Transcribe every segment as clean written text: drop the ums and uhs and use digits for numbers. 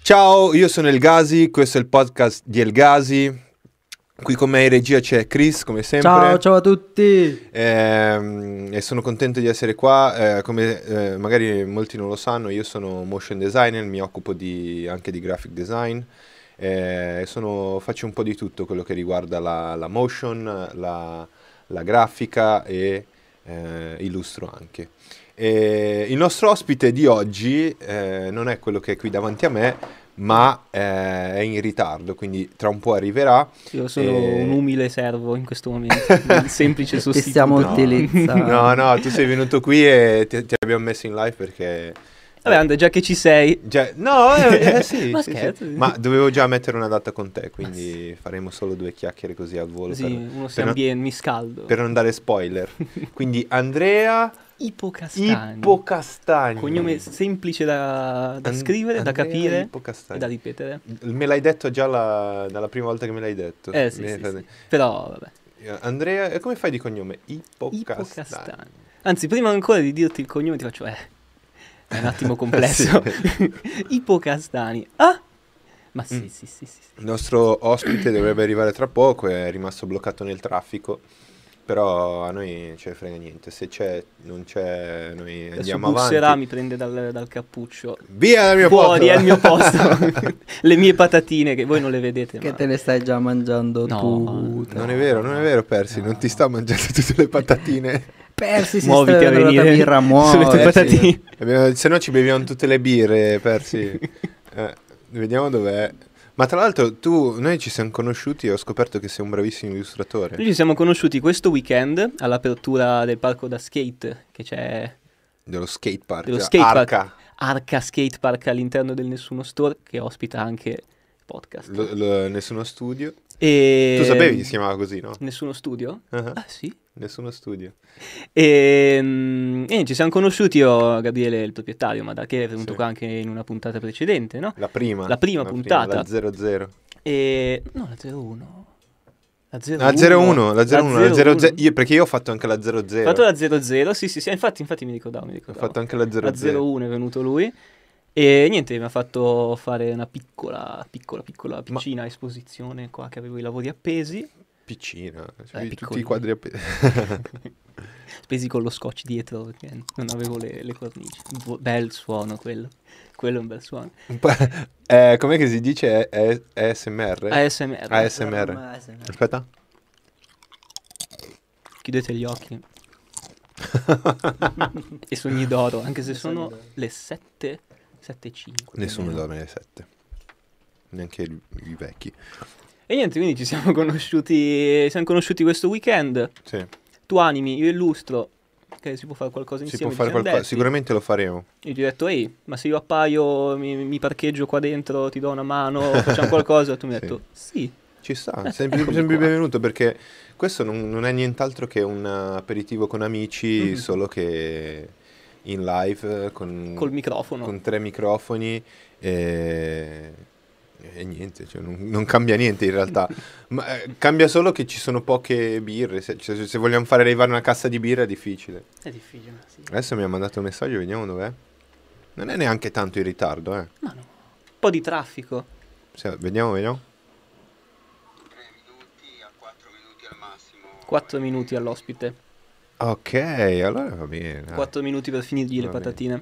Ciao, io sono El Gasi, questo è il podcast di El Gasi. Qui con me in regia c'è Chris, come sempre. Ciao a tutti! E sono contento di essere qua. Come magari molti non lo sanno, io sono motion designer, mi occupo anche di graphic design. Faccio un po' di tutto quello che riguarda la motion, la grafica e illustro anche. Il nostro ospite di oggi non è quello che è qui davanti a me, ma è in ritardo, quindi tra un po' arriverà. Io sono un umile servo in questo momento, un semplice Ti sostituto. stiamo utilizzando. No, tu sei venuto qui e ti abbiamo messo in live perché... Vabbè, Andre, già che ci sei... Sì, Ma sì, scherzo? sì. Ma dovevo già mettere una data con te, quindi faremo solo 2 chiacchiere così al volo. Sì, uno si mi scaldo. Per non dare spoiler. Quindi Andrea Ippocastagni. Cognome semplice da scrivere, da capire e da ripetere. Me l'hai detto già dalla prima volta che me l'hai detto. Sì. Però, vabbè. Andrea, e come fai di cognome? Ippocastagni. Anzi, prima ancora di dirti il cognome ti faccio... È un attimo complesso. Ippocastani. Ah! Ma sì. Il nostro ospite dovrebbe arrivare tra poco, è rimasto bloccato nel traffico. Però a noi non ce ne frega niente. Se c'è, non c'è, noi andiamo avanti. Busserà, mi prende dal cappuccio. Via dal mio Fuori, posto! è il mio posto. Le mie patatine, che voi non le vedete. Che te le stai già mangiando tu. Non è vero, Persi. Non ti sta mangiando tutte le patatine. Persi si Muoviti sta a venire la birra, sulle tue patatine. Se no ci beviamo tutte le birre, Persi. Vediamo dov'è. Ma tra l'altro noi ci siamo conosciuti e ho scoperto che sei un bravissimo illustratore. Noi ci siamo conosciuti questo weekend all'apertura del parco da skate che c'è... Dello skate park. Arca Skate Park all'interno del Nessuno Store, che ospita anche il podcast. Nessuno Studio. E... Tu sapevi che si chiamava così, no? Nessuno Studio? Uh-huh. Ah sì? Nessuno Studio. E ci siamo conosciuti io, Gabriele, il proprietario, ma da che è venuto qua anche in una puntata precedente, no? La prima puntata. La 00. No, la 01. La 01. La 00. Perché io ho fatto anche la 00. Ho fatto la 00, sì, infatti mi ricordavo. Ho fatto anche la 00. La 01 è venuto lui. E niente, mi ha fatto fare una piccina esposizione qua che avevo i lavori appesi. Piccina, tutti i quadri appesi. Spesi con lo scotch dietro perché non avevo le cornici. Bel suono quello è un bel suono. Com'è che si dice? ASMR? ASMR. Aspetta. Chiudete gli occhi. E sogni d'oro, anche se sono le 7:05. Nessuno dorme alle 7. Neanche i vecchi. E niente, quindi ci siamo conosciuti questo weekend. Sì. Tu animi, io illustro, che si può fare qualcosa insieme. Si può fare qualcosa, sicuramente lo faremo. Io ti ho detto, ma se io appaio, mi parcheggio qua dentro, ti do una mano, facciamo qualcosa, tu mi hai detto, sì. Ci sta, sempre benvenuto, perché questo non è nient'altro che un aperitivo con amici, solo che in live, col microfono. Con 3 microfoni e niente, cioè non cambia niente in realtà. Ma cambia solo che ci sono poche birre. Se vogliamo fare arrivare una cassa di birra è difficile. È difficile, sì. Adesso mi ha mandato un messaggio, vediamo dov'è. Non è neanche tanto in ritardo, Ma no, un po' di traffico. Vediamo. 3 minuti a 4 minuti al massimo. 4 minuti all'ospite. Ok, allora va bene. 4 minuti per finirgli le patatine.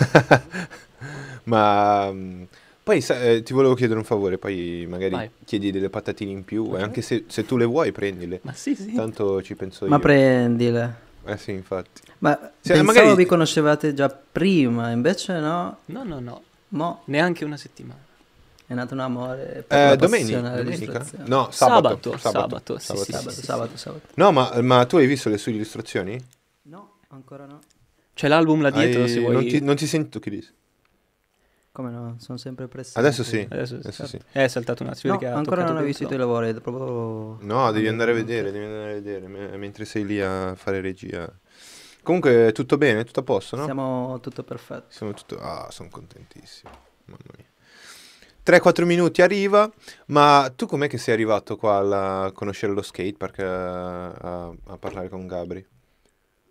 Ma poi ti volevo chiedere un favore, poi magari chiedi delle patatine in più, Okay. Anche se tu le vuoi prendile. Ma sì. Tanto ci penso io. Ma prendile. Sì, infatti. Ma Se, pensavo vi conoscevate già prima, invece no. No. Neanche una settimana. È nato un amore per la domenica? No, sabato. Sabato. No, ma tu hai visto le sue illustrazioni? No, ancora no. C'è l'album là dietro, se vuoi. Non ti senti tu, Chris? Come no? Sono sempre presente. Adesso sì. È saltato un attimo. No, ancora non ho visto i tuoi lavori. Proprio... No, devi andare a vedere. Mentre sei lì a fare regia. Comunque, tutto bene? Tutto a posto, no? Siamo tutto perfetto. Sono contentissimo. Mamma mia. 3-4 minuti arriva, ma tu com'è che sei arrivato qua a conoscere lo skatepark, a parlare con Gabri?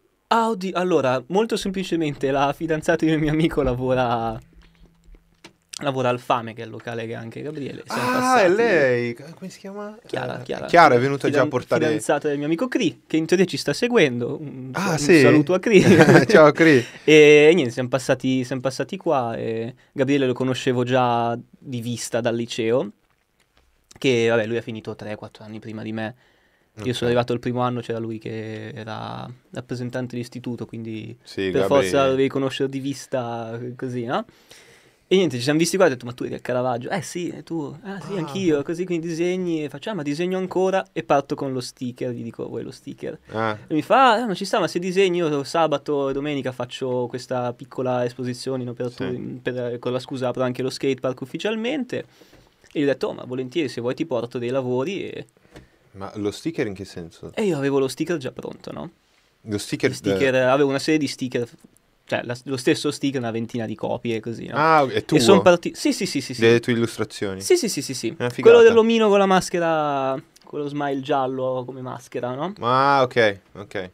Allora, molto semplicemente la fidanzata di un mio amico lavora lavora al Fame, che è il locale che ha anche Gabriele. Siamo Ah, passati- è lei! Come si chiama? Chiara. Chiara è venuta già a portare... Fidanzata del mio amico Cri, che in teoria ci sta seguendo. Un sì? saluto a Cri. Ciao, Cri. E niente, siamo passati qua e Gabriele lo conoscevo già di vista dal liceo, che vabbè lui ha finito 3-4 anni prima di me. Io sono arrivato il primo anno, c'era lui che era rappresentante dell'istituto, quindi Sì, per Gabri- forza dovevi conoscerlo di vista, così, no? E niente, ci siamo visti qua e ho detto, ma tu eri al Caravaggio? Sì, e tu? Ah sì, anch'io, così con i disegni, e faccio, ma disegno ancora, e parto con lo sticker, gli dico, vuoi lo sticker? Ah, E mi fa, ma ci sta, ma se disegni io sabato e domenica faccio questa piccola esposizione in Sì. con la scusa apro anche lo skatepark ufficialmente. E gli ho detto, ma volentieri, se vuoi ti porto dei lavori. ma lo sticker in che senso? E io avevo lo sticker già pronto, no? Lo sticker... Avevo una serie di sticker, cioè lo stesso sticker, una ventina di copie, così, no? Ah, è tuo? E sono partiti... Sì. Delle tue illustrazioni? Sì. Una figata. Quello dell'omino con la maschera, con lo smile giallo come maschera, no? Ah, ok.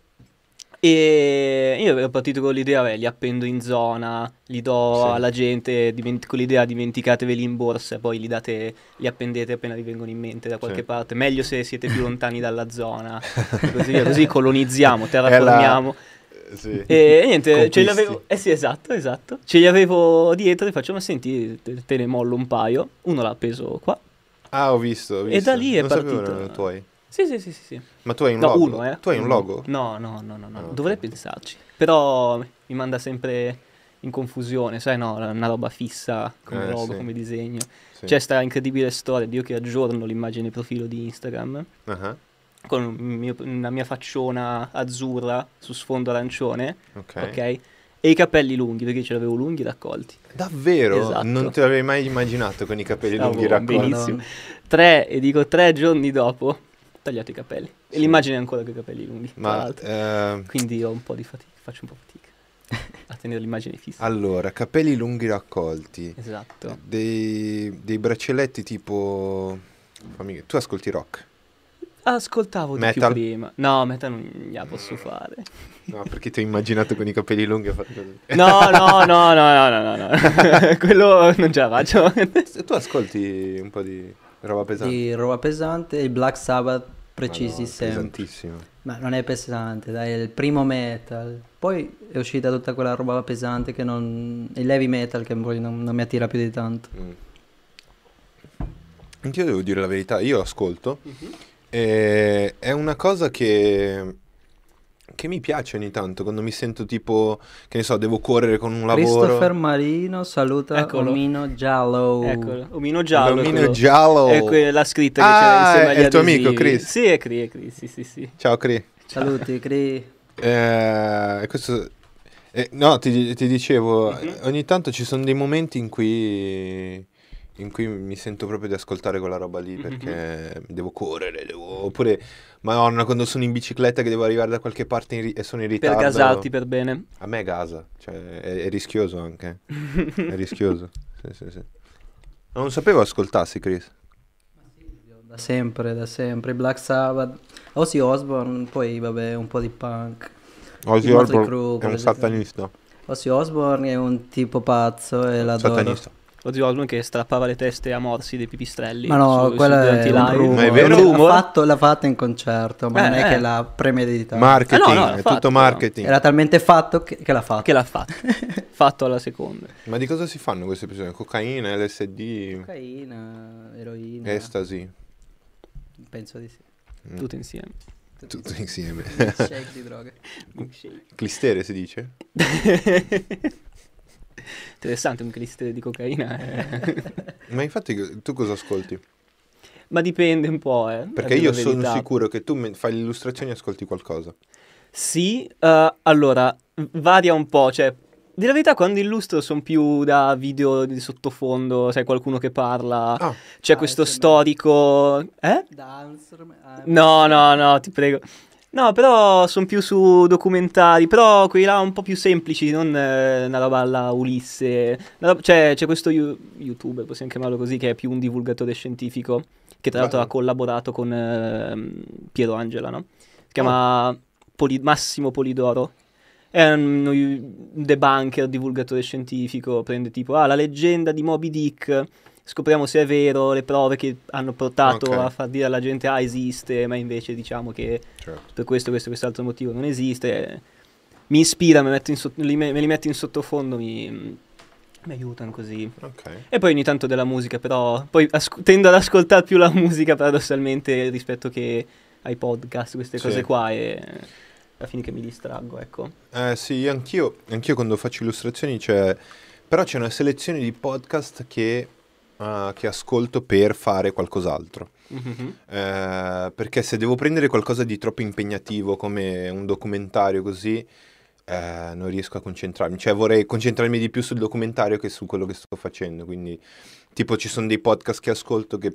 E io ero partito con l'idea, li appendo in zona, li do Sì. alla gente con l'idea dimenticateveli in borsa, poi li appendete appena vi vengono in mente da qualche Sì. parte. Meglio se siete più lontani dalla zona, così, via, così colonizziamo, È terraformiamo. Sì. E niente, ce li Conquisti. avevo. Sì, esatto. Ce li avevo dietro e faccio, ma senti, te ne mollo un paio. Uno l'ha appeso qua. Ah, ho visto. E da lì è non sapevo partito. erano tuoi. Sì. Ma tu hai un No, logo? uno, Tu hai un Uno. logo? No. ok. Dovrei pensarci. Però mi manda sempre in confusione, sai, no, una roba fissa come logo, Sì. come disegno. Sì. C'è sta incredibile storia di io che aggiorno l'immagine profilo di Instagram Ah, con una mia facciona azzurra su sfondo arancione, ok? E i capelli lunghi, perché ce l'avevo lunghi raccolti. Davvero? Esatto. Non te l'avrei mai immaginato con i capelli lunghi raccolti. Benissimo. 3 giorni dopo, ho tagliato i capelli. E Sì. l'immagine è ancora con i capelli lunghi, tra Ma l'altro. Quindi ho un po' di fatica, faccio un po' fatica a tenere l'immagine fissa. allora, capelli lunghi raccolti. Esatto. Dei braccialetti tipo... Tu ascolti rock? Ascoltavo di più Metal? prima. No, metal non gliela posso fare. No, perché ti ho immaginato con i capelli lunghi e ho fatto così. No. Quello non ce la faccio. Tu ascolti un po' di roba pesante? Di roba pesante, il Black Sabbath precisi Madonna, sempre. pesantissimo. Ma non è pesante, dai, è il primo metal. Poi è uscita tutta quella roba pesante che non... il heavy metal che poi non mi attira più di tanto. Anch'io devo dire la verità, io ascolto e è una cosa che mi piace ogni tanto, quando mi sento tipo, che ne so, devo correre con un lavoro. Christopher Marino saluta Eccolo. Omino Giallo. Eccolo, omino giallo. L'omino quello- giallo. È la scritta che Ah, c'era insieme agli è il tuo amico, adesivi. Chris? Sì, è Cri, sì. Ciao Cri. Saluti, Cri. Questo... no, ti dicevo, ogni tanto ci sono dei momenti in cui mi sento proprio di ascoltare quella roba lì perché devo correre, oppure, madonna, quando sono in bicicletta che devo arrivare da qualche parte e sono in Per ritardo. gasarti per bene. A me gasa, cioè è rischioso anche, è rischioso, sì. Non sapevo ascoltassi, Chris. Da sempre, Black Sabbath, Ozzy Osbourne, poi vabbè un po' di punk. Ozzy I Motley Osbourne Crue, è per un esempio. satanista. Ozzy Osbourne è un tipo pazzo e l'adoro. Satanista. Ozzy Osbourne che strappava le teste a morsi dei pipistrelli. Ma no, quello durante è i un live. rumor. Ma è vero? L'ha fatto in concerto, ma non è che l'ha premeditato. Marketing, Ah, no, l'ha è fatto, tutto marketing. Era talmente fatto che l'ha fatto. Che l'ha fatto. Fatto alla seconda. Ma di cosa si fanno queste persone? Cocaina, LSD, Cocaina, eroina. estasi, Penso di sì. Tutto insieme. tutto insieme. Shake di droghe. Clistere si dice? Interessante un cristere di cocaina. Ma infatti tu cosa ascolti? Ma dipende un po', Perché a dire io la sono verità. sicuro che tu fai le illustrazioni e ascolti qualcosa. Sì, allora, varia un po', cioè, di la verità quando illustro sono più da video di sottofondo, sai, qualcuno che parla, Ah. c'è questo ASMR. storico... Dancer. No, ti prego. No, però sono più su documentari, però quelli là un po' più semplici, non una roba alla Ulisse. C'è questo youtuber, possiamo chiamarlo così, che è più un divulgatore scientifico, che tra l'altro Bello. ha collaborato con Piero Angela, no? Si chiama Massimo Polidoro. è un debunker, divulgatore scientifico, prende tipo, la leggenda di Moby Dick, scopriamo se è vero, le prove che hanno portato Ok. a far dire alla gente, esiste, ma invece diciamo che Certo. per quest'altro motivo non esiste. Mi ispira, me li metto in sottofondo, mi aiutano così. Ok. E poi ogni tanto della musica, però poi tendo ad ascoltare più la musica paradossalmente rispetto che ai podcast, queste Sì. cose qua, e alla fine che mi distraggo, ecco. Sì, anch'io quando faccio illustrazioni però c'è una selezione di podcast che ascolto per fare qualcos'altro. Mhm. Perché se devo prendere qualcosa di troppo impegnativo come un documentario così, non riesco a concentrarmi. Cioè vorrei concentrarmi di più sul documentario che su quello che sto facendo. Quindi, tipo, ci sono dei podcast che ascolto che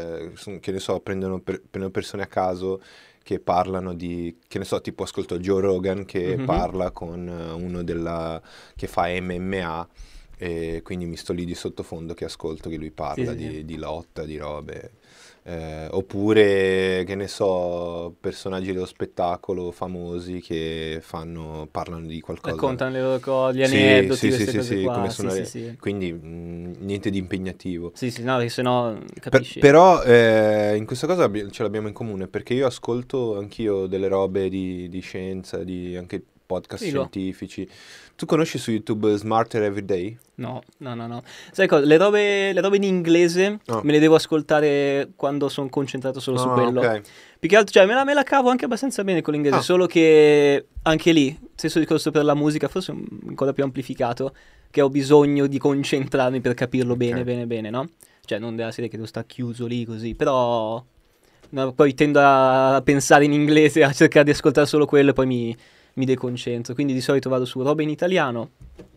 ne so, prendono persone a caso che parlano di, che ne so, tipo ascolto Joe Rogan che Mhm. parla con uno che fa MMA. E quindi mi sto lì di sottofondo che ascolto che lui parla Sì, sì. di lotta, di robe. Oppure, che ne so, personaggi dello spettacolo famosi che parlano di qualcosa. Raccontano le loro cose, gli Sì, aneddoti, sì, queste sì, cose sì, qua. come Sì, sono sì, sì. quindi niente di impegnativo. Sì, sì, no, perché sennò capisci. Però in questa cosa ce l'abbiamo in comune perché io ascolto anch'io delle robe di scienza, di anche podcast Figo. scientifici. Tu conosci su YouTube Smarter Everyday? No. Sai cosa? Le robe in inglese Oh. me le devo ascoltare quando sono concentrato solo su quello. Ok. Più che altro, cioè, me la cavo anche abbastanza bene con l'inglese, Ah. solo che anche lì, stesso discorso per la musica, forse ancora più amplificato, che ho bisogno di concentrarmi per capirlo Ok. bene, no? Cioè, non della serie che devo stare chiuso lì così, però no, poi tendo a pensare in inglese, a cercare di ascoltare solo quello e poi mi deconcentro. Quindi di solito vado su robe in italiano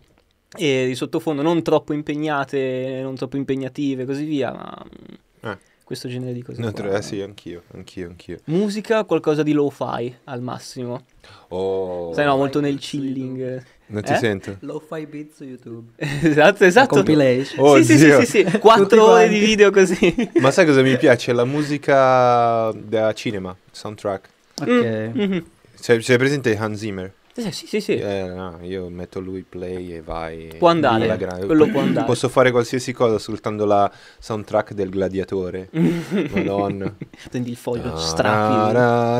e di sottofondo non troppo impegnate, non troppo impegnative e così via, ma questo genere di cose No, qua. sì, anch'io. Musica, qualcosa di lo-fi al massimo. Oh, Sai, no, molto nel Lo-fi su chilling. non ti Eh? sento. Lo-fi beat su YouTube. Esatto. Compilation. Oh, sì, zio. sì. 4 Tutti ore quanti. di video così. Ma sai cosa mi piace? La musica da cinema, soundtrack. Ok. Mhm. C'è presente Hans Zimmer? Sì. No, io metto lui play e vai. Può andare, alla grande. quello può andare. Posso fare qualsiasi cosa ascoltando la soundtrack del gladiatore. Madonna. Prendi il foglio, Ah, strappi.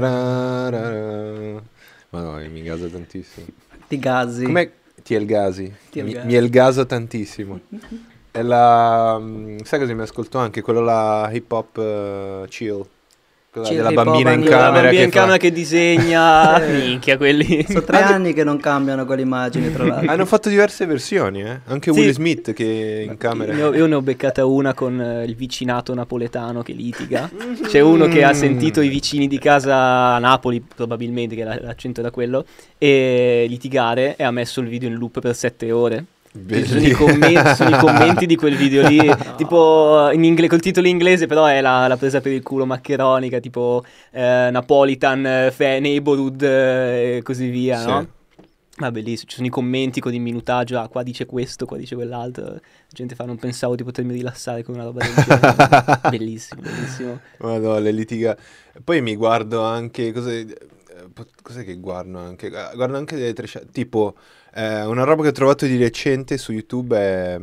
Madonna, mi gasa tantissimo. Ti gazzi. Com'è Tiel Gasi? Tiel Gasi. Mi elgaso tantissimo. È sai cosa mi ascolto anche? Quello là hip hop chill. Quella Chill della hip hop bambina in anni La camera bambina che in camera fa... che disegna. Eh. Minchia, quelli. Sono 3 anni che non cambiano quelle immagini, tra l'altro. Hanno fatto diverse versioni, eh? Anche Sì. Will Smith che in camera... Io ne ho beccata una con il vicinato napoletano che litiga. C'è uno che ha sentito i vicini di casa a Napoli, probabilmente, che l'accento era quello, e litigare, e ha messo il video in loop per 7 ore. Ci sono i commenti di quel video lì, tipo col titolo inglese, però è la presa per il culo maccheronica, tipo Napolitan, Neighborhood e così via, Sì. no? Ma bellissimo, ci sono i commenti con il minutaggio, qua dice questo, qua dice quell'altro. La gente fa, non pensavo di potermi rilassare con una roba del genere. Bellissimo. Madonna, le litiga... Poi mi guardo anche... Cos'è che guardo anche? Guardo anche delle tipo... una roba che ho trovato di recente su YouTube è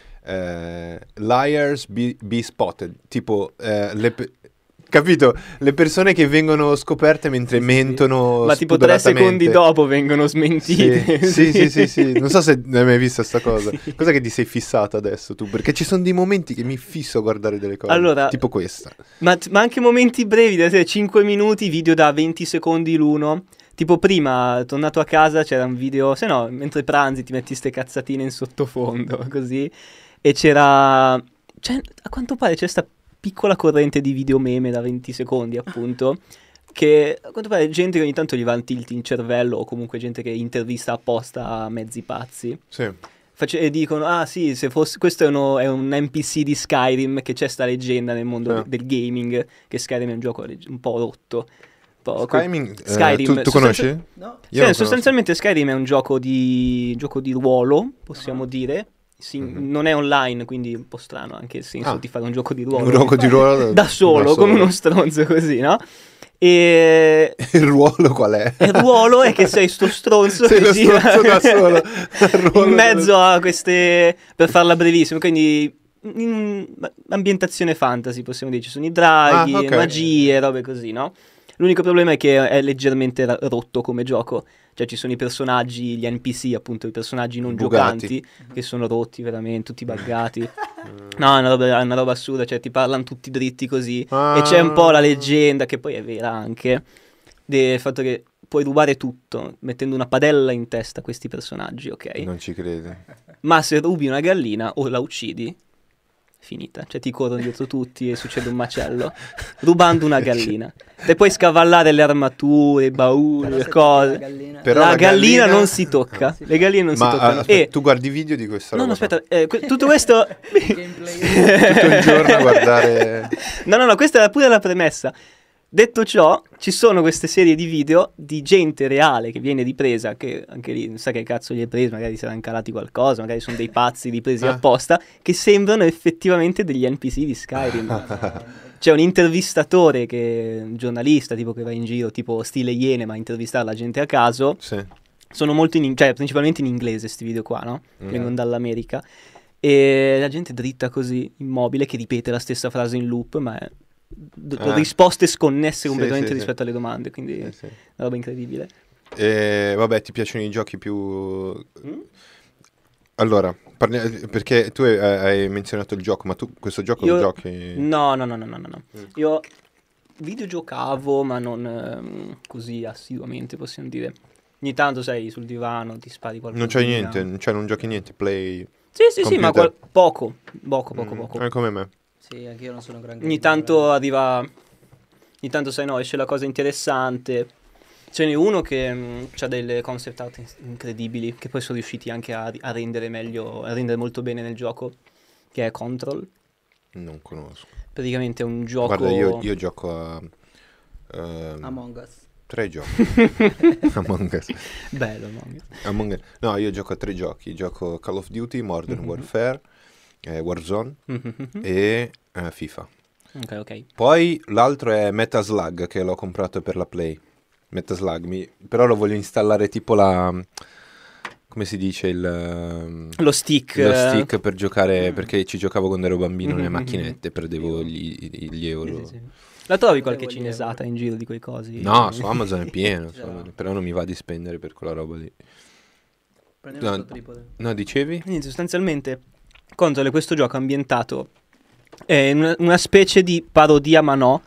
Liars Be Spotted. Tipo, capito? Le persone che vengono scoperte mentre mentono Ma tipo 3 secondi spudoratamente. dopo vengono smentite. Sì. Non so se hai mai visto sta cosa. Cos'è che ti sei fissato adesso tu? Perché ci sono dei momenti che mi fisso a guardare delle cose. Allora, tipo questa. Ma anche momenti brevi, da 5 minuti, video da 20 secondi l'uno. Tipo prima, tornato a casa, c'era un video, se no, mentre pranzi ti metti ste cazzatine in sottofondo, così. E c'era... Cioè, a quanto pare c'è sta piccola corrente di video meme da 20 secondi, appunto, che a quanto pare gente che ogni tanto gli va il tilt in cervello, o comunque gente che intervista apposta mezzi pazzi. Sì. E dicono, sì, se fosse, questo è un NPC di Skyrim, che c'è sta leggenda nel mondo del gaming, che Skyrim è un gioco un po' rotto. Skyrim, tu conosci? No. Io non Sostanzialmente Skyrim è un gioco di ruolo, possiamo dire. Sì, non è online, quindi è un po' strano anche il senso di fare un gioco di ruolo. Un gioco di ruolo da solo, come uno stronzo così, no? E Il ruolo qual è? il ruolo è che sei sto stronzo Sei che lo gira stronzo da solo. Il ruolo in mezzo dello- a queste, per farla brevissima, quindi in ambientazione fantasy, possiamo dire, ci sono i draghi, Ah, ok. magie, robe così, no? L'unico problema è che è leggermente rotto come gioco, cioè ci sono i personaggi, gli NPC, appunto, i personaggi non Buggati. giocanti, che sono rotti veramente, tutti buggati. No, è una roba assurda, cioè ti parlano tutti dritti così, e c'è un po' la leggenda, che poi è vera anche, del fatto che puoi rubare tutto mettendo una padella in testa a questi personaggi, ok? Non ci credo. Ma se rubi una gallina o la uccidi, finita. Cioè ti corrono dietro tutti e succede un macello. Rubando una gallina. Te puoi scavallare le armature, i bauli, Però le se cose. togli la gallina... Però la la gallina gallina- non si tocca. Le galline non si Ma toccano. aspetta, tu guardi video di questa No, roba? no, aspetta. Tutto questo... Gameplay. Tutto il giorno a guardare... No, questa era pure la premessa. Detto ciò, ci sono queste serie di video di gente reale che viene ripresa, che anche lì non sa che cazzo gli è preso, magari si saranno calati qualcosa, magari sono dei pazzi ripresi apposta, che sembrano effettivamente degli NPC di Skyrim. C'è un intervistatore, un giornalista tipo che va in giro, tipo stile Iene, ma a intervistare la gente a caso. Sì. Sono molto cioè principalmente in inglese sti video qua, no? Vengono dall'America. E la gente dritta così, immobile, che ripete la stessa frase in loop, ma è risposte sconnesse Sì, completamente sì, rispetto alle domande, quindi è Sì. una roba incredibile. Vabbè, ti piacciono i giochi più... Allora, perché tu hai menzionato il gioco, ma tu questo gioco lo giochi... No. Io videogiocavo, ma non così assiduamente, possiamo dire. Ogni tanto sei sul divano, ti spari qualcosa. Non c'hai niente, cioè non giochi niente, play... Sì, ma computer. poco. È come me. Sì, anch'io non sono un gran Ogni gamer, tanto arriva... Ogni tanto, sai, no, esce la cosa interessante. Ce n'è uno che ha delle concept art incredibili, che poi sono riusciti anche a rendere meglio, a rendere molto bene nel gioco, che è Control. Non conosco. Praticamente è un gioco... Guarda, io gioco a... Among Us. 3 giochi. Among Us. Bello, no? No, io gioco a 3 giochi. Gioco Call of Duty, Modern Warfare, Warzone e FIFA. Ok. Poi l'altro è Metaslug, che l'ho comprato per la Play. Metaslug, però lo voglio installare tipo come si dice Lo stick. lo stick per giocare, perché ci giocavo quando ero bambino nelle macchinette, perdevo gli euro. Sì. La trovi qualche Volevo cinesata in giro di quei cosi? No, su Amazon è pieno, Esatto. però non mi va di spendere per quella roba lì. Prendi No. il tuo tripode. No, dicevi? Quindi sostanzialmente Control è questo gioco ambientato in una specie di parodia, ma no,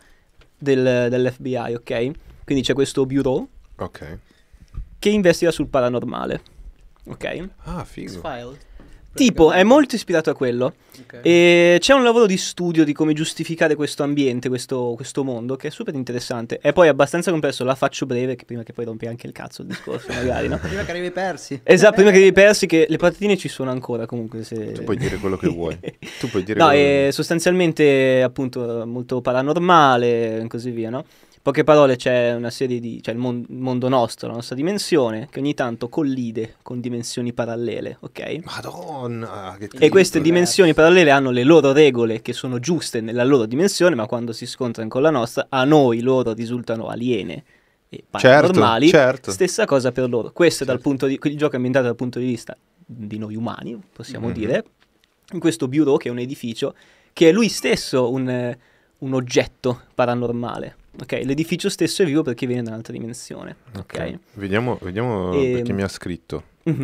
dell'FBI, ok? Quindi c'è questo bureau Ok. che investiga sul paranormale, ok? Ah, figo. X-Files. Tipo, è molto ispirato a quello. Ok. E c'è un lavoro di studio di come giustificare questo ambiente, questo mondo, che è super interessante. È poi abbastanza complesso, la faccio breve, che prima che poi rompi anche il cazzo il discorso, magari, no? Prima che arrivi persi. Esatto, prima che vi persi, che le patatine ci sono ancora, comunque. Se... Tu puoi dire quello che vuoi. Tu puoi dire No, quello che vuoi. sostanzialmente, appunto, molto paranormale e così via, no? Poche parole, c'è una serie di... c'è il mondo nostro, la nostra dimensione, che ogni tanto collide con dimensioni parallele, ok? Madonna, che E queste trip. dimensioni parallele hanno le loro regole che sono giuste nella loro dimensione, ma quando si scontrano con la nostra, a noi loro risultano aliene e paranormali. certo. Stessa cosa per loro. Questo è dal punto di... il gioco è ambientato dal punto di vista di noi umani, possiamo dire, in questo bureau che è un edificio che è lui stesso un oggetto paranormale. Ok, l'edificio stesso è vivo perché viene da un'altra dimensione. Ok. Vediamo perché mi ha scritto.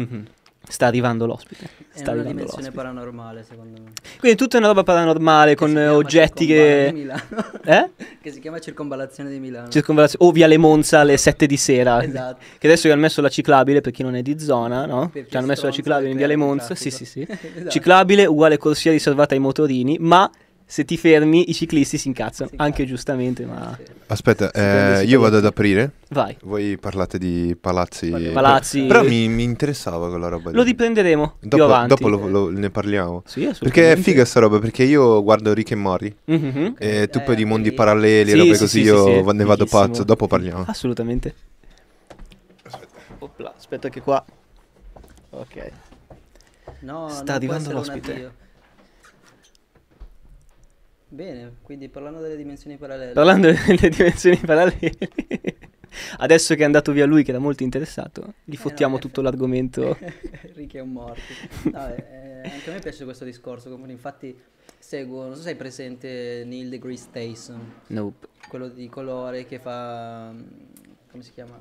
Sta arrivando l'ospite. È Sta una arrivando dimensione l'ospite. paranormale, secondo me. Quindi tutta una roba paranormale con si chiama oggetti Circonvalla di che... Milano. Eh? Che si chiama Circonvallazione di Milano. O via Le Monza alle 7 di sera. Esatto. Che adesso gli hanno messo la ciclabile per chi non è di zona, no? Per chi Ci hanno messo la stronza ciclabile e in via Le perde il Monza. Sì, traffico. Esatto. Ciclabile uguale corsia riservata ai motorini, ma se ti fermi i ciclisti si incazzano. Anche giustamente, ma... Aspetta, prende io vado ad sicuramente. aprire. Vai. Voi parlate di palazzi. Palazzi. Però mi interessava quella roba lì. Lo riprenderemo più Dopo, avanti. ne parliamo. Sì, Perché è assolutamente. figa sta roba, perché io guardo Rick e Morty. Mhm. E tu poi di anche mondi lì. paralleli, Sì, robe sì, così, sì, io sì, sì, ne vado fighissimo. pazzo. Dopo parliamo. Assolutamente. Opla, aspetta che qua... Ok. No, Sta non può arrivando essere un l'ospite. addio. Bene, quindi parlando delle dimensioni parallele. Parlando delle dimensioni parallele, adesso che è andato via lui, che era molto interessato, gli fottiamo no, tutto l'argomento. Ricchi e morti. No, anche a me piace questo discorso, infatti seguo, non so se hai presente Neil deGrasse Tyson, Nope. quello di colore che fa, come si chiama?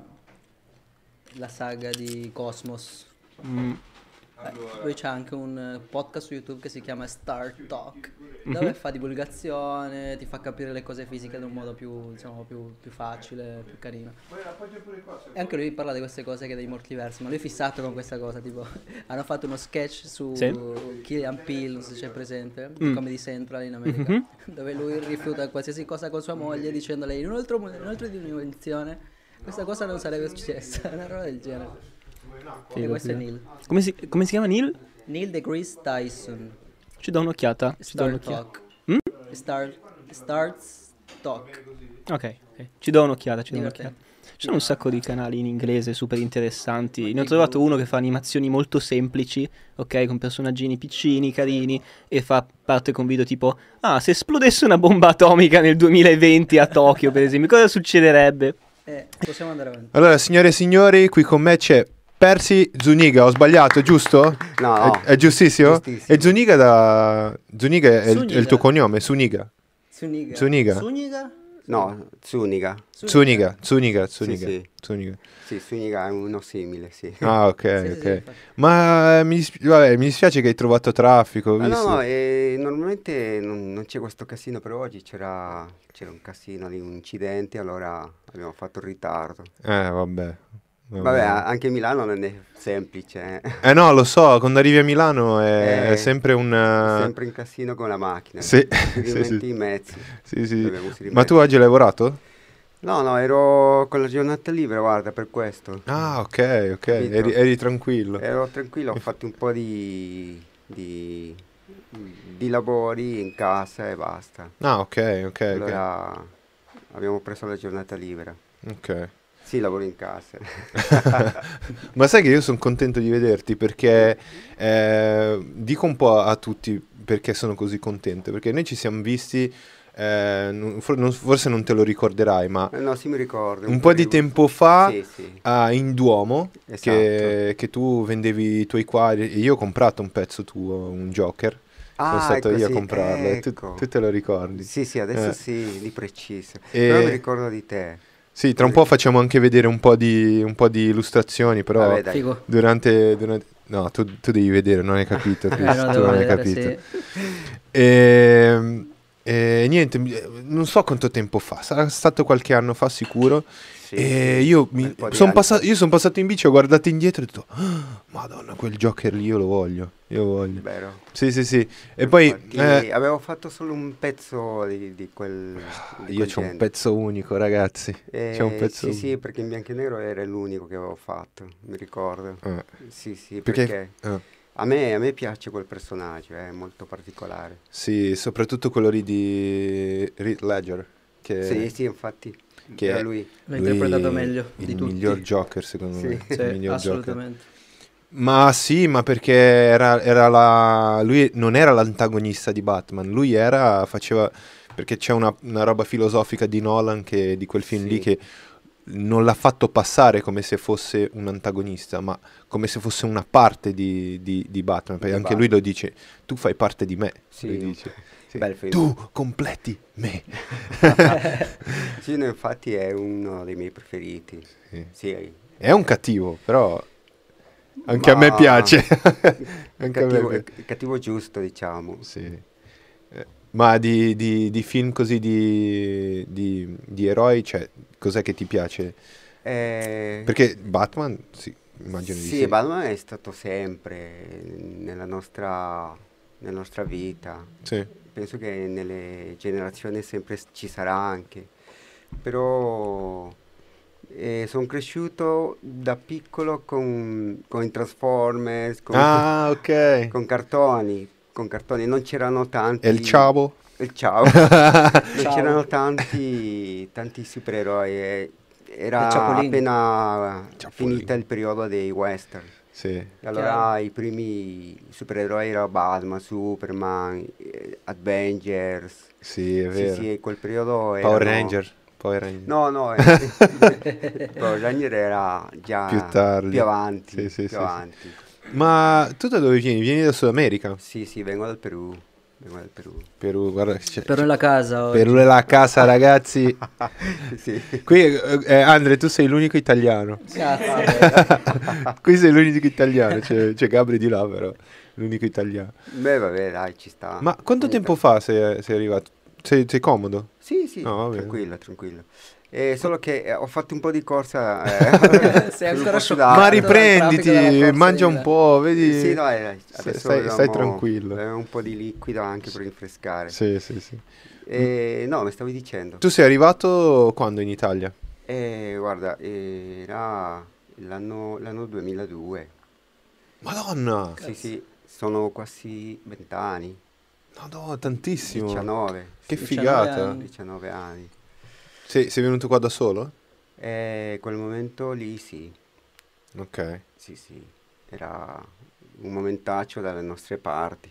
La saga di Cosmos. Mm. Lui c'ha anche un podcast su YouTube che si chiama Star Talk, dove fa divulgazione, ti fa capire le cose fisiche in un modo più, diciamo, più facile, più carino. E anche lui parla di queste cose che dei multiversi, ma lui è fissato con questa cosa, tipo hanno fatto uno sketch su Sì. Killian Peele, non so se c'è presente, di Comedy Central in America, dove lui rifiuta qualsiasi cosa con sua moglie dicendole in un'altra dimensione questa cosa non sarebbe successa, una roba del genere. E questo è Neil. Come si chiama Neil? Neil deGrasse Tyson. Ci do un'occhiata. Ci do Star un'occhiata. Talk. Starts Talk. Ok. Ci do un'occhiata. Divertente. Ci sono un sacco di canali in inglese super interessanti. Ne ho trovato uno che fa animazioni molto semplici, ok, con personaggini piccini, carini, e fa parte con video tipo: ah, se esplodesse una bomba atomica nel 2020 a Tokyo, per esempio, cosa succederebbe? Possiamo andare avanti. Allora, signore e signori, qui con me c'è Percy Zuniga, ho sbagliato, giusto? No. È giustissimo? Giustissimo. E Zuniga è Zuniga. il tuo cognome, Zuniga. Zuniga. Zuniga. Zuniga? No, Zuniga. Zuniga. Sì, sì. Zuniga. Sì, Zuniga è uno simile, sì. Ah, ok, Sì, sì, ok. sì, infatti. Ma vabbè, mi dispiace che hai trovato traffico, ho Ah, visto. no, normalmente non c'è questo casino, però oggi c'era un casino di un incidente, allora abbiamo fatto il ritardo. Vabbè. Vabbè, anche Milano non è semplice, No, lo so, quando arrivi a Milano è Eh, sempre un... sempre in casino con la macchina. Sì, Ti sì, rimetti sì. i mezzi. Sì, sì. Dobbiamo si Ma rimettere. tu oggi hai lavorato? No, ero con la giornata libera, guarda, per questo. Ah, ok. Capito? Eri tranquillo. Ero tranquillo, ho fatto un po' di lavori in casa e basta. Ah, ok. Allora abbiamo preso la giornata libera. Ok. Sì, lavoro in casa. Ma sai che io sono contento di vederti perché dico un po' a tutti perché sono così contento, perché noi ci siamo visti, forse non te lo ricorderai, ma No, sì, mi ricordo. un po' di tempo fa Sì, sì. in Duomo, Esatto. che tu vendevi i tuoi quadri e io ho comprato un pezzo tuo, un Joker. Sono stato ecco, io a sì, comprarlo e ecco. tu te lo ricordi. Sì, adesso Eh. sì, di preciso. E- Però mi ricordo di te. Sì, tra un po' facciamo anche vedere un po' di illustrazioni, però Vabbè, dai. Figo. durante... No, tu devi vedere, non hai capito, Chris, No, tu devo non hai vedere, capito. sì. E niente, non so quanto tempo fa, sarà stato qualche anno fa sicuro. Sì, E sì, io un po' di sono anni passato, fa. io son passato in bici, ho guardato indietro e ho detto, "Ah, Madonna, quel Joker lì io lo voglio, io lo voglio. Vero. Sì. E poi Infatti, avevo fatto solo un pezzo di quel di io quel c'ho un genere. pezzo unico, ragazzi. C'è un pezzo Sì, unico. perché in bianco e nero era l'unico che avevo fatto, mi ricordo. Sì, Perché- perché a me piace quel personaggio, è molto particolare. Sì, soprattutto quello lì di Heath Ledger, che Sì, infatti, che era è- lui. L'ha interpretato lui meglio il di tutti. miglior Joker secondo Sì. me, Sì, il miglior Joker. assolutamente. Ma sì, ma perché era lui non era l'antagonista di Batman, faceva, perché c'è una roba filosofica di Nolan di quel film Sì. lì che non l'ha fatto passare come se fosse un antagonista, ma come se fosse una parte di Batman, perché Di anche lui lo dice, tu fai parte di me, Sì. lui dice. Sì. Bel film. Tu completi me. Gino infatti è uno dei miei preferiti. Sì. Sì. È un cattivo, però anche a me Ma- piace. Anche a me Cattivo, piace. cattivo giusto, diciamo. Sì. Ma di film così di eroi, cioè, cos'è che ti piace? Perché Batman, sì, immagino di Sì, sì. Batman è stato sempre nella nostra vita. Sì. Penso che nelle generazioni sempre ci sarà anche. Però sono cresciuto da piccolo con i Transformers, Ah, ok. con cartoni. Non c'erano tanti. E il Chavo? Il Ciao. Non Ciao. c'erano tanti supereroi. Era Il Ciapolin. appena Ciapolin. finita il periodo dei western. Sì. E allora i primi supereroi erano Batman, Superman, Avengers. Sì, è Sì, vero. sì, in quel periodo Power erano... Ranger. Power Ranger. No, no, Power Ranger era Più già tardi. più avanti, Sì, sì, più sì, sì. avanti. Ma tu da dove vieni? Vieni da Sud America? Sì, sì, vengo dal Perù, vengo dal Perù. Perù, guarda, Però nella casa oggi. Perù è la casa, ragazzi. Sì. Qui, Andre, tu sei l'unico italiano. Cazzo. Qui sei l'unico italiano, c'è Gabri di là, però l'unico italiano. Beh, vabbè, dai, ci sta. Ma quanto tempo fa sei arrivato? Sei comodo? Sì, sì, No, va bene. tranquillo, tranquillo. Solo che ho fatto un po' di corsa. Sei sono un ancora po' scioccato. sudato. Ma dal traffico della riprenditi, corsa mangia di un po', vedi? Sì, dai, adesso Stai tranquillo. beviamo un po' di liquido anche per rinfrescare. Sì, sì, sì. No, mi stavi dicendo. Tu sei arrivato quando in Italia? Guarda, era l'anno 2002. Madonna! Sì, sì, sono quasi 20 anni. Madonna, tantissimo. 19. Che sì, 19 figata. anni. 19 anni. Sei venuto qua da solo? Quel momento lì sì, Ok. sì, sì, era un momentaccio dalle nostre parti.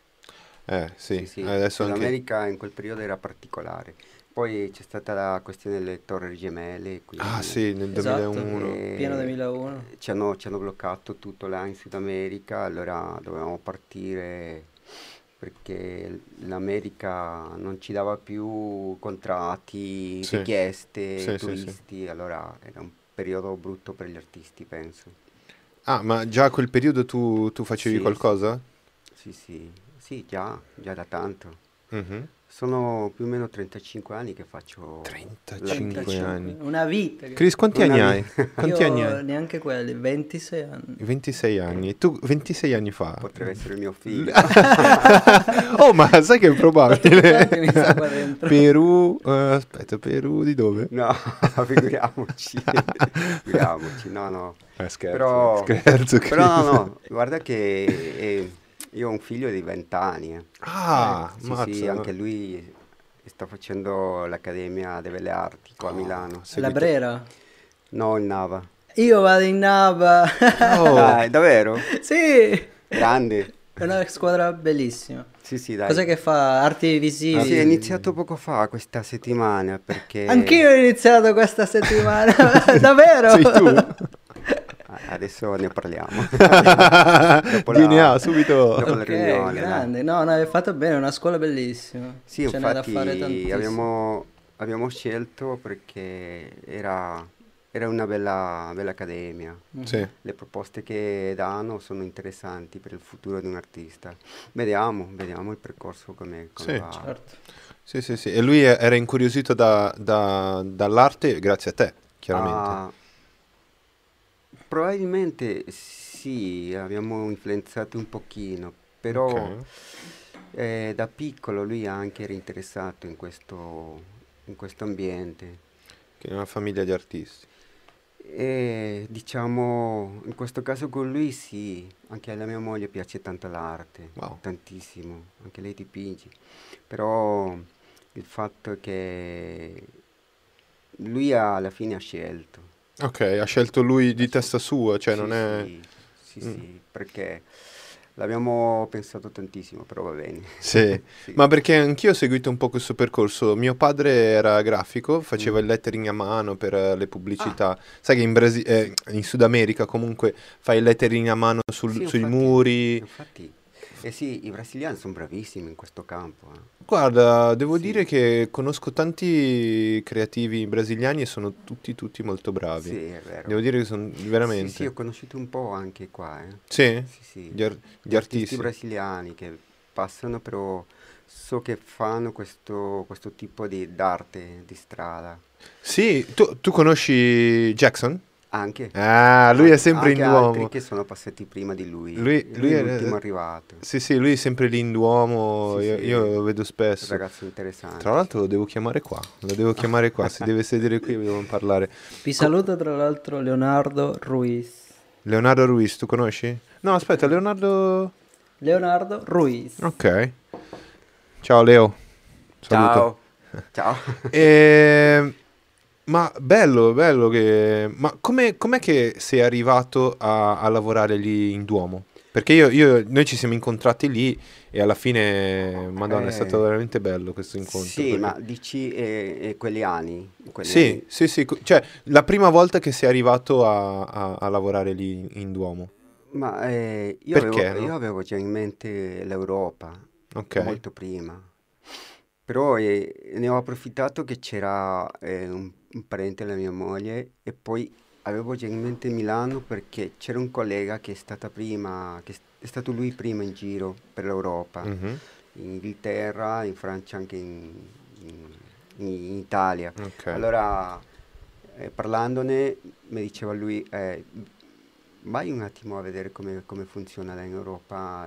Sì, Sì, sì, adesso Sud anche... America in quel periodo era particolare. Poi c'è stata la questione delle Torri Gemelle, Ah quindi sì, nel Esatto. 2001. Pieno eh, 2001. ci hanno bloccato tutto là in Sud America, allora dovevamo partire perché l'America non ci dava più contratti, Sì, richieste, sì, sì, sì. turisti, allora era un periodo brutto per gli artisti, penso. Ah, ma già a quel periodo tu facevi Sì, qualcosa? sì, sì, sì, già da tanto. Mhm. Sono più o meno 35 anni che faccio 35 l'attrice. anni. Una vita. Chris, quanti Una anni hai? vita. Quanti anni Io hai? neanche quelli, 26 anni. 26 anni. E tu 26 anni fa? Potrebbe essere mio figlio. Oh, ma sai che è probabile? Che mi sta qua dentro. Perù, aspetta, Perù di dove? No, figuriamoci. Figuriamoci, no, no. Scherzo, Però, scherzo, però no, Chris. no, guarda che io ho un figlio di 20 anni. Ah, Sì, mazza. sì, anche lui sta facendo l'Accademia delle Belle Arti qua a Milano. La Seguito- Brera. No, il Nava. Io vado in Nava. Oh, Dai, davvero? Sì. Grande. È una squadra bellissima. Sì, sì, dai. Cos'è che fa? Arti visivi? Sì, è iniziato poco fa questa settimana perché... Anch'io ho iniziato questa settimana. Davvero? sei tu? Adesso ne parliamo. Dopo la- DNA, subito. dopo la Ok, riunione, grande. No, no, hai fatto bene, è una scuola bellissima. Sì, Ce n'è da infatti fare tantissimo. abbiamo scelto perché era una bella accademia. Sì. Le proposte che danno sono interessanti per il futuro di un artista. Vediamo il percorso come Sì. va. Certo. Sì, sì, sì. E lui era incuriosito dall'arte grazie a te, chiaramente. Ah, probabilmente sì, abbiamo influenzato un pochino, però Ok. da piccolo lui anche era interessato in questo ambiente. Che è una famiglia di artisti. E diciamo, in questo caso con lui sì, anche alla mia moglie piace tanto l'arte, Wow. tantissimo, anche lei dipinge, però il fatto è che lui alla fine ha scelto. Ok, ha scelto lui di testa sua, cioè Sì, non è... sì, Mm. sì, perché l'abbiamo pensato tantissimo, però va bene. Sì, Sì. ma perché anch'io ho seguito un po' questo percorso. Mio padre era grafico, faceva Mm. il lettering a mano per le pubblicità. Sai che in Sud America comunque fai il lettering a mano Sì, sui infatti, muri. infatti, sì, i brasiliani sono bravissimi in questo campo. Guarda, devo Sì. dire che conosco tanti creativi brasiliani e sono tutti molto bravi. Sì, è vero. Devo dire che sono Sì, sì, veramente... ho conosciuto un po' anche qua, eh. Sì? Sì, sì. Gli Gli artisti artisti. brasiliani che passano, però so che fanno questo tipo d'arte di strada. Sì, tu conosci Jackson? Anche. Ah, lui è sempre Anche in altri Duomo. che sono passati prima di lui. Lui Lui è è... l'ultimo arrivato. Sì, sì, lui è sempre lì in Duomo, Sì, io sì, lo vedo un spesso. ragazzo interessante. Tra l'altro lo devo chiamare qua, si deve sedere qui e dobbiamo parlare. Vi saluta tra l'altro Leonardo Ruiz. Leonardo Ruiz, tu conosci? No, aspetta, Leonardo... Leonardo Ruiz. Ok. Ciao Leo. Saluto. Ciao. Ciao. E... Ma bello che... Ma com'è che sei arrivato a lavorare lì in Duomo? Perché noi ci siamo incontrati lì e alla fine, Madonna, è stato Eh, veramente bello questo incontro. sì, Perché... ma dici quegli anni, Sì, sì, sì, cioè la prima volta che sei arrivato a lavorare lì in Duomo. ma Perché, io no? avevo già in mente l'Europa, Ok. molto prima, però ne ho approfittato che c'era un parente della mia moglie e poi avevo già in mente Milano perché c'era un collega che è stata prima, è stato lui prima in giro per l'Europa, Mhm. in Inghilterra, in Francia, anche in Italia. Ok. Allora, parlandone, mi diceva lui, vai un attimo a vedere come funziona là in Europa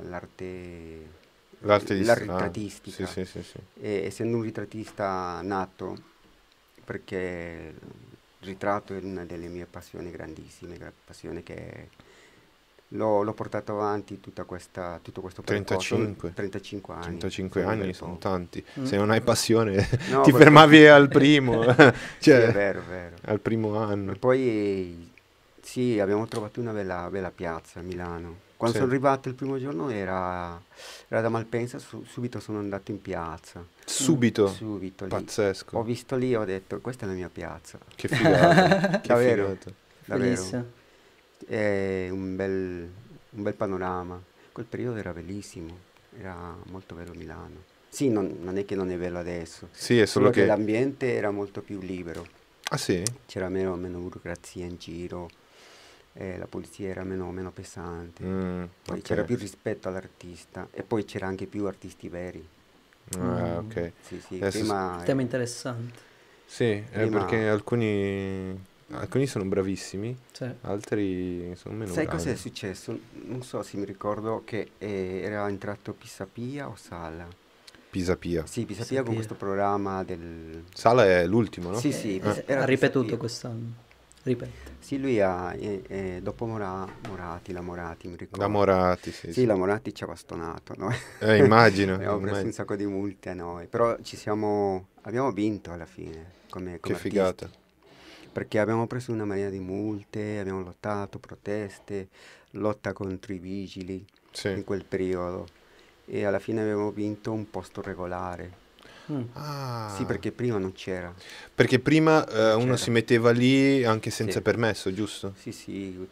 L'arte di... la Ah, sì, ritrattistica. sì, sì, sì. E essendo un ritrattista nato, perché il ritratto è una delle mie passioni grandissime, passione che l'ho portato avanti tutto questo percorso, 35. 35 anni, 35 sono un anni bel sono po'. tanti. Mm. Se non hai passione, No, ti fermavi al primo, sì, è cioè, vero, è vero. al primo E anno. poi sì, abbiamo trovato una bella piazza a Milano. Quando Sì. sono arrivato il primo giorno era da Malpensa, subito sono andato in piazza, Mm. Subito. subito lì. Ho Pazzesco. visto lì, ho detto, questa è la mia piazza. Che figata. Che Davvero, figata. davvero. Bellissimo. È un bel panorama. Quel periodo era bellissimo, era molto bello Milano. Sì, non è che non è bello adesso, Sì, è solo solo che che... l'ambiente era molto più libero. Ah sì? C'era meno burocrazia in giro, la polizia era meno pesante, poi Ok. c'era più rispetto all'artista e poi c'era anche più artisti veri. Ah, ok. Sì, sì, Adesso... Tema interessante. Sì, prima perché alcuni sono bravissimi, Sì. altri sono meno sai cos'è bravi. successo? Non so se mi ricordo che era entrato Pisapia o Sala. Pisapia. Sì, Pisapia con Pisapia. questo programma del... Sala è l'ultimo, no? Sì, sì, Ha era ripetuto Pisapia. quest'anno. Ripete. Sì, dopo Morati, la Morati, mi Da ricordo. Morati, sì, Sì, sì. la Morati ci ha bastonato, no? Immagino, Abbiamo preso un immagino. sacco di multe a noi, però abbiamo vinto alla fine Che come figata. artisti, perché abbiamo preso una marea di multe, abbiamo lottato, proteste, lotta contro i vigili Sì. in quel periodo e alla fine abbiamo vinto un posto regolare. Mm. Sì, Ah, perché prima non c'era, perché prima non uno c'era. si metteva lì anche senza Sì, permesso, giusto? sì, sì,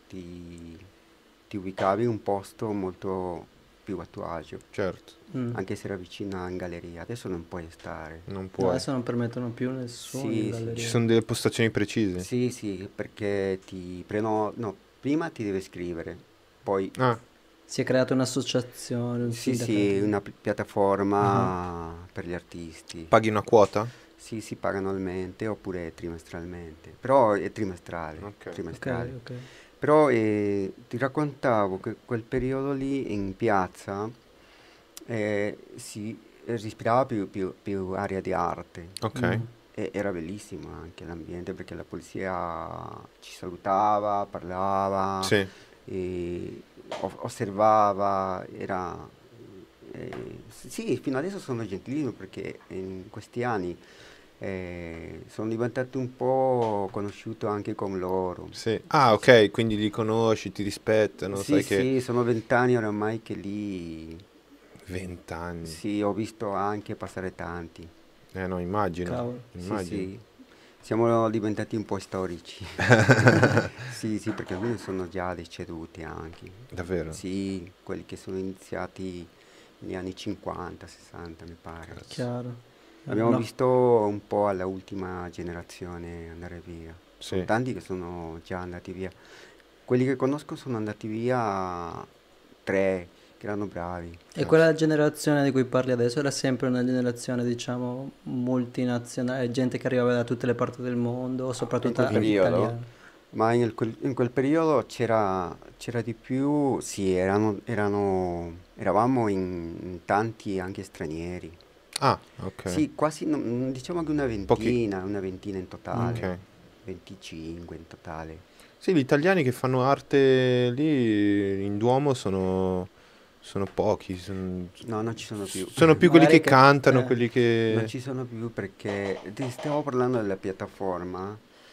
ti ubicavi in un posto molto più a tuo agio, Certo, Mm. anche se era vicino in galleria. Adesso non puoi stare. non No, puoi. adesso non permettono più nessuno in Sì, sì. Ci galleria. sono delle postazioni precise. Sì, sì, perché no, prima ti deve scrivere, poi Ah, Si è creata un'associazione, un sì, sindacato. sì, una Ah. piattaforma per gli artisti. paghi una quota? Sì, si paga annualmente oppure trimestralmente, però è trimestrale, Ok. Ok, trimestrale. ok. Però ti raccontavo che quel periodo lì in piazza si respirava più aria di arte. Ok. Mm. E era bellissimo anche l'ambiente perché la polizia ci salutava, parlava, Sì. e osservava, sì, fino adesso sono gentilissimo perché in questi anni sono diventato un po' conosciuto anche con loro. Sì. Ah, Sì, sì. ok, quindi li conosci, ti rispettano, Sì, sai che... sì, sono 20 anni oramai che lì, 20 anni. sì, ho visto anche passare tanti. No, immagino, Cavolo. Sì, immagino. sì, siamo diventati un po' storici. Sì, sì, perché alcuni sono già deceduti anche. Davvero? Sì, quelli che sono iniziati negli anni 50, 60, mi pare. Chiaro. Abbiamo No. visto un po' alla ultima generazione andare via. Sono Sì. tanti che sono già andati via. Quelli che conosco sono andati via tre, che erano bravi. E quella generazione di cui parli adesso era sempre una generazione, diciamo, multinazionale, gente che arrivava da tutte le parti del mondo, In soprattutto quel periodo? italiana. Ma in quel periodo c'era di più, sì, eravamo in tanti anche stranieri. Ah, ok. Sì, quasi, diciamo che Pochi. una ventina in totale, Ok. 25 in totale. Sì, gli italiani che fanno arte lì in Duomo sono pochi. No, non ci sono più. Sono più quelli Magari che cantano, quelli Non che... ci sono più perché ti stavo parlando della piattaforma.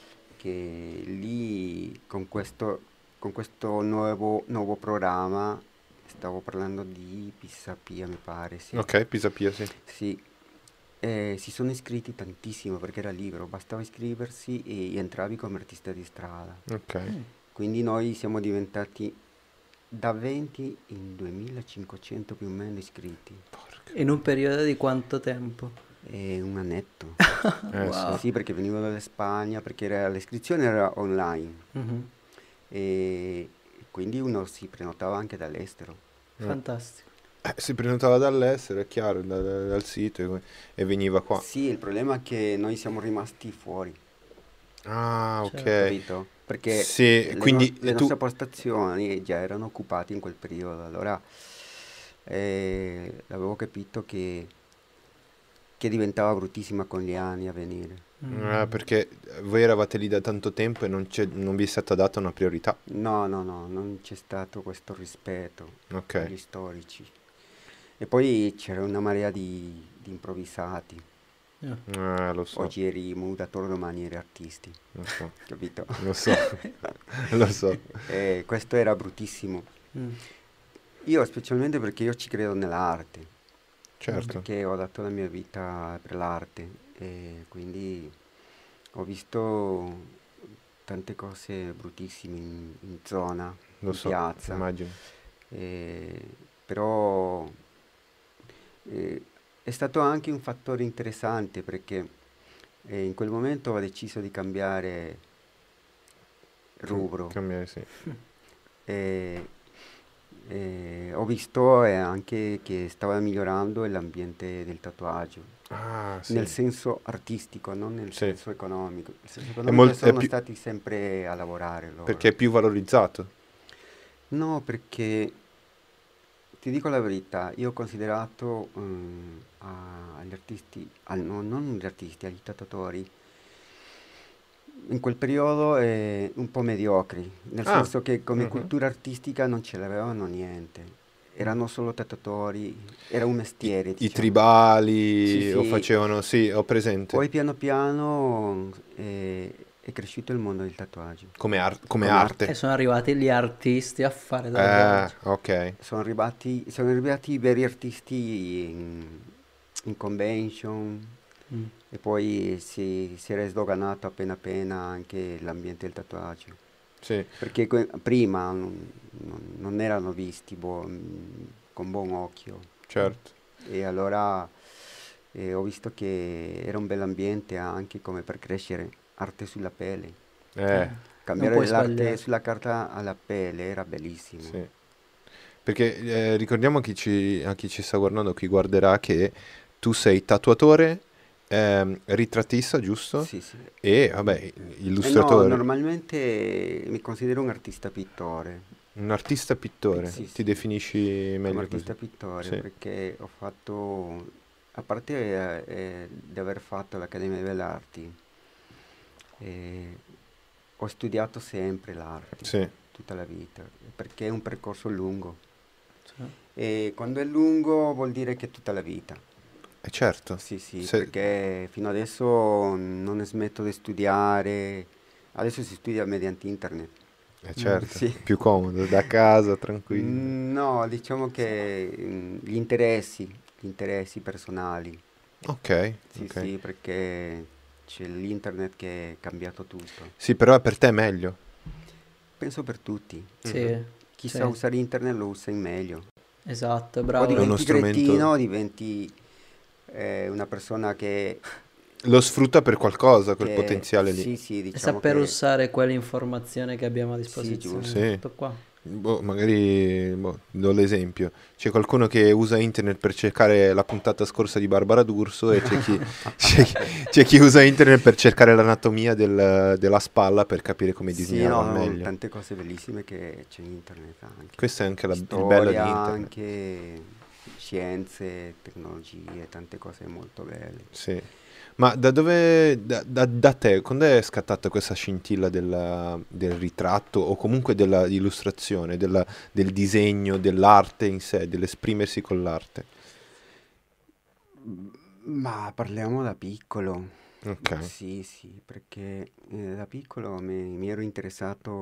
che lì con questo nuovo programma, stavo parlando di Pisapia, mi pare, sì. Ok, Pisapia, sì. Sì, si sono iscritti tantissimo perché era libero, bastava iscriversi e entravi come artista di strada. Ok. Quindi noi siamo diventati da 20 in 2500 più o meno iscritti. In un periodo di quanto tempo? E un annetto. Wow. Sì, perché venivano dalle Spagna, perché l'iscrizione era online Mhm. e quindi uno si prenotava anche dall'estero. Fantastico. Si prenotava dall'estero, è chiaro, dal sito e veniva qua. Sì, il problema è che noi siamo rimasti fuori, Ah, ok. Certo. capito? Perché Sì, quindi le tu... nostre postazioni già erano occupate in quel periodo, allora avevo capito che diventava bruttissima con gli anni a venire. perché voi eravate lì da tanto tempo e non vi è stata data una priorità. No, non c'è stato questo rispetto Ok. agli storici. E poi c'era una marea di improvvisati. Lo so, Oggi eri mutatore, domani eri artisti, lo so, capito? lo so, lo so. E questo era bruttissimo. Mm. Io specialmente perché io ci credo nell'arte, Certo. perché ho dato la mia vita per l'arte e quindi ho visto tante cose bruttissime in zona, Lo in so, piazza. immagino. Però è stato anche un fattore interessante perché in quel momento ho deciso di cambiare rubro Cambiare, sì. e ho visto anche che stava migliorando l'ambiente del tatuaggio, Ah, sì. nel senso artistico, non nel Sì. senso economico. Il senso È economico è sono più, stati sempre a lavorare loro. perché è più valorizzato. No, perché ti dico la verità, io ho considerato agli artisti, no, non gli artisti, agli tatuatori, in quel periodo un po' mediocri, nel Ah, senso che come mhm. cultura artistica non ce l'avevano niente, erano solo tatuatori, era un mestiere, I diciamo. tribali Sì, o sì. facevano, sì, ho presente. Poi piano piano è cresciuto il mondo del tatuaggio. Come Come arte. E sono arrivati gli artisti a fare tatuaggi. Ok. Sono arrivati i veri artisti in convention Mm. e poi si era sdoganato appena appena anche l'ambiente del tatuaggio. Sì. Perché prima non erano visti con buon occhio Certo. e allora ho visto che era un bel ambiente anche come per crescere arte sulla pelle. Eh, Non Cambiare puoi l'arte sbagliare. sulla carta alla pelle era bellissimo. sì. Perché ricordiamo a chi ci sta guardando, chi guarderà, che tu sei tatuatore, ritrattista, giusto? Sì, sì. E, vabbè, No, illustratore. normalmente mi considero un artista pittore, Un artista pittore. Sì, Ti sì. definisci come meglio artista così. pittore, Sì. perché ho fatto, a parte di aver fatto l'Accademia di Belle Arti, eh, ho studiato sempre l'arte, Sì. tutta la vita, perché è un percorso lungo. Sì. E quando è lungo vuol dire che è tutta la vita. Certo. Sì, sì, Se- perché fino adesso non smetto di studiare, adesso si studia mediante internet. certo. Sì. Più comodo, da casa, tranquillo. No, diciamo che gli interessi personali. Ok, Sì, ok. sì, perché c'è l'internet che ha cambiato tutto. Sì, però per te è meglio. Penso per tutti. Sì, Chi sì, sa usare internet lo usa in meglio. esatto, O bravo. uno diventi strumento- cretino o diventi una persona che Lo sfrutta per qualcosa, quel potenziale lì. Sì, sì, E diciamo saper che usare quell'informazione che abbiamo a Sì, disposizione. giusto. Sì. Tutto qua. Magari do l'esempio. C'è qualcuno che usa internet per cercare la puntata scorsa di Barbara D'Urso e c'è chi usa internet per cercare l'anatomia della spalla per capire come Sì, disegnarla no, meglio. tante cose bellissime che c'è in internet anche. Questo è anche il bello di Storia, internet. anche scienze, tecnologie, tante cose molto belle. Sì. Ma da dove, da te, quando è scattata questa scintilla del ritratto o comunque dell'illustrazione, del disegno, dell'arte in sé, dell'esprimersi con l'arte? Ma parliamo da piccolo. Ok. Sì, sì, perché da piccolo mi ero interessato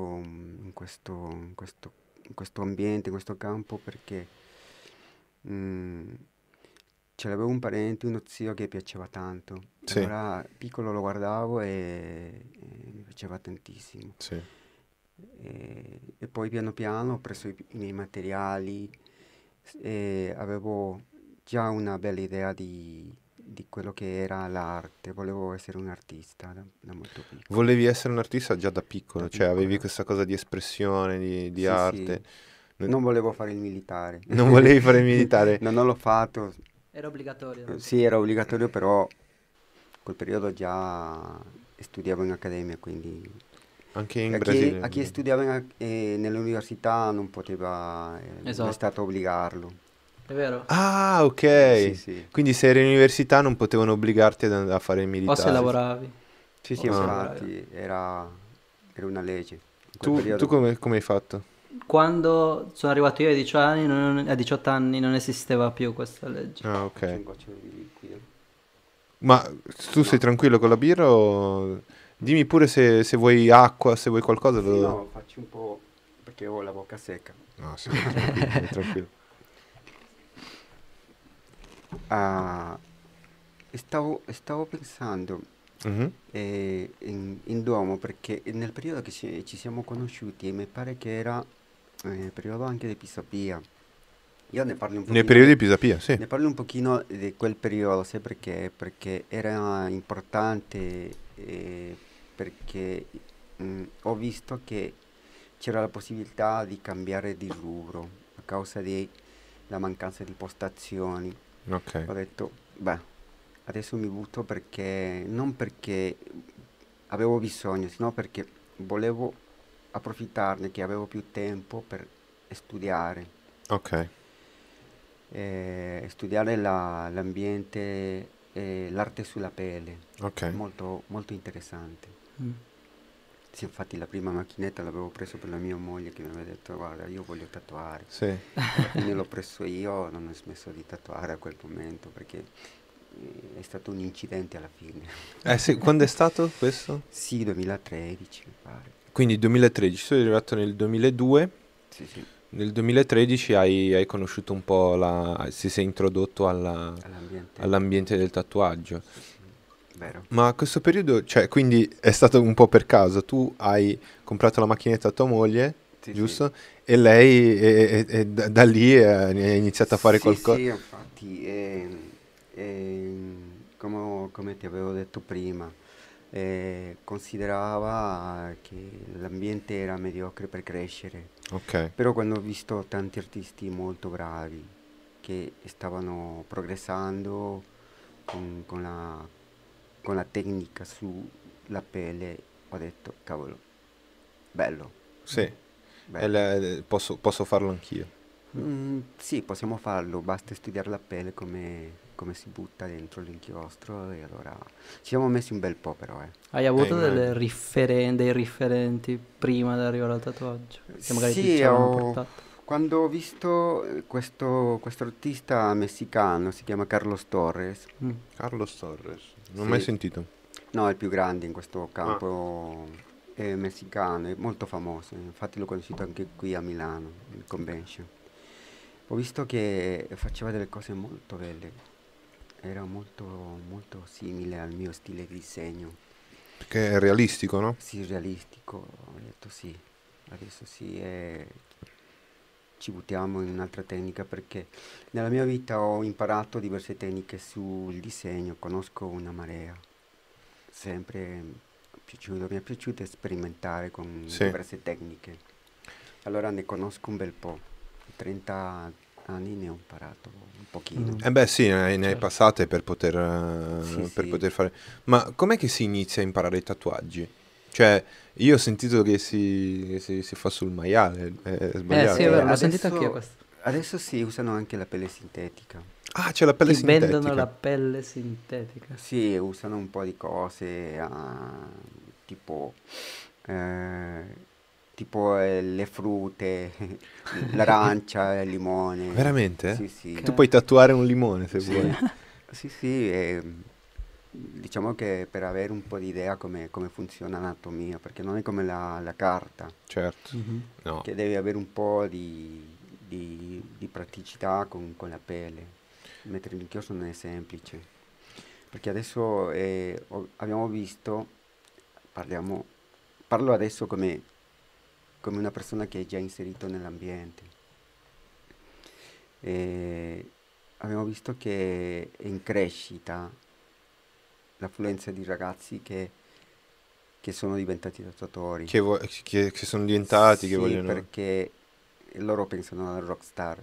in questo ambiente, in questo campo, perché mm, ce l'avevo un parente, uno zio che piaceva tanto. Sì, Allora piccolo lo guardavo e mi piaceva tantissimo. sì. E poi piano piano ho preso i miei materiali e avevo già una bella idea di quello che era l'arte. Volevo essere un artista da molto piccolo. Volevi essere un artista già da Da piccolo, cioè avevi piccolo. questa cosa di espressione, di Sì, sì. arte. Non, Non volevo fare il militare. non volevi fare il militare. Non l'ho fatto. Era obbligatorio. Da molto Sì, tempo. era obbligatorio, però quel periodo già studiavo in accademia, quindi Anche in Brasile. a chi studiava nell'università non poteva lo Esatto. Stato obbligarlo. È vero? Ah, Sì, ok. sì. Quindi se eri in università non potevano obbligarti ad andare a fare il O se militare. lavoravi. Sì, sì, O se Ah. lavoravi. infatti era una legge. In quel Tu periodo. come hai fatto? Quando sono arrivato io ai 18 anni, a 18 anni non esisteva più questa legge. Ah, Faccio ok. un goccio di liquido. Ma tu sei No. tranquillo con la birra o... Dimmi pure se vuoi acqua, se vuoi qualcosa. Sì, no, faccio un po' perché ho la bocca secca. No, sì, tranquillo, sei tranquillo. Ah, stavo pensando Mhm. in Duomo perché nel periodo che ci siamo conosciuti mi pare che era il periodo anche di Pisapia. Io ne parlo un Nei pochino periodi di Pisapia, sì. ne parlo un pochino di quel periodo, sai perché? Perché era importante, perché ho visto che c'era la possibilità di cambiare di rubro a causa della mancanza di postazioni. Ok. Ho detto, beh, adesso mi butto perché non perché avevo bisogno, sino perché volevo approfittarne che avevo più tempo per studiare, Ok. studiare l'ambiente e l'arte sulla pelle, Ok. molto, molto interessante. Mm. Sì, infatti la prima macchinetta l'avevo preso per la mia moglie che mi aveva detto guarda io voglio tatuare. Sì. Alla fine l'ho preso io, non ho smesso di tatuare a quel momento perché è stato un incidente alla fine. Sì, quando è stato questo? Sì, 2013 mi pare. Quindi 2013, sono arrivato nel 2002. Sì, sì, Nel 2013 hai conosciuto un po' si sei introdotto all'ambiente. all'ambiente del tatuaggio. Sì, sì, vero. Ma a questo periodo, cioè, quindi è stato un po' per caso. Tu hai comprato la macchinetta a tua moglie, Sì, sì. giusto? E lei da lì ha iniziato a fare Sì, qualcosa. sì, infatti, come ti avevo detto prima, considerava che l'ambiente era mediocre per crescere, Ok, però quando ho visto tanti artisti molto bravi che stavano progressando con la tecnica sulla pelle, ho detto, cavolo, bello, sì. bello. Posso farlo anch'io. Sì, possiamo farlo, basta studiare la pelle come si butta dentro l'inchiostro e allora ci siamo messi un bel po' però, eh. Hai avuto Immagino. dei riferenti prima di arrivare al tatuaggio? Che magari ti Sì, ci avevano portato. quando ho visto questo artista messicano, si chiama Carlos Torres, Mm. Carlos Torres, non ho mai sì, sentito. no, è il più grande in questo Ah, campo, è messicano, è molto famoso, infatti l'ho conosciuto anche qui a Milano, in convention. Ho visto che faceva delle cose molto belle, era molto, molto simile al mio stile di disegno, perché è realistico, no? sì, realistico. Ho detto sì, adesso sì, ci buttiamo in un'altra tecnica perché nella mia vita ho imparato diverse tecniche sul disegno, conosco una marea, sempre mi è piaciuto sperimentare con Sì. diverse tecniche, allora ne conosco un bel po', 30 anni ne ho imparato un pochino. Mm. Eh beh sì, ne hai Certo. passate Sì, per sì. poter fare... Ma com'è che si inizia a imparare i tatuaggi? Cioè, io ho sentito che si fa sul maiale, è Sì, sbagliato? è vero, l'ho sentito anch'io questo. Adesso si usano anche la pelle sintetica. Ah, c'è la pelle Ti vendono la sintetica. pelle sintetica. Sì, usano un po' di cose, tipo, eh, le frutta, l'arancia, il limone. Veramente? Sì, sì. Tu Ok. puoi tatuare un limone se Sì, vuoi. sì, sì, diciamo che per avere un po' di idea come funziona l'anatomia, perché non è come la carta, Certo. Mhm. No. che devi avere un po' di praticità con la pelle. Mettere l'inchiostro non è semplice, perché adesso abbiamo visto, parlo adesso come una persona che è già inserito nell'ambiente. Abbiamo visto che è in crescita l'affluenza di ragazzi che sono diventati tatuatori. Che sono diventati, che Sì, vogliono... perché loro pensano al rockstar,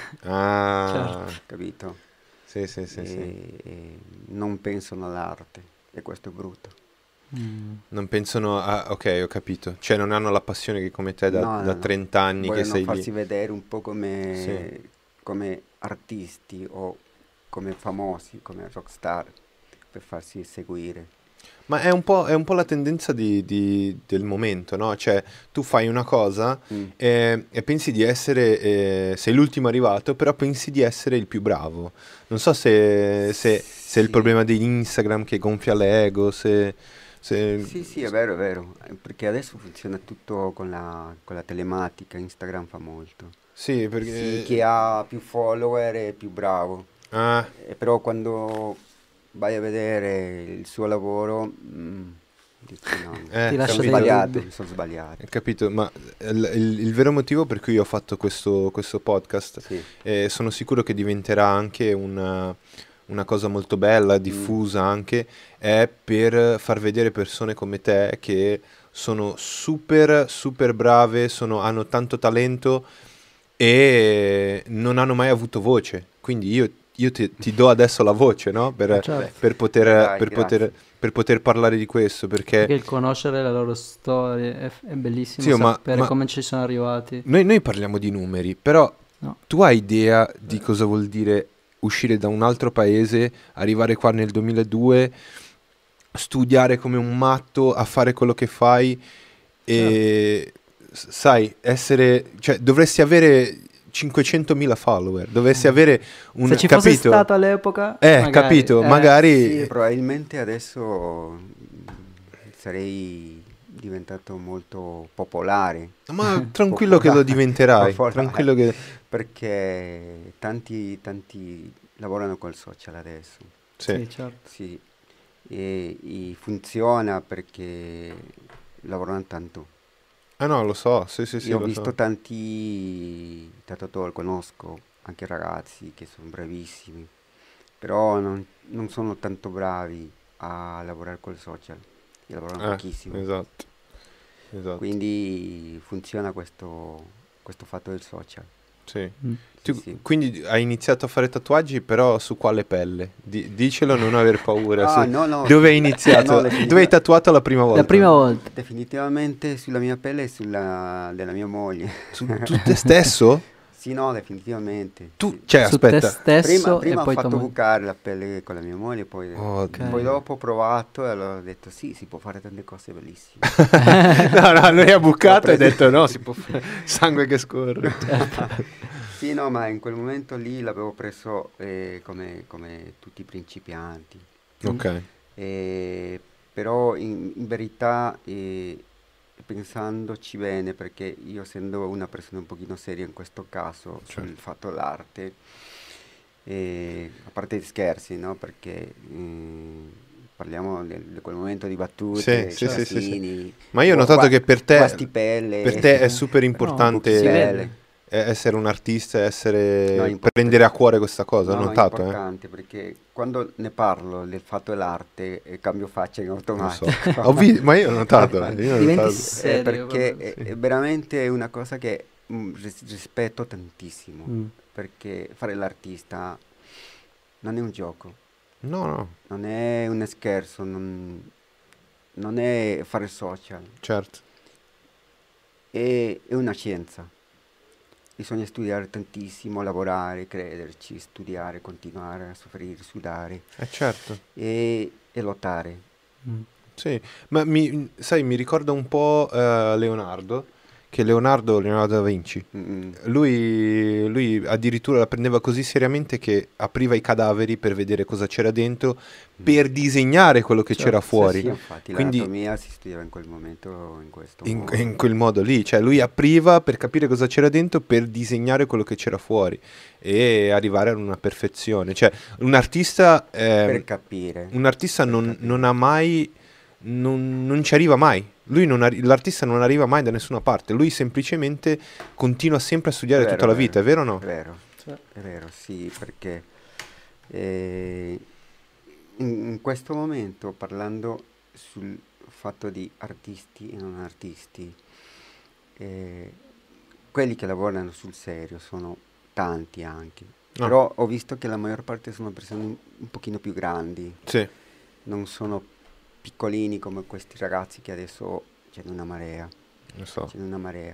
Ah, capito? sì, sì, sì, sì. E non pensano all'arte, e questo è brutto. Non pensano a... Ok, ho capito. Cioè non hanno la passione che come te No, da no. 30 anni che Vogliono sei farsi lì. vedere un po' Sì. come artisti o come famosi, come rockstar, per farsi seguire. Ma è un po' la tendenza del momento, no? Cioè, tu fai una cosa Mm. e pensi di essere, sei l'ultimo arrivato, però pensi di essere il più bravo. Non so se è il Sì. problema di Instagram che gonfia l'ego, se... Sì, è vero, perché adesso funziona tutto con la telematica, Instagram fa molto. Sì, Sì, perché... chi ha più follower è più bravo, Ah, però quando vai a vedere il suo lavoro, dici no, Ti lascia dei dubbi. mi sono sbagliato. hai capito, ma il vero motivo per cui ho fatto questo podcast, Sì. sono sicuro che diventerà anche una cosa molto bella, diffusa anche, è per far vedere persone come te che sono super, super brave, hanno tanto talento e non hanno mai avuto voce. Quindi io ti do adesso la voce, no? Certo. Per poter, Dai, per poter, grazie. per poter parlare di questo, Perché perché... il conoscere le loro storie è bellissimo, Sì, sapere ma come ci sono arrivati. noi parliamo di numeri, però No. tu hai idea di cosa vuol dire uscire da un altro paese, arrivare qua nel 2002, studiare come un matto, a fare quello che fai e sai, cioè dovresti avere 500.000 follower, dovresti avere un Se ci fosse capito? stato all'epoca, Capito, Sì, magari probabilmente adesso sarei diventato molto popolare. ma tranquillo che lo diventerai, Popolare, tranquillo che perché tanti lavorano col social adesso. sì. Sì, certo. Sì, e funziona perché lavorano tanto. Ah no, lo so, sì, sì, sì, Io ho lo visto so. tanti tatuatori, conosco anche ragazzi che sono bravissimi, però non sono tanto bravi a lavorare col social, e lavorano pochissimo. Esatto. Esatto. Quindi funziona questo fatto del social. Sì. Mm. Tu, Sì. quindi hai iniziato a fare tatuaggi, però su quale pelle? Dicelo, non aver paura. No, Dove hai iniziato? no, Dove hai tatuato la prima volta? La prima volta. definitivamente sulla mia pelle e sulla della mia moglie. Su te stesso? Sì, no, definitivamente. Tu, Sì. cioè, Su te aspetta. stesso Prima e ho poi tua fatto moglie. bucare la pelle con la mia moglie, poi, Oh, poi dopo ho provato e allora ho detto sì, si può fare tante cose bellissime. no, lui ha bucato e ha L'ho preso- detto no, si può fare sangue che scorre. Sì, no, ma in quel momento lì l'avevo preso come tutti i principianti. Ok, Però in verità, pensandoci bene, perché io essendo una persona un pochino seria in questo caso sul Certo. fatto dell'arte, a parte gli scherzi, no? Perché parliamo di quel momento di battute, sì, sì, sì, sì. casini, Ma io ho notato che per te è super No, importante si vede. essere un artista, No, è importante. prendere a cuore questa cosa, ho No, è notato, importante perché quando ne parlo del fatto dell'arte cambio faccia in Lo so. automatico. Ma io ho notato, io ho Diventi notato. serio. Perché proprio. è veramente una cosa che rispetto tantissimo, Mm. perché fare l'artista non è un gioco, No, no, non è un scherzo, non è fare social, certo. è una scienza. Bisogna studiare tantissimo, lavorare, crederci, studiare, continuare a soffrire, sudare Certo. e lottare. Sì, ma sai, mi ricorda un po' Leonardo, che Leonardo da Vinci. Mm, Lui addirittura la prendeva così seriamente che apriva i cadaveri per vedere cosa c'era dentro, per disegnare quello che c'era Certo, fuori. sì, infatti Quindi l'anatomia si studiava in quel momento, in questo in, modo. in quel modo lì, cioè lui apriva per capire cosa c'era dentro, per disegnare quello che c'era fuori e arrivare ad una perfezione. Cioè un artista, Per capire. un artista Per non, capire. non ha mai, non ci arriva mai. Lui l'artista non arriva mai da nessuna parte, lui semplicemente continua sempre a studiare Vero, tutta la vero, vita, è vero o no? È vero, Sì. è vero, sì, perché eh, in questo momento, parlando sul fatto di artisti e non artisti, eh, quelli che lavorano sul serio sono tanti anche, No. però ho visto che la maggior parte sono persone un pochino più grandi, Sì, non sono piccolini come questi ragazzi che adesso c'è una marea. lo so. C'è una marea.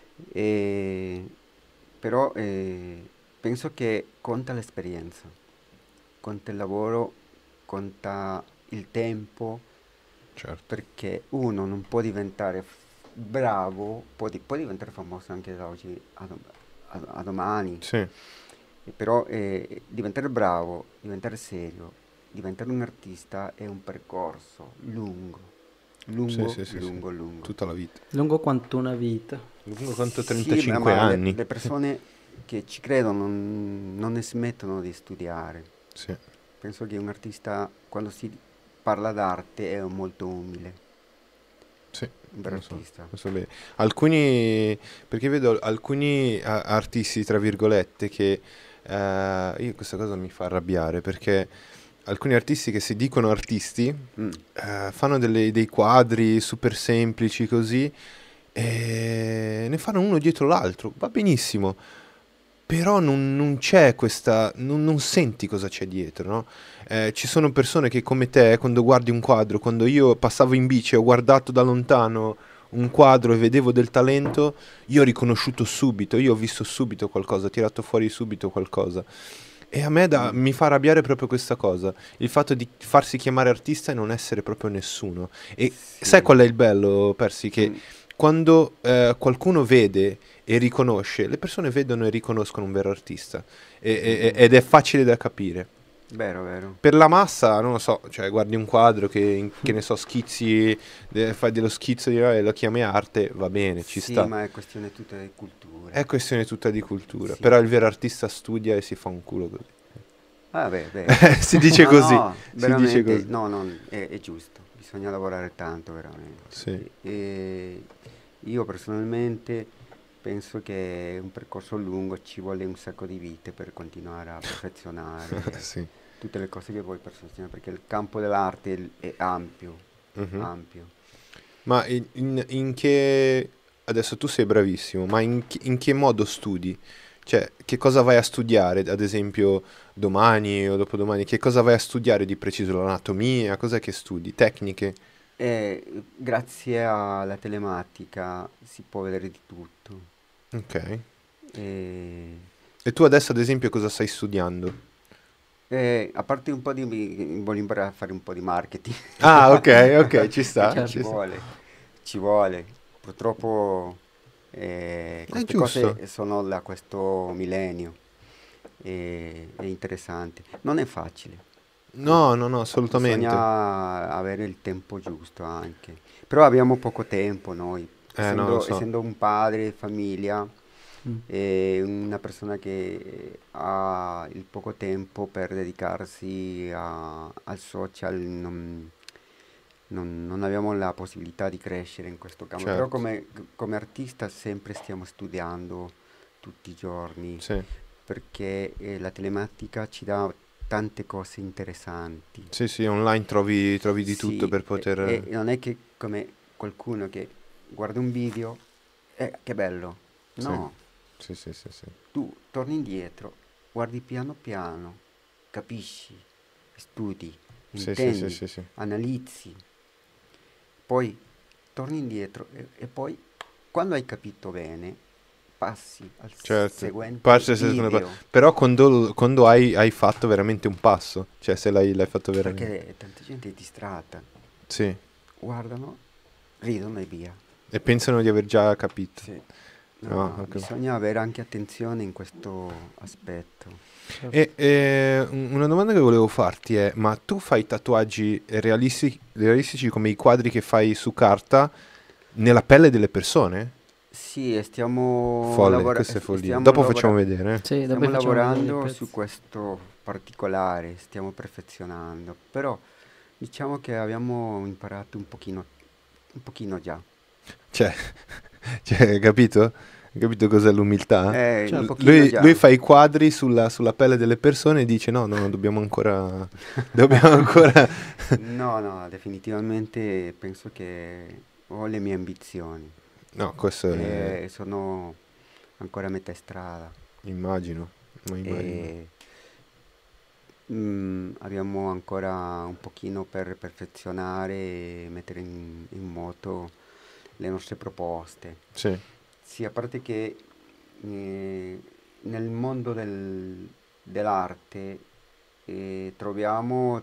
E- Però penso che conta l'esperienza, conta il lavoro, conta il tempo, Certo. perché uno non può diventare bravo, può diventare famoso anche da oggi a domani, Sì, però diventare bravo, diventare serio, diventare un artista è un percorso lungo, lungo, sì, sì, sì. lungo, lungo. Tutta la vita. Lungo quanto una vita. Lungo quanto Sì, 35 ma anni. le persone che ci credono non ne smettono di studiare. Sì. Penso che un artista, quando si parla d'arte, è molto umile, Sì, un vero lo so, artista. lo so bene. Alcuni, perché vedo alcuni artisti, tra virgolette, che io questa cosa mi fa arrabbiare, perché alcuni artisti che si dicono artisti Mm. fanno dei quadri super semplici così e ne fanno uno dietro l'altro, va benissimo, però non c'è questa, non senti cosa c'è dietro, no? Ci sono persone che come te, quando guardi un quadro, quando io passavo in bici e ho guardato da lontano un quadro e vedevo del talento, io ho riconosciuto subito, io ho visto subito qualcosa, ho tirato fuori subito qualcosa. E a me mi fa arrabbiare proprio questa cosa, il fatto di farsi chiamare artista e non essere proprio nessuno. E sai Sì. qual è il bello, Persi? Che Mm. quando qualcuno vede e riconosce, le persone vedono e riconoscono un vero artista ed è facile da capire. Vero, vero. Per la massa, non lo so, cioè guardi un quadro che ne so, schizzi, fai dello schizzo e lo chiami arte, va bene, ci Sì, sta. ma è questione tutta di cultura. È questione tutta di cultura, Sì. però il vero artista studia e si fa un culo così. Ah, beh, beh. Si dice No, così, no, si veramente, dice così. no, no, è giusto, bisogna lavorare tanto, veramente. Sì. E io personalmente penso che è un percorso lungo, ci vuole un sacco di vite per continuare a perfezionare Sì. tutte le cose che vuoi perfezionare, perché il campo dell'arte è ampio, Mhm. ampio. Ma in che... Adesso tu sei bravissimo, ma in che modo studi? Cioè, che cosa vai a studiare, ad esempio, domani o dopodomani? Che cosa vai a studiare di preciso? L'anatomia? Cos'è che studi? Tecniche? E grazie alla telematica si può vedere di tutto. Ok. E, E tu adesso, ad esempio, cosa stai studiando? a parte un po' voglio imparare a fare un po' di marketing. Ah, ok, ok, ci sta, Perché ci sta. ci vuole. Purtroppo queste giusto. cose sono da questo millennio. È interessante. Non è facile. No, no, no, assolutamente. Bisogna avere il tempo giusto anche. Però abbiamo poco tempo noi. No, lo so. Essendo un padre, famiglia, Mm. e una persona che ha il poco tempo per dedicarsi al social, non abbiamo la possibilità di crescere in questo campo. Però Certo. come artista sempre stiamo studiando tutti i giorni, Sì, perché la telematica ci dà tante cose interessanti. sì, sì, online trovi di tutto Sì, per poter... e non è che come qualcuno che guarda un video, che bello. Sì. No, Sì, sì, sì, sì. tu torni indietro, guardi piano piano, capisci, studi, Sì, sì, intendi, sì, sì, sì. analizzi, poi torni indietro e poi quando hai capito bene passi al Certo. seguente Passi al secondo video, Però quando hai fatto veramente un passo, cioè se l'hai fatto veramente... perché tanta gente è distratta, Sì, guardano, ridono e via. E pensano di aver già capito. Sì. No, No, ok. bisogna avere anche attenzione in questo aspetto. E una domanda che volevo farti è, ma tu fai tatuaggi realistici come i quadri che fai su carta nella pelle delle persone? Sì, e stiamo, Folle, questa è follia. stiamo, Dopo facciamo vedere. Sì, dopo stiamo facciamo vedere i lavorando pezzi. su questo particolare, stiamo perfezionando, però diciamo che abbiamo imparato un pochino già. Cioè, cioè, capito? Hai capito cos'è l'umiltà? Un Certo. pochino Lui, già. lui fa i quadri sulla pelle delle persone e dice no, no, dobbiamo ancora... Dobbiamo ancora... No, no, definitivamente penso che ho le mie ambizioni No, questo è... e sono ancora a metà strada. Immagino, ma immagino. E abbiamo ancora un pochino per perfezionare e mettere in moto le nostre proposte. Sì, Sì, a parte che nel mondo dell'arte troviamo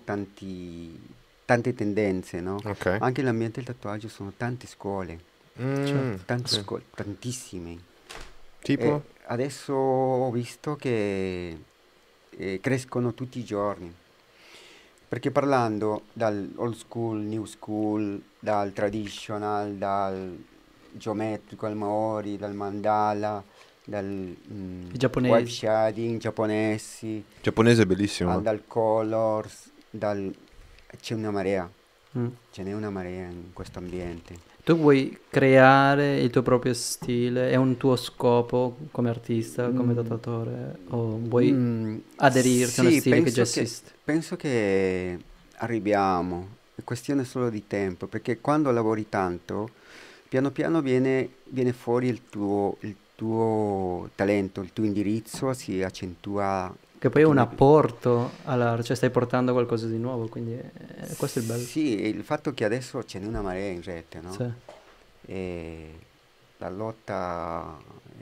tante tendenze, no? ok. Anche nell'ambiente del tatuaggio sono tante scuole, Sì. tantissime. Tipo? Adesso ho visto che crescono tutti i giorni, perché parlando dal old school, new school, dal traditional, dal geometrico al Maori, dal mandala, dal I giapponesi. wave shading giapponesi, Giapponese è bellissimo. dal colors, c'è una marea, Mm. ce n'è una marea in questo ambiente. Tu vuoi creare il tuo proprio stile? È un tuo scopo come artista, come tatuatore? O vuoi aderirti a uno Sì, stile che già esiste? penso che arriviamo, è questione solo di tempo, perché quando lavori tanto, piano piano viene fuori il tuo talento, il tuo indirizzo si accentua. Che poi è un pochino di- apporto all'arte, cioè stai portando qualcosa di nuovo, quindi questo è il bello. Sì, e il fatto che adesso ce n'è una marea in rete, no? Sì. E la lotta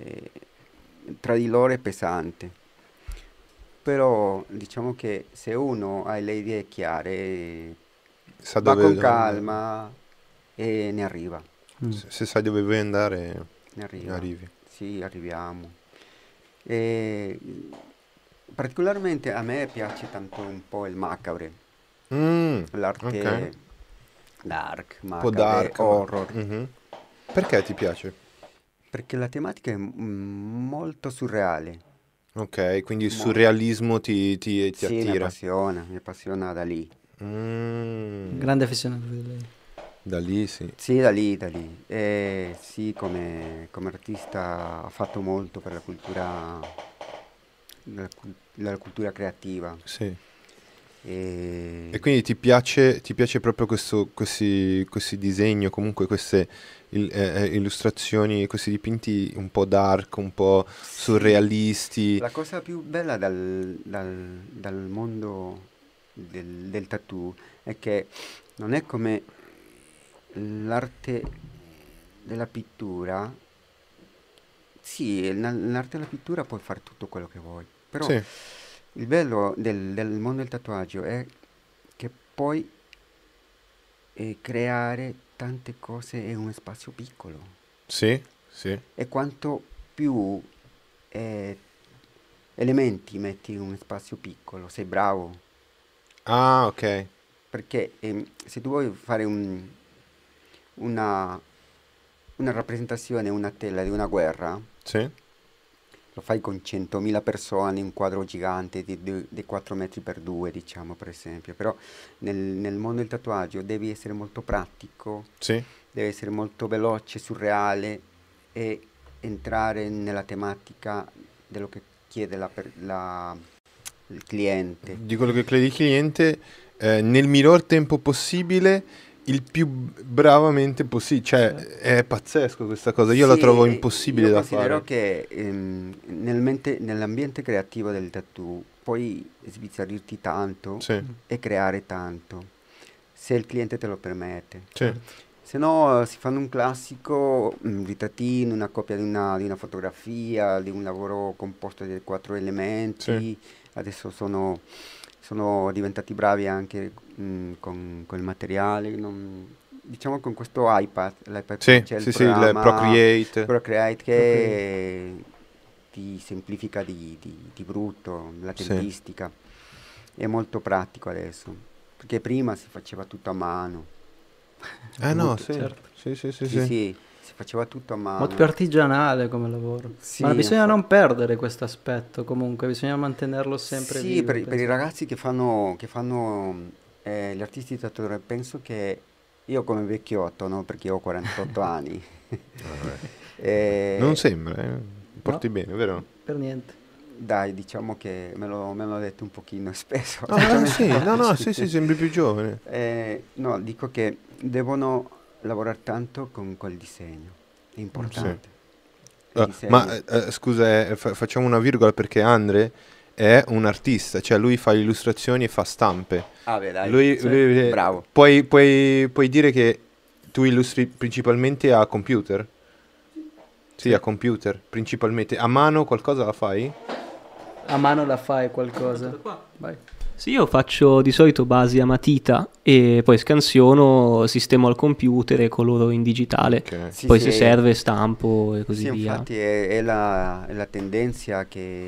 tra di loro è pesante. Però diciamo che se uno ha le idee chiare, Sa va con dove... calma e ne arriva, Se sai dove vuoi andare, ne arriva. arrivi. Sì, arriviamo. E particolarmente a me piace tanto un po' il macabre, l'arte Ok. dark, Un po' macabre, dark. horror, Mhm. Perché ti piace? perché la tematica è molto surreale. Ok, quindi il Mo- surrealismo ti Sì, attira. mi appassiona da lì. Grande affezionato di lei. Da lì sì. Sì, da lì, da lì. Sì, come artista ha fatto molto per la cultura creativa. Sì. E E quindi ti piace proprio questi disegni, o comunque queste illustrazioni, questi dipinti un po' dark, un po' sì, surrealisti. la cosa più bella dal mondo del tattoo è che non è come l'arte della pittura. Sì, nell'arte della pittura puoi fare tutto quello che vuoi, però Sì, il bello del mondo del tatuaggio è che puoi creare tante cose in uno spazio piccolo sì, sì. e quanto più eh, elementi metti in uno spazio piccolo, sei bravo, Ah, ok. perché se tu vuoi fare una, una rappresentazione, una tela di una guerra, Sì, lo fai con 100.000 persone, un quadro gigante di 4 metri per 2, diciamo, per esempio. Però nel mondo del tatuaggio devi essere molto pratico, sì. devi essere molto veloce, surreale e entrare nella tematica dello che chiede il cliente. Di quello che credi il cliente, nel miglior tempo possibile, il più bravamente possibile. Cioè, è pazzesco questa cosa. Io la Sì, trovo impossibile io da considero fare. che nell'ambiente creativo del tattoo puoi sbizzarrirti tanto Sì, e creare tanto, se il cliente te lo permette. sì, Se no si fanno un classico, un ritrattino, una copia di una fotografia, di un lavoro composto di 4 sì. elementi. Adesso sono diventati bravi anche con il materiale. diciamo con questo l'iPad Sì, c'è il sì, sì, il programma Procreate. Procreate che ti semplifica di brutto la Sì. tempistica. È molto pratico adesso, perché prima si faceva tutto a mano. No, Brutto. sì. Certo. Sì, sì, sì, Sì, sì. sì, si faceva tutto a Molto più mano. artigianale come lavoro. Sì, Ma bisogna infatti. non perdere questo aspetto, comunque, bisogna mantenerlo sempre Sì, vivo, per i penso. ragazzi che fanno gli artisti tatuatori, penso che io come vecchiotto, no? Perché ho 48 anni, Non eh, sembra, porti No, bene, vero? per niente. dai, diciamo che me l'ho detto un pochino spesso, Ah, specialmente sì, no, no, oggi. sì, sì, sembri più giovane. No, dico che devono lavorare tanto con quel disegno, è importante. Il Ma disegno. scusa, facciamo una virgola perché Andre è un artista, cioè lui fa illustrazioni e fa stampe. Ah, beh, dai, Sì. bravo. Puoi dire che tu illustri principalmente a computer? Sì, a computer, principalmente. A mano qualcosa la fai? A mano la fai qualcosa. Vai. Sì, io faccio di solito basi a matita e poi scansiono, sistemo al computer e coloro in digitale. Ok. Sì, Poi sì, se serve stampo e così sì, via. infatti è la tendenza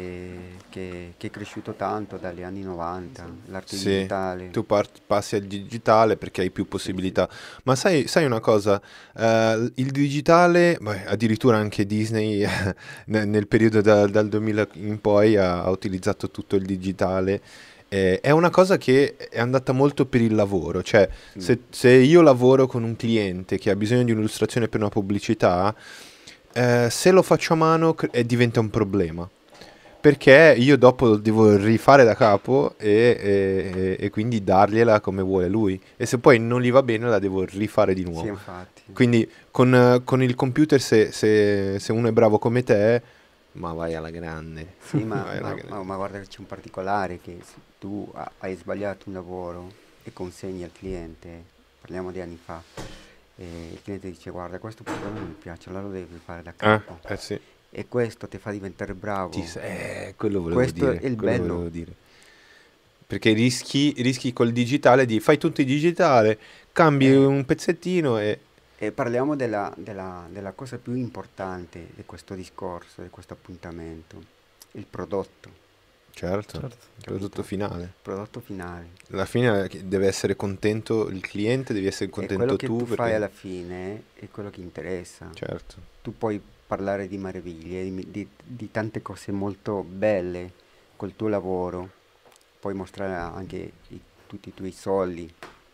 che è cresciuto tanto dagli anni 90, l'arte Sì, digitale. tu passi al digitale perché hai più possibilità. Ma sai una cosa? Il digitale, beh, addirittura anche Disney nel periodo dal 2000 in poi ha utilizzato tutto il digitale. È una cosa che è andata molto per il lavoro, cioè Mm. se io lavoro con un cliente che ha bisogno di un'illustrazione per una pubblicità, se lo faccio a mano diventa un problema. Perché io dopo devo rifare da capo e quindi dargliela come vuole lui. E se poi non gli va bene la devo rifare di Sì, nuovo. infatti. Quindi con il computer se uno è bravo come te, ma vai alla grande. Sì, ma, Vai alla ma- grande. ma- ma guarda che c'è un particolare che se tu hai sbagliato un lavoro e consegni al cliente, parliamo di anni fa, e il cliente dice guarda questo programma non mi piace, allora lo devi fare da capo. Sì. E questo ti fa diventare bravo. Quello volevo Questo dire. è il Quello bello. volevo dire. Perché rischi col digitale di fai tutto in digitale, cambi Eh, un pezzettino e... E parliamo della cosa più importante di questo discorso, di questo appuntamento, il prodotto, Certo, Certo. il prodotto finale. il prodotto finale. Alla fine deve essere contento il cliente, devi essere E quello contento che tu tu fai perché... alla fine è quello che interessa. Certo, Tu puoi parlare di meraviglie, di tante cose molto belle col tuo lavoro, puoi mostrare anche tutti i tuoi soldi,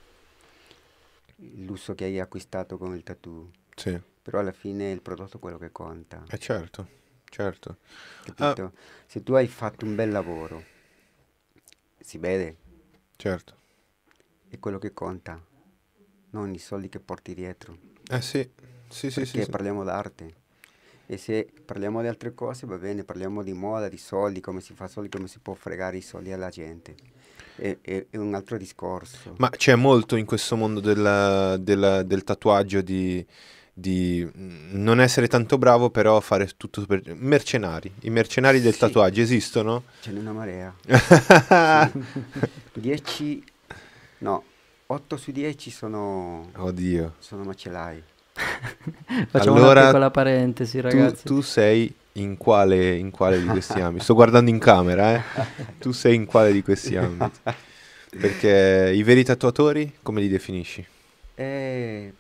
il lusso che hai acquistato con il tattoo, sì, però alla fine è il prodotto quello che conta. certo, certo. Ah, Capito? Se tu hai fatto un bel lavoro, si vede, certo. è quello che conta, non i soldi che porti dietro, Sì, sì, sì, sì, perché sì. parliamo d'arte. E se parliamo di altre cose, va bene, parliamo di moda, di soldi, come si fa soldi, come si può fregare i soldi alla gente. È un altro discorso. Ma c'è molto in questo mondo del tatuaggio di non essere tanto bravo, però fare tutto per... Mercenari. I mercenari del Sì, tatuaggio esistono? ce n'è una marea. Sì. 10, no, 8 su 10 sono Oddio. macellai. Facciamo una Allora, piccola parentesi, tu, ragazzi. tu sei in quale di questi ambiti? Sto guardando in camera, eh? Tu sei in quale di questi ambiti? Perché i veri tatuatori, come li definisci? Eh,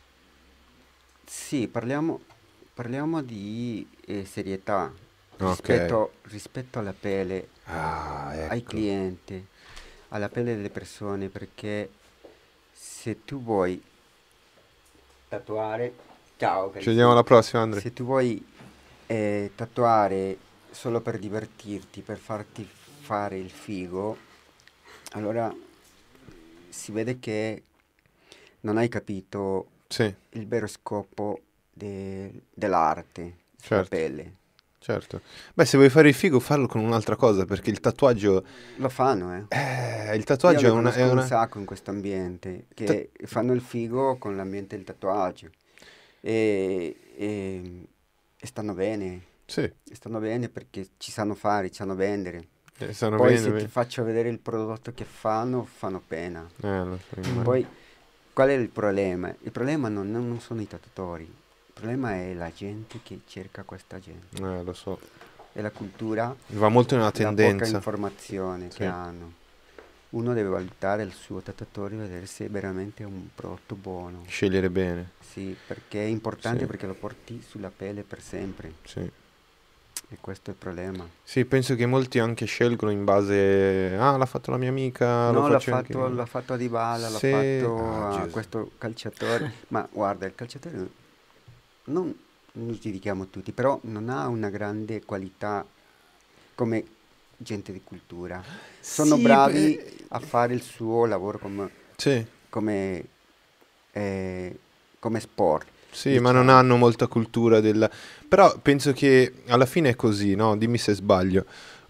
sì, parliamo di serietà Ok. rispetto alla pelle, Ah, ai ecco. clienti, alla pelle delle persone, perché se tu vuoi tatuare, ciao Ci vediamo alla carissimo, prossima, Andre. se tu vuoi tatuare solo per divertirti, per farti fare il figo, allora si vede che non hai capito Sì, il vero scopo dell'arte sulla certo, pelle. certo. Beh, se vuoi fare il figo, fallo con un'altra cosa, perché il tatuaggio... Lo fanno, eh. il Io tatuaggio ne è conosco un una... sacco in questo ambiente ta- che fanno il figo con l'ambiente del tatuaggio e, e- e Sì, stanno bene perché ci sanno fare, ci sanno vendere. stanno Poi bene, se ti bene. faccio vedere il prodotto che fanno pena. Lo so, immagino. Poi qual è il problema? Il problema non sono i tatuatori, il problema è la gente che cerca questa gente, Lo so. è la cultura, Va molto nella la poca tendenza. informazione Sì. che hanno. Uno deve valutare il suo tatuatore e vedere se è veramente un prodotto buono. Scegliere bene. Sì, perché è importante Sì. perché lo porti sulla pelle per sempre Sì. e questo è il problema. Sì, penso che molti anche scelgono in base... Ah, l'ha fatto la mia amica, lo No, l'ha faccio anche fatto, io. l'ha fatto a Dybala, l'ha Sì. fatto Ah, a Gesù. questo calciatore, ma guarda, il calciatore non giudichiamo tutti, però non ha una grande qualità come gente di cultura. Sono Sì, bravi a fare il suo lavoro sì, come, eh, come sport, sì, ma non diciamo. hanno molta cultura del... Però penso che alla fine è così, no? Dimmi se sbaglio.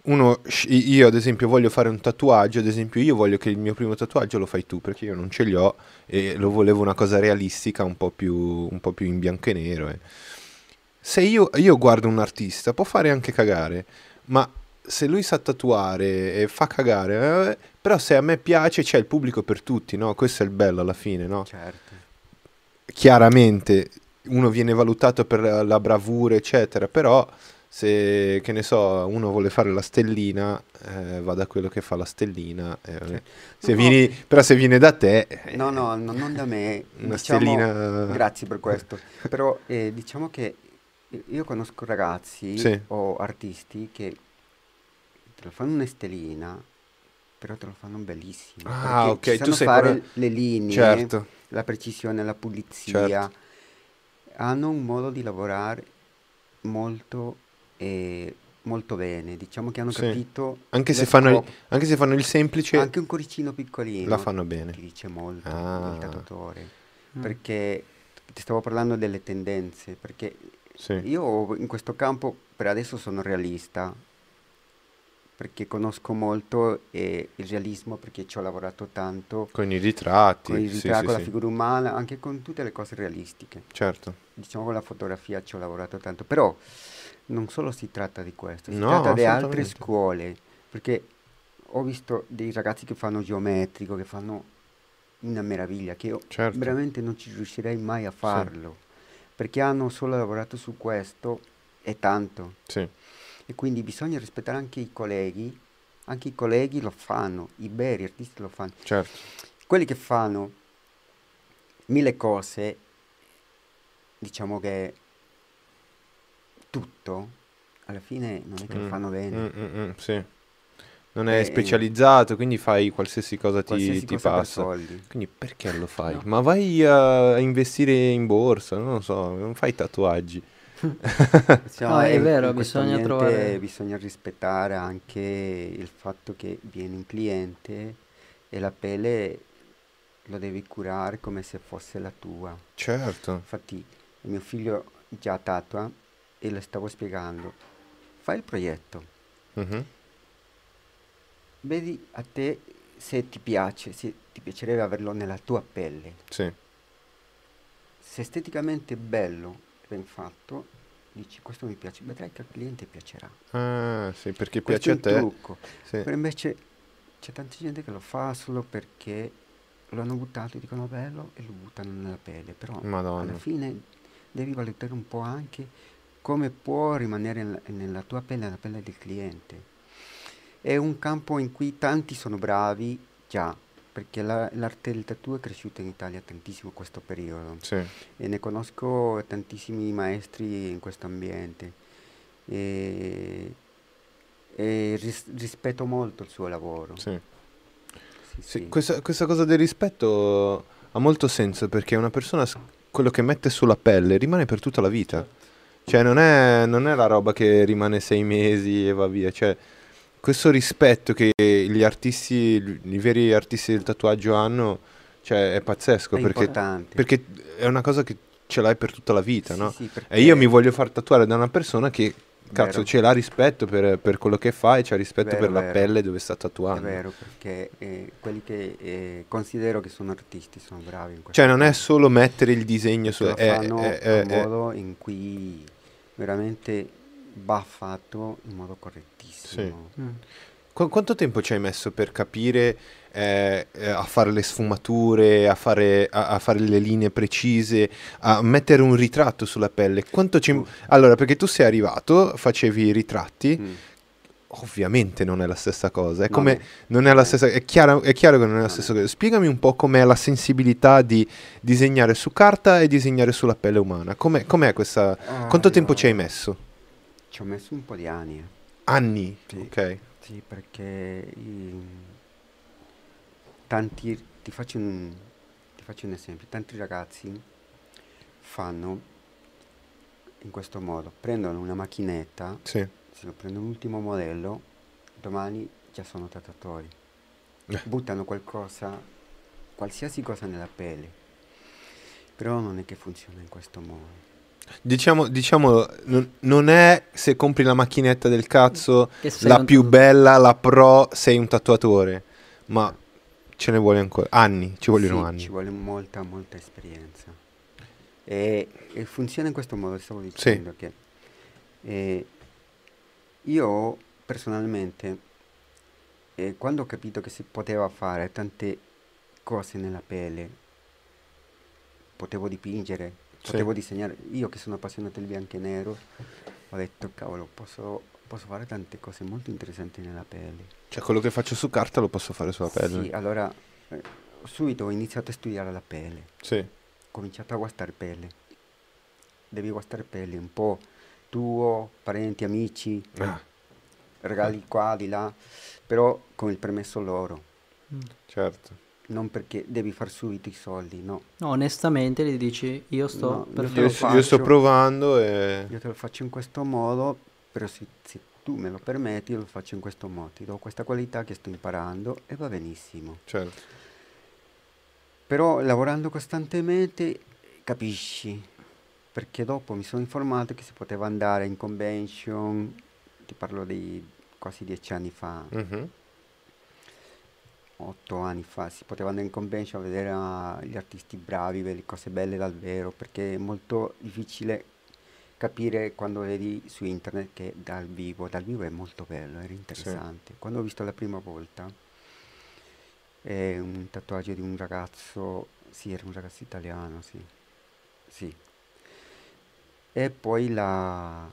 Io ad esempio voglio fare un tatuaggio, ad esempio io voglio che il mio primo tatuaggio lo fai tu, perché io non ce li ho e lo volevo una cosa realistica, un po' più in bianco e nero. Se io guardo un artista, può fare anche cagare, ma se lui sa tatuare e fa cagare, però se a me piace c'è il pubblico per tutti, no? Questo è il bello alla fine, no? Certo. Chiaramente uno viene valutato per la bravura, eccetera, però se, che ne so, uno vuole fare la stellina, va da quello che fa la stellina. Se No, vieni, però se viene da te, no, non da me, una diciamo, stellina... grazie per questo, però diciamo che io conosco ragazzi Sì, o artisti che te lo fanno una stellina, però te lo fanno bellissimo, ah, perché ci ok, tu sanno sei fare proprio... le linee, Certo, la precisione, la pulizia, certo, hanno un modo di lavorare molto, molto bene, diciamo che hanno sì. capito Anche lo se fanno scopo. anche se fanno il semplice, Anche un cuoricino la piccolino fanno bene. ti dice molto del Ah, tatuatore, Mm. perché ti stavo parlando delle tendenze, perché sì, io in questo campo per adesso sono realista, perché conosco molto il realismo, perché ci ho lavorato tanto con i con ritratti, il sì, ritratto, sì, con la sì, figura umana, anche con tutte le cose realistiche. certo. Diciamo con la fotografia ci ho lavorato tanto, però non solo si tratta di questo, si No, tratta di altre assolutamente. scuole, perché ho visto dei ragazzi che fanno geometrico, che fanno una meraviglia, che io Certo, veramente non ci riuscirei mai a sì, farlo, perché hanno solo lavorato su questo e tanto. sì, E quindi bisogna rispettare anche i colleghi lo fanno, i veri artisti lo fanno. certo. Quelli che fanno mille cose, diciamo che tutto, alla fine non è che lo Mm, fanno bene. sì. Non è E specializzato, quindi fai qualsiasi cosa qualsiasi ti cosa per passa. soldi. Quindi perché lo fai? No. Ma vai a investire in borsa, non lo so, non fai tatuaggi. No, Cioè, è e vero, in questo bisogna ambiente trovare... bisogna rispettare anche il fatto che viene un cliente e la pelle lo devi curare come se fosse la tua. Certo. Infatti, mio figlio già tatua e le stavo spiegando. Fai il progetto, Mhm, vedi a te se ti piace, se ti piacerebbe averlo nella tua pelle. sì. Se esteticamente è bello, ben fatto, dici questo mi piace, vedrai che al cliente piacerà. Ah, sì, perché Questo piace è a un te. trucco. Sì. Però invece c'è tanta gente che lo fa solo perché lo hanno buttato, dicono bello e lo buttano nella pelle. Però alla Madonna. fine devi valutare un po' anche come può rimanere nella tua pelle, nella pelle del cliente. È un campo in cui tanti sono bravi, già, perché l'arte del tattoo è cresciuta in Italia tantissimo in questo periodo Sì, e ne conosco tantissimi maestri in questo ambiente e, rispetto molto il suo lavoro. sì. Sì, Sì, sì. questa cosa del rispetto ha molto senso perché una persona quello che mette sulla pelle rimane per tutta la vita. Certo. Cioè non è la roba che rimane 6 mesi e va via. Cioè questo rispetto che gli artisti, i veri artisti del tatuaggio hanno, cioè è pazzesco È importante. perché è una cosa che ce l'hai per tutta la vita, Sì, no? sì, E io mi perché voglio far tatuare da una persona che, cazzo, vero, ce l'ha rispetto per quello che fa e c'ha rispetto per vero, la vero, pelle dove sta è tatuando. vero, perché quelli che considero che sono artisti sono bravi in Cioè questo non è campo, solo mettere il disegno su... perché lo fanno a modo in cui veramente va fatto in modo sì. correttissimo. Mm. Quanto tempo ci hai messo per capire a fare le sfumature, a fare le linee precise, a mettere un ritratto sulla pelle? Allora, perché tu sei arrivato, facevi i ritratti, ovviamente non è la stessa cosa, non è la stessa, è chiaro che non è la stessa cosa. Spiegami un po' com'è la sensibilità di disegnare su carta e disegnare sulla pelle umana. Com'è questa? Quanto tempo ci hai messo? Ci ho messo un po' di anni. Anni? Sì. Ok. Sì, perché tanti, ti faccio un esempio, tanti ragazzi fanno in questo modo, prendono una macchinetta, Sì. se lo prendono l'ultimo modello, domani già sono tatuatori, buttano qualsiasi cosa nella pelle, però non è che funziona in questo modo. Diciamo, non è se compri la macchinetta del cazzo Che sei la un più tatuatore. bella, la pro, sei un tatuatore, ma ce ne vuole ancora anni, ci vogliono Sì, anni. ci vuole molta esperienza. E funziona in questo modo, stavo dicendo che io personalmente, quando ho capito che si poteva fare tante cose nella pelle, potevo dipingere, Sì. potevo disegnare, io che sono appassionato del bianco e nero, ho detto cavolo, posso fare tante cose molto interessanti nella pelle. Cioè quello che faccio su carta lo posso fare sulla pelle. Sì, allora subito ho iniziato a studiare la pelle, Sì. ho cominciato a guastare pelle, devi guastare pelle un po', tuo, parenti, amici, regali qua, di là, però con il permesso loro, Certo. non perché devi far subito i soldi, no. No, onestamente gli dici, io sto No, per io fare... te lo Io sto faccio. provando e... Io te lo faccio in questo modo, però se tu me lo permetti, io lo faccio in questo modo, ti do questa qualità che sto imparando e va benissimo. Certo. Però lavorando costantemente capisci, perché dopo mi sono informato che si poteva andare in convention, ti parlo di quasi 10 anni fa, Mhm. 8 anni fa, si poteva andare in convention a vedere gli artisti bravi, le cose belle dal vero, perché è molto difficile capire quando vedi su internet che dal vivo è molto bello, era interessante. Quando ho visto la prima volta un tatuaggio di un ragazzo, sì, era un ragazzo italiano, sì, sì. E poi la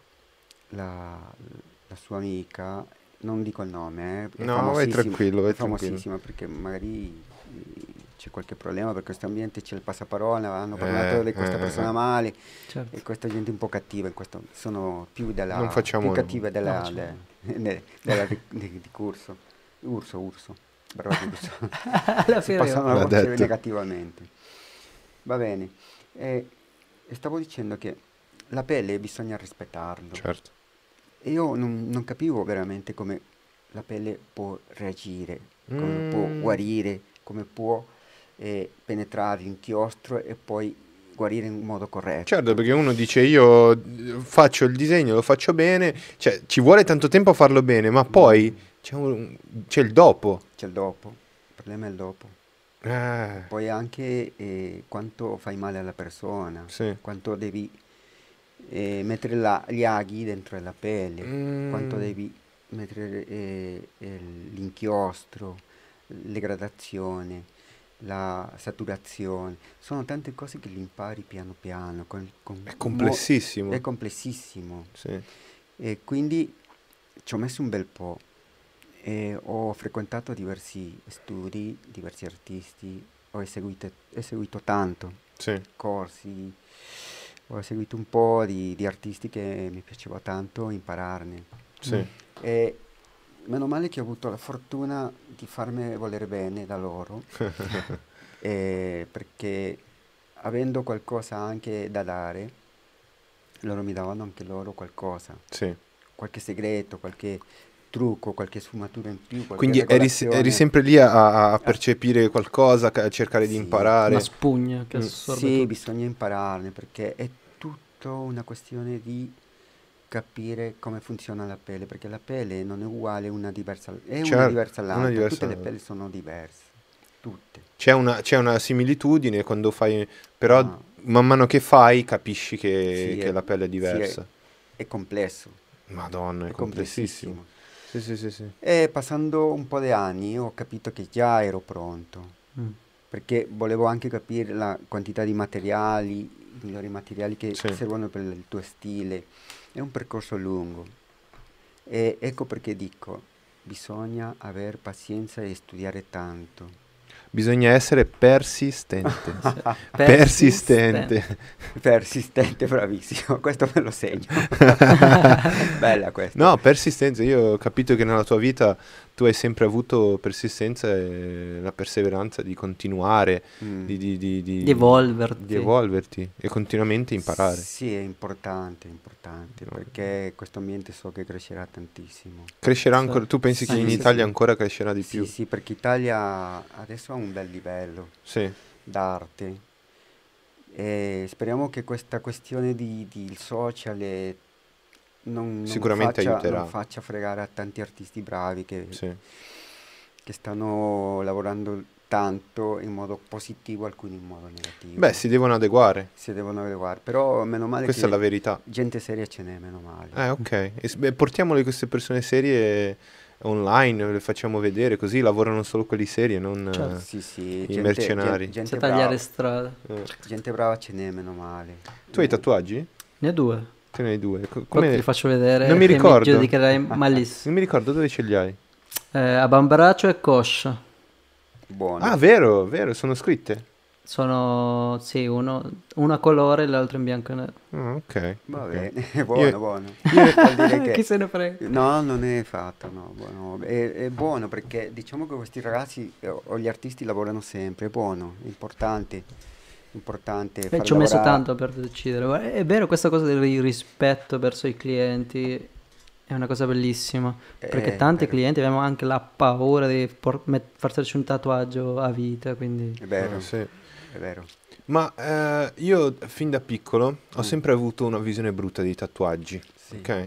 sua amica, non dico il nome, è No, vai tranquillo, vai è famosissima perché magari c'è qualche problema per questo ambiente, c'è il passaparola, hanno parlato di questa persona male, Certo. e questa gente un po' cattiva, in questo sono più Non facciamo- più cattive No, certo. di corso. Urso, bravo Urso. Alla Si fine possono L'ha approcciare detto. negativamente. Va bene. E stavo dicendo che la pelle bisogna rispettarlo. Certo. E io non capivo veramente come la pelle può reagire, come può guarire, come può penetrare l'inchiostro e poi guarire in modo corretto. Certo, perché uno dice io faccio il disegno, lo faccio bene, cioè ci vuole tanto tempo a farlo bene, ma poi c'è il dopo. C'è il dopo, il problema è il dopo. Eh, Poi anche quanto fai male alla persona, sì. quanto devi mettere gli aghi dentro la pelle, quanto devi mettere l'inchiostro, le gradazioni, la saturazione. Sono tante cose che li impari piano piano. È complessissimo. È complessissimo. Sì. E quindi ci ho messo un bel po'. E ho frequentato diversi studi, diversi artisti, ho seguito tanto Sì. corsi, ho seguito un po' di artisti che mi piaceva tanto impararne. Sì. E meno male che ho avuto la fortuna di farmi volere bene da loro, perché avendo qualcosa anche da dare, loro mi davano anche loro qualcosa, Sì. qualche segreto, qualche trucco, qualche sfumatura in più, qualche Quindi eri regolazione. sempre lì a percepire qualcosa, a cercare di Sì. imparare. una spugna che assorbe Sì, tutto. bisogna impararne perché è tutto una questione di capire come funziona la pelle, perché la pelle non è uguale una diversa, è una Certo, diversa una all'altra, diversa tutte le all'altra. pelli sono diverse, tutte. C'è una similitudine quando fai, però Ma man mano che fai capisci che sì, la pelle è sì, diversa. è complesso, Madonna, è complessissimo. Sì, sì, sì, sì. E passando un po' di anni ho capito che già ero pronto, Mm. perché volevo anche capire la quantità di materiali, i migliori materiali che Sì. servono per il tuo stile. È un percorso lungo e ecco perché dico, bisogna avere pazienza e studiare tanto. Bisogna essere persistente. Persistente. Persistente. Persistente, bravissimo, questo me lo segno. Bella questa. No, persistenza. Io ho capito che nella tua vita tu hai sempre avuto persistenza e la perseveranza di continuare, Mm. Di evolverti. di evolverti e continuamente imparare. Sì, è importante, No. perché questo ambiente so che crescerà tantissimo. Crescerà Sì. ancora. Tu pensi che Sì, in sì, Italia sì. ancora crescerà di più? Sì, sì, perché Italia adesso ha un bel livello Sì. d'arte e speriamo che questa questione di social Sicuramente aiuterà. non faccia fregare a tanti artisti bravi Sì. che stanno lavorando tanto in modo positivo, alcuni in modo negativo. Beh, si devono adeguare. Si devono adeguare, però meno male Questa è che la verità. gente seria ce n'è, meno male. Ok. Beh, portiamole queste persone serie online, le facciamo vedere, così lavorano solo quelli seri e non Certo. Sì, sì, i mercenari. gente Sa tagliare brava, strada. gente brava ce n'è, meno male. Tu hai tatuaggi? Ne ho 2. Te ne hai 2. Poi te li faccio vedere. Non mi che ricordo. Mi giudicherai Non malissimo. mi ricordo dove ce li hai. Avambraccio e coscia. Buono. Ah, vero, vero, sono scritte. Sono, sì, uno a colore e l'altro in bianco e nero. Ah, ok. Va ok. bene, buono, Io- buono. Vuol dire che... Chi se ne frega? No, non è fatto, no, buono. È buono perché diciamo che questi ragazzi o gli artisti lavorano sempre, è buono, è importante far Ci ho messo lavorare. tanto per decidere. Guarda, è vero, questa cosa del rispetto verso i clienti è una cosa bellissima. Perché tanti vero. clienti abbiamo anche la paura di farci un tatuaggio a vita, quindi... È vero, Ah, sì. è vero. Ma io fin da piccolo ho Mm. sempre avuto una visione brutta dei tatuaggi, Sì. ok?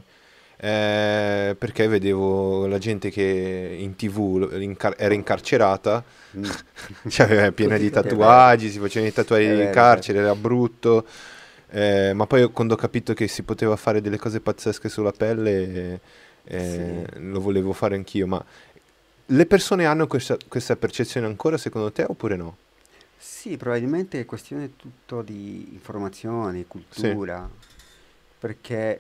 Perché vedevo la gente che in TV era incarcerata, Mm. cioè piena di È vero. tatuaggi, si facevano i tatuaggi È in vero, carcere, era brutto. Ma poi quando ho capito che si poteva fare delle cose pazzesche sulla pelle, lo volevo fare anch'io. Ma le persone hanno questa percezione ancora secondo te oppure no? Sì, probabilmente è questione tutto di informazione, cultura, perché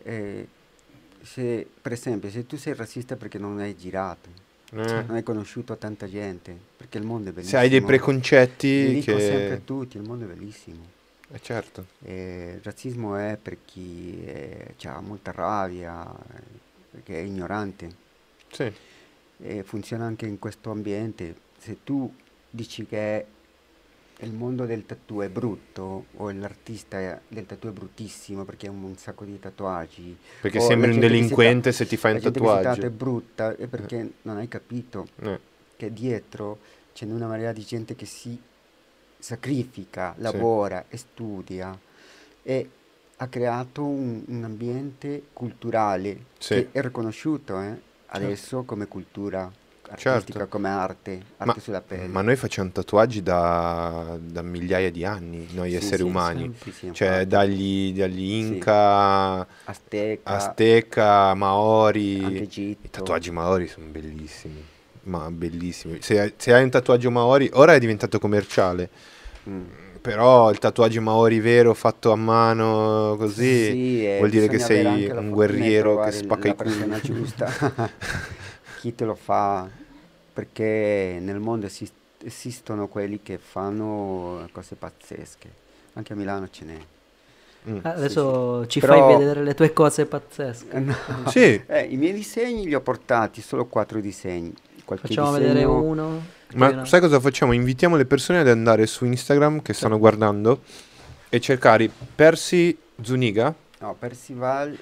se, per esempio, se tu sei razzista perché non hai girato, non hai conosciuto tanta gente, perché il mondo è Se bellissimo. hai dei Li preconcetti dico sempre a che... tutti, il mondo è bellissimo. certo. Il razzismo è per chi ha molta rabbia, perché è ignorante. Sì, E funziona anche in questo ambiente. Se tu dici che il mondo del tattoo è brutto o l'artista del tattoo è bruttissimo perché ha un sacco di tatuaggi perché o sembri la un gente che si delinquente se ti fai la un gente che si tatua tatuaggio. è brutta è perché non hai capito Eh, che dietro c'è una marea di gente che si sacrifica, Sì. lavora e studia e ha creato un ambiente culturale Sì. che è riconosciuto adesso come cultura artistica, Certo. come arte Ma, sulla pelle. ma noi facciamo tatuaggi da migliaia di anni, noi Sì, esseri sì, umani. sì, sì, Cioè infatti. dagli Inca, Azteca, Azteca, Maori. anche I Egitto. tatuaggi Maori sono bellissimi, ma bellissimi. Se hai un tatuaggio Maori, ora è diventato commerciale, Mm. però il tatuaggio Maori vero fatto a mano così Sì, vuol dire che bisogna avere sei anche la un fortuna di guerriero che trovare spacca la i culi. persona giusta, chi te lo fa, perché nel mondo esistono quelli che fanno cose pazzesche, anche a Milano ce n'è. Adesso ci Però- fai vedere le tue cose pazzesche. No. Sì, I miei disegni li ho portati, solo 4 disegni. Qualche Facciamo disegno- vedere uno. ma poi no. sai cosa facciamo? Invitiamo le persone ad andare su Instagram che stanno guardando e cercare Percy Zuniga. No, Percival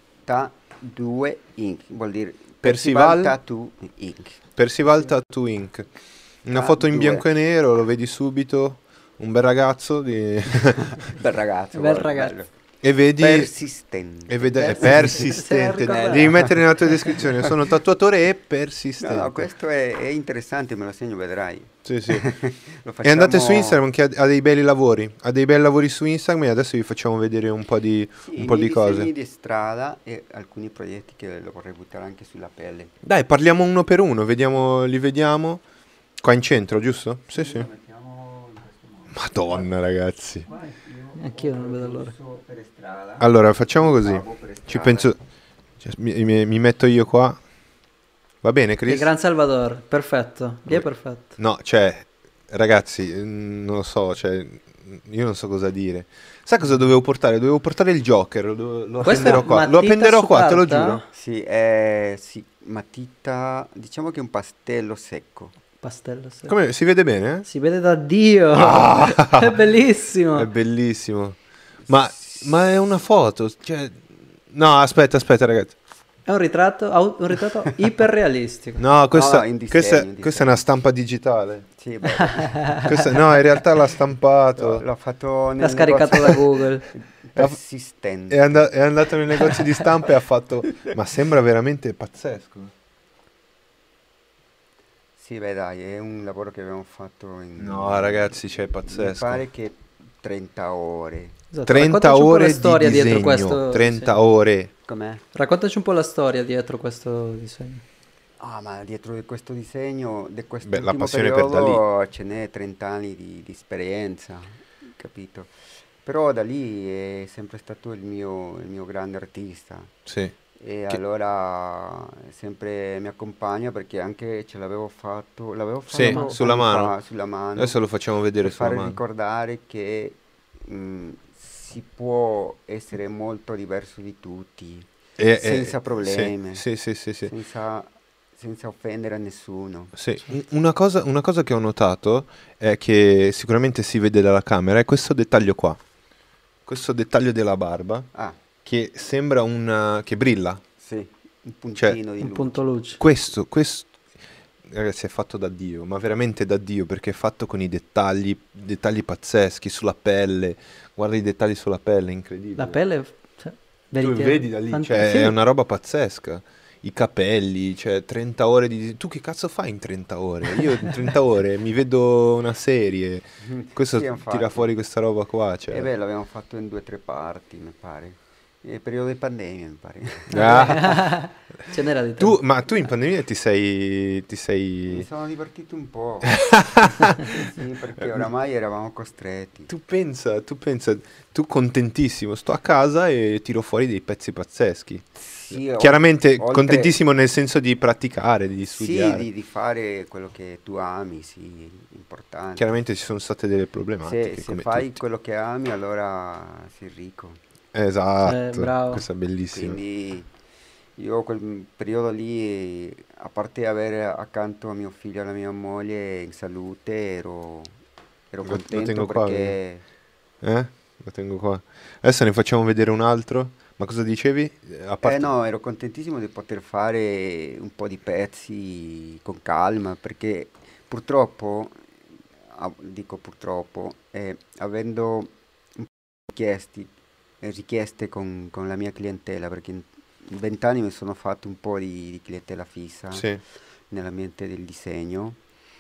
Tattoo Inc. Vuol dire Percival Tattoo Inc. Percival Tattoo Inc. Una foto in Due. bianco e nero, lo vedi subito. Un bel ragazzo di... Bel ragazzo. Bel guarda, ragazzo. bello. E vedi... Persistente. È persistente. ricordato. Devi mettere nella tua descrizione. Sono tatuatore e persistente. No, questo è interessante, me lo segno, vedrai. Sì, sì. Lo E andate su facciamo- Instagram che ha dei belli lavori. Ha dei bei lavori su Instagram e adesso vi facciamo vedere un po' di, Sì, un po' i di miei cose. disegni di strada e alcuni progetti che lo vorrei buttare anche sulla pelle. Dai, parliamo uno per uno. Li vediamo. Qua in centro, giusto? Sì, sì. Mettiamo in questo modo. Madonna, ragazzi. Anch'io non vedo l'ora. Per strada. Allora, facciamo così. Per Ci strada. penso... cioè, mi metto io qua. Va bene, Il Chris? Gran Salvador, perfetto. Lì è perfetto. No, cioè, ragazzi, non lo so, cioè, io non so cosa dire. Sai cosa dovevo portare? Dovevo portare il Joker, lo Questo appenderò è qua. Lo matita appenderò su qua, te lo carta? giuro. Sì, matita, diciamo che è un pastello secco. Pastello. Sì. Come si vede bene? Si vede da Dio. È bellissimo. È bellissimo. Ma è una foto, cioè... No, aspetta, ragazzi. È un ritratto iperrealistico. No, questa, No, in disegno, questa, in disegno. questa è una stampa digitale. Sì, beh, No, in realtà l'ha stampato. l'ho fatto nel L'ha scaricato da negozio- Google. persistente. È andato nel negozio di stampa e ha fatto... Ma sembra veramente pazzesco. Sì, beh, dai, è un lavoro che abbiamo fatto in... No, ragazzi, c'è Mi pazzesco. pare che 30 ore. Esatto, 30 raccontaci un po' ore la di storia dietro disegno, questo 30 disegno. ore. Com'è? Raccontaci un po' la storia dietro questo disegno. Ah, ma dietro di questo disegno, di Beh, quest'ultimo la passione per periodo ce n'è 30 anni di esperienza, capito? Però da lì è sempre stato il mio grande artista Sì. e Che- allora sempre mi accompagna perché anche ce l'avevo fatto Sì, sulla anni mano. fa, sulla mano, Adesso lo facciamo vedere per sulla fare mano. ricordare che si può essere molto diverso di tutti, senza problemi. Sì. senza offendere a nessuno. Sì. Una cosa che ho notato è che sicuramente si vede dalla camera è questo dettaglio qua. Questo dettaglio della barba Ah, che sembra che brilla. sì, un Cioè, puntino di Un luce. punto luce. Questo, ragazzi, è fatto da Dio, ma veramente da Dio, perché è fatto con i dettagli pazzeschi sulla pelle. Guarda i dettagli sulla pelle, incredibile. La pelle, cioè, Tu veritiera. vedi da lì, cioè, Sì. è una roba pazzesca. I capelli, cioè 30 ore di... Tu che cazzo fai in 30 ore? Io in 30 ore mi vedo una serie. Questo Sì, infatti. tira fuori questa roba qua, cioè. E beh, l'abbiamo fatto in 2 o 3 parti, mi pare. Nel periodo di pandemia, mi pare. Ah. Ce n'era di tempo. Ma tu in pandemia ti Mi sei... sono divertito un po'. Sì, perché oramai eravamo costretti. Tu pensa, tu contentissimo, sto a casa e tiro fuori dei pezzi pazzeschi. Sì, Chiaramente oltre- contentissimo nel senso di praticare, di Sì, studiare. di fare quello che tu ami, sì, importante. Chiaramente ci sono state delle problematiche, Se come fai tutti. quello che ami, allora sei ricco. Esatto, bravo. questo è bellissimo. Quindi io quel periodo lì, a parte avere accanto a mio figlio e alla mia moglie in salute, ero Lo contento tengo qua, perché Lo tengo qua. Adesso ne facciamo vedere un altro. Ma cosa dicevi? A parte... no, ero contentissimo di poter fare un po' di pezzi con calma, perché purtroppo, dico purtroppo, avendo un po' richieste con la mia clientela, perché in 20 anni mi sono fatto un po' di clientela fissa Sì, nell'ambiente del disegno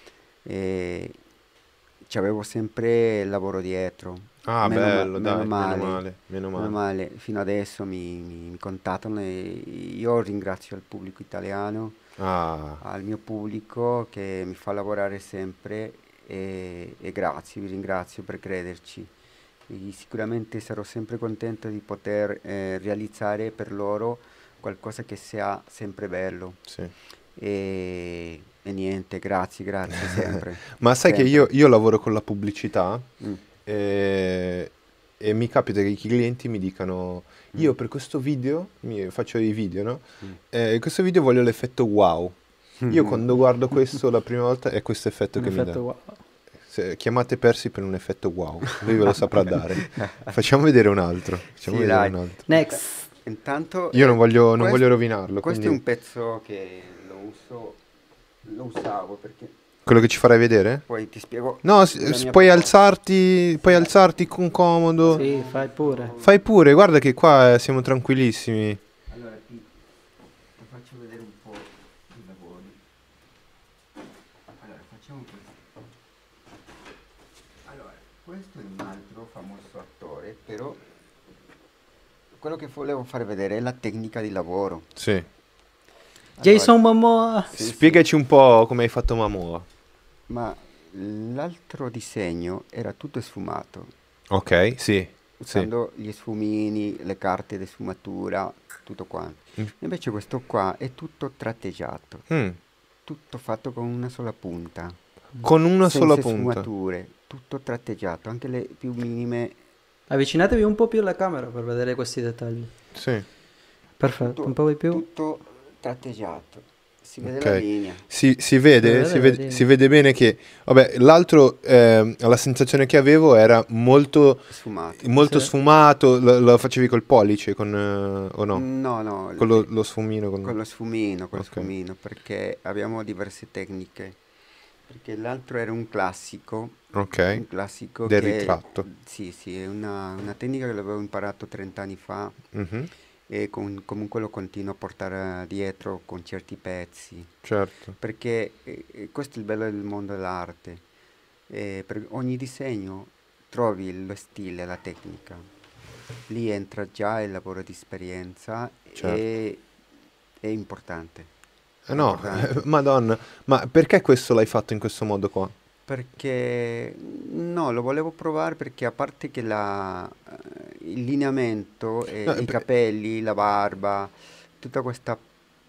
e ci avevo sempre il lavoro dietro. ah, Meno ma- bello, dai, meno male. meno Meno male. male, fino adesso mi contattano e io ringrazio il pubblico italiano, Ah, al mio pubblico che mi fa lavorare sempre e grazie, vi ringrazio per crederci. E sicuramente sarò sempre contento di poter realizzare per loro qualcosa che sia sempre bello. sì. E niente, grazie sempre. Ma sai che Sempre. io lavoro con la pubblicità Mm. e mi capita che i clienti mi dicano, io per questo video, faccio dei video, no? In questo video voglio l'effetto wow. Io quando guardo questo la prima volta è questo effetto Un che mi effetto dà. wow. Chiamate Persi per un effetto wow, lui ve lo saprà dare. Facciamo vedere un altro. Facciamo Sì, vedere dai. un altro. Next. Intanto Io non voglio questo- rovinarlo. Questo quindi... è un pezzo che lo usavo perché Quello che ci farai vedere? Poi ti spiego. No, la mia puoi proposta. puoi alzarti con comodo. Sì, fai pure. Fai pure, guarda che qua siamo tranquillissimi. Allora ti faccio vedere un po' i lavori. Allora, facciamo questo. Allora, questo è un altro famoso attore, però quello che volevo far vedere è la tecnica di lavoro. Sì. Jason Momoa. Sì, Spiegaci un po' come hai fatto Momoa. ma l'altro disegno era tutto sfumato, Ok, sì. Sì. usando gli sfumini, le carte di sfumatura, tutto quanto. Mm. Invece questo qua è tutto tratteggiato, Mm. tutto fatto con una sola punta, Con una senza sola punta. sfumature, tutto tratteggiato, anche le più minime. Avvicinatevi un po' più alla camera per vedere questi dettagli. Sì. Perfetto, Tutto, un po' di più. tutto tratteggiato, si vede Ok. la linea. Si Si vede, vede si la vede, linea. si vede bene che, vabbè, l'altro, la sensazione che avevo era molto, Sfumato. molto Sì. sfumato. Lo facevi col pollice, o no? No, no, Con lo sfumino. con lo sfumino, Ok. perché abbiamo diverse tecniche. Perché l'altro era un classico Ok. Del che ritratto. sì, sì, è una tecnica che l'avevo imparato 30 anni fa Mhm. e comunque lo continuo a portare dietro con certi pezzi. Certo. Perché questo è il bello del mondo dell'arte. Per ogni disegno trovi lo stile, la tecnica. Lì entra già il lavoro di esperienza Certo. e è importante. È No, importante. Madonna, ma perché questo l'hai fatto in questo modo qua? Perché no, lo volevo provare perché a parte che il lineamento, No, i capelli, la barba, tutta questa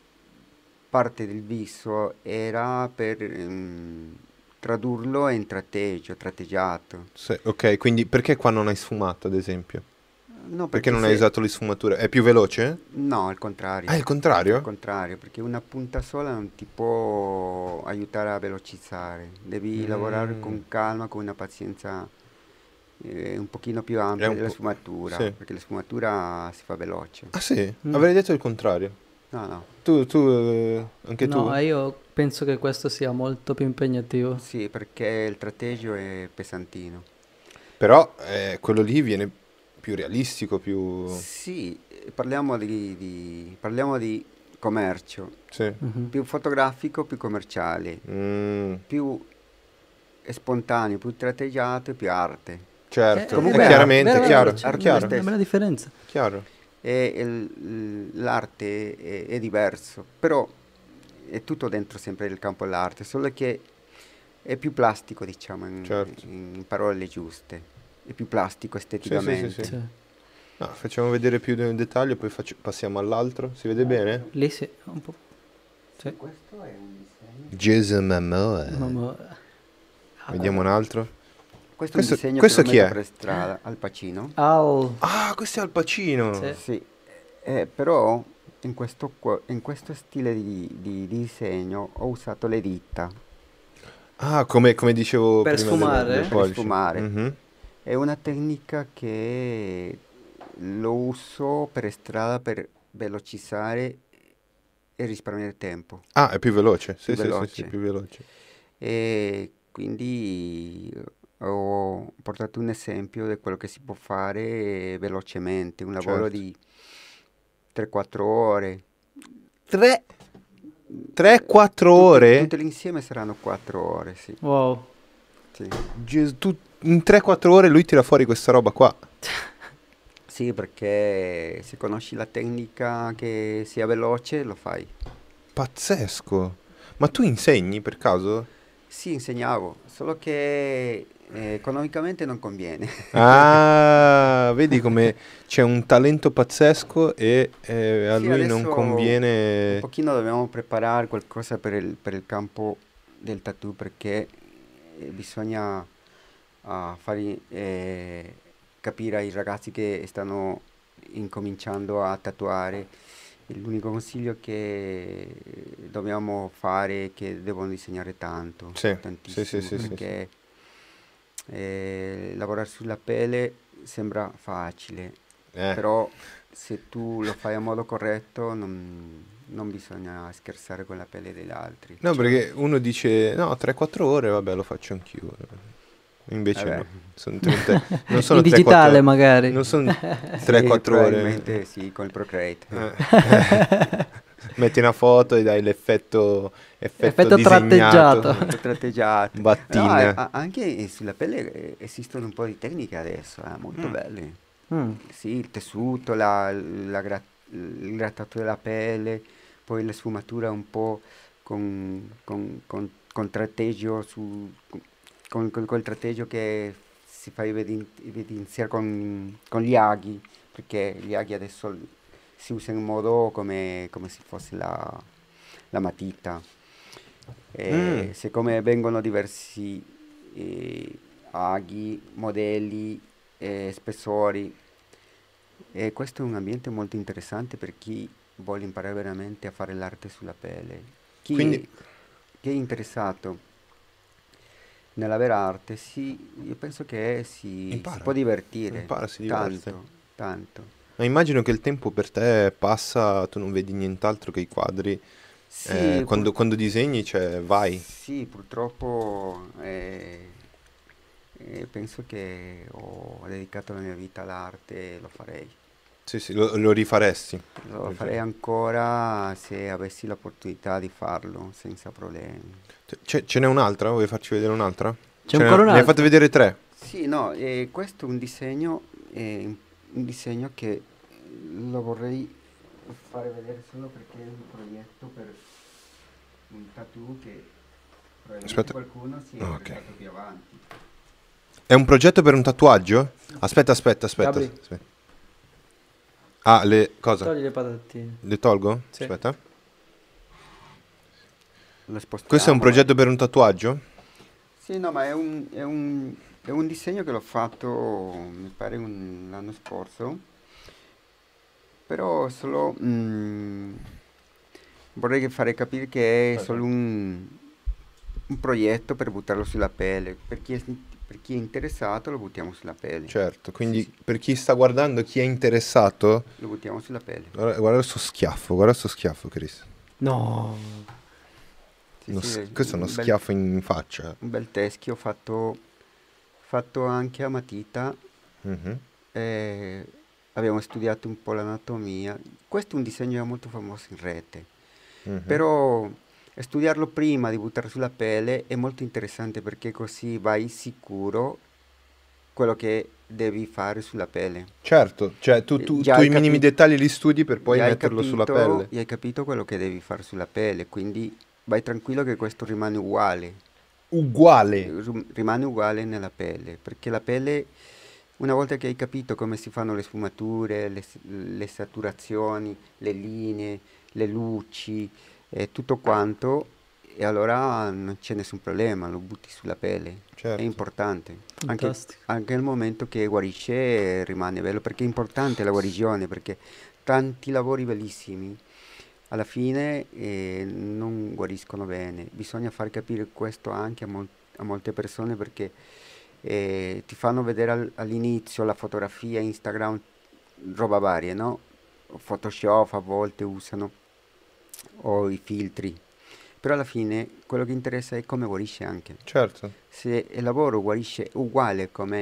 parte del viso era per tradurlo in tratteggio, tratteggiato. ok, quindi perché qua non hai sfumato, ad esempio? No, Perché perché non hai se... usato le sfumature? È più veloce? No, al Ah, è il contrario. Al contrario? contrario, perché una punta sola non ti può aiutare a velocizzare. Devi lavorare Mm, con calma, con una pazienza un pochino più è ampia un della po'... sfumatura, Sì. perché la sfumatura si fa veloce. Ah sì? Mm. Avrei detto il contrario. No, no, Anche tu? No, io penso che questo sia molto più impegnativo. sì, perché il tratteggio è pesantino. Però quello lì viene più realistico, più... Sì, parliamo di commercio, Sì. Mhm. più fotografico, più commerciale, Mm, più spontaneo, più tratteggiato e più arte. certo, Comunque chiaramente, vero, chiaro, c'è arte chiaro, una bella differenza. chiaro. e l'arte è diverso, però è tutto dentro sempre il campo dell'arte, solo che è più plastico, diciamo, Certo. in parole giuste, è più plastico Sì, sì, sì, sì. esteticamente. Sì. No, facciamo vedere più nel dettaglio, poi passiamo all'altro. Si vede bene? Lì sì, un po'. Sì. Questo è un disegno. Jason Momoa. Momoa. Vediamo un altro. Questo è un Questo, disegno questo che lo chi metto è? per strada, Al Pacino. Al. Ah, questo è Al Pacino. Sì. Sì, però in questo stile di disegno ho usato le dita Ah, come dicevo Per prima sfumare? del per pollice. sfumare. Mhm. È una tecnica che lo uso per strada per velocizzare e risparmiare tempo, Ah, è più veloce. più Sì, sì, sì, sì, veloce. più veloce. E quindi ho portato un esempio di quello che si può fare velocemente, un lavoro Certo. di 3-4 ore. 3-4 ore? Tutte l'insieme saranno 4 ore, sì. Wow. Sì. In 3-4 ore lui tira fuori questa roba qua. Sì, perché se conosci la tecnica che sia veloce, lo fai. Pazzesco. Ma tu insegni per caso? Sì, insegnavo, solo che economicamente non conviene. Ah, vedi come c'è un talento pazzesco e a Sì, lui non adesso un conviene... pochino dobbiamo preparare qualcosa per il campo del tattoo perché bisogna fare capire ai ragazzi che stanno incominciando a tatuare. L'unico consiglio che dobbiamo fare è che devono disegnare tanto, Sì, sì, tantissimo, sì, sì, sì, perché lavorare sulla pelle sembra facile, Eh, però se tu lo fai a modo corretto non bisogna scherzare con la pelle degli altri. No, perché uno dice, no, 3-4 ore, vabbè, lo faccio anch'io. Invece Vabbè. no, non sono In 3-4 digitale ore. magari. Non sono Sì, 3-4 ore. probabilmente sì, con il Procreate. Metti una foto e dai l'effetto Effetto disegnato. tratteggiato. Tratteggiato. Battine. No, anche sulla pelle esistono un po' di tecniche adesso, molto belle. Mm. Sì, il tessuto, il grattato della pelle, poi le sfumature un po' con tratteggio col tratteggio che si fa evidenziare con gli aghi, perché gli aghi adesso si usano in modo come se fosse la matita. Siccome vengono diversi aghi, modelli, spessori, e questo è un ambiente molto interessante per chi vuole imparare veramente a fare l'arte sulla pelle. Quindi- Chi è interessato nell'avere arte, sì, io penso che si Impara. può divertire Impara, si diverte. tanto, tanto. Ma immagino che il tempo per te passa, tu non vedi nient'altro che i quadri. Sì, Quando disegni, cioè, vai. sì, purtroppo penso che ho dedicato la mia vita all'arte e lo farei. Sì, sì, lo rifaresti. Lo farei ancora se avessi l'opportunità di farlo senza problemi. Ce n'è un'altra? Vuoi farci vedere un'altra? C'è ancora Ne hai un'altra? fatte vedere 3. Sì, no, questo è un disegno che lo vorrei fare vedere solo perché è un progetto per un tattoo che probabilmente Aspetta. qualcuno si è Ok. portato più avanti. È un progetto per un tatuaggio? Aspetta. Gabri. Aspetta. Ah, cosa? Togli le patatine. Le tolgo? Sì. Aspetta. Lo spostiamo. Questo è un progetto per un tatuaggio? Sì, no, ma è un disegno che l'ho fatto, mi pare, l'anno scorso, però solo vorrei fare capire che è solo un progetto per buttarlo sulla pelle. Per chi è interessato lo buttiamo sulla pelle. Certo, quindi Sì, sì. per chi sta guardando, chi è interessato, Lo buttiamo sulla pelle. guarda il suo schiaffo, Chris. No. Sì, sì, Questo è uno un bel- schiaffo in faccia. Un bel teschio fatto anche a matita. Mhm. Abbiamo studiato un po' l'anatomia. Questo è un disegno molto famoso in rete, Mhm. però studiarlo prima di buttare sulla pelle è molto interessante perché così vai sicuro quello che devi fare sulla pelle. Certo, cioè tu Già i hai minimi dettagli li studi per poi già hai metterlo sulla capito- pelle. già hai capito quello che devi fare sulla pelle, quindi vai tranquillo che questo rimane uguale. Uguale. Rimane uguale nella pelle, perché la pelle, una volta che hai capito come si fanno le sfumature, le saturazioni, le linee, le luci e tutto quanto, e allora non c'è nessun problema, lo butti sulla pelle. Certo. È importante. Anche Fantastico. nel momento che guarisce rimane bello, perché è importante la guarigione, perché tanti lavori bellissimi alla fine non guariscono bene. Bisogna far capire questo anche a molte persone perché ti fanno vedere all'inizio la fotografia, Instagram, roba varie, no? Photoshop a volte usano, o i filtri. Però alla fine quello che interessa è come guarisce anche. Certo. Se il lavoro guarisce uguale come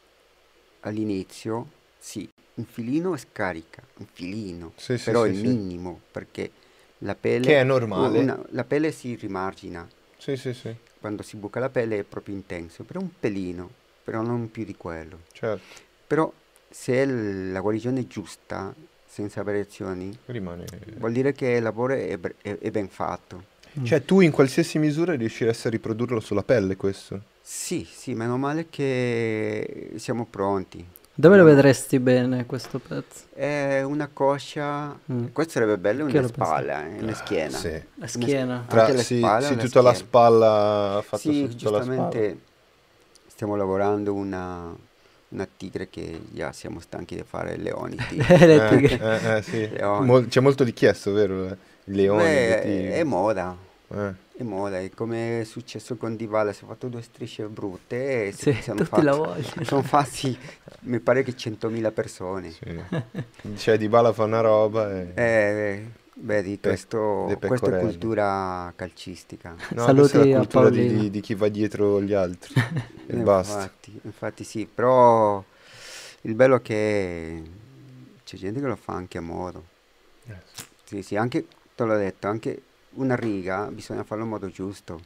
all'inizio, sì, un filino scarica, un filino, Sì, sì, però sì, il sì. minimo, perché la pelle, Che è normale. la pelle si rimargina, Sì, sì, sì, quando si buca la pelle è proprio intenso, però un pelino, però non più di quello. certo. Però se la guarigione è giusta, senza variazioni, Rimane. vuol dire che il lavoro è ben fatto. Cioè tu in qualsiasi misura riusciresti a riprodurlo sulla pelle questo? Sì, sì, meno male che siamo pronti. Dove lo Abbiamo- vedresti bene questo pezzo? È una coscia, Mm. questo sarebbe bello Che una lo pensi? spalla, una schiena. Sì. La schiena. Anche la Sì, spalla sì, e la tutta la schiena. spalla fatta Sì, su tutta la spalla. giustamente stiamo lavorando una tigre che già siamo stanchi di fare leoni, tigri. Le tigre. Sì. Leoni. C'è molto richiesto, vero? I leoni, Beh, i tigri. è moda. È moda, è come è successo con Dybala, si è fatto 2 strisce brutte e Sì, tutti la vogliono. sono fatti, mi pare che 100.000 persone. Sì. Cioè Dybala fa una roba Vedi, Le questa è pecorelle. cultura calcistica. No, Saluti questa è la a cultura Paolino. di chi va dietro gli altri. E basta. Infatti sì, però il bello è che c'è gente che lo fa anche a modo. Sì, sì, anche, te l'ho detto, anche una riga bisogna farlo in modo giusto.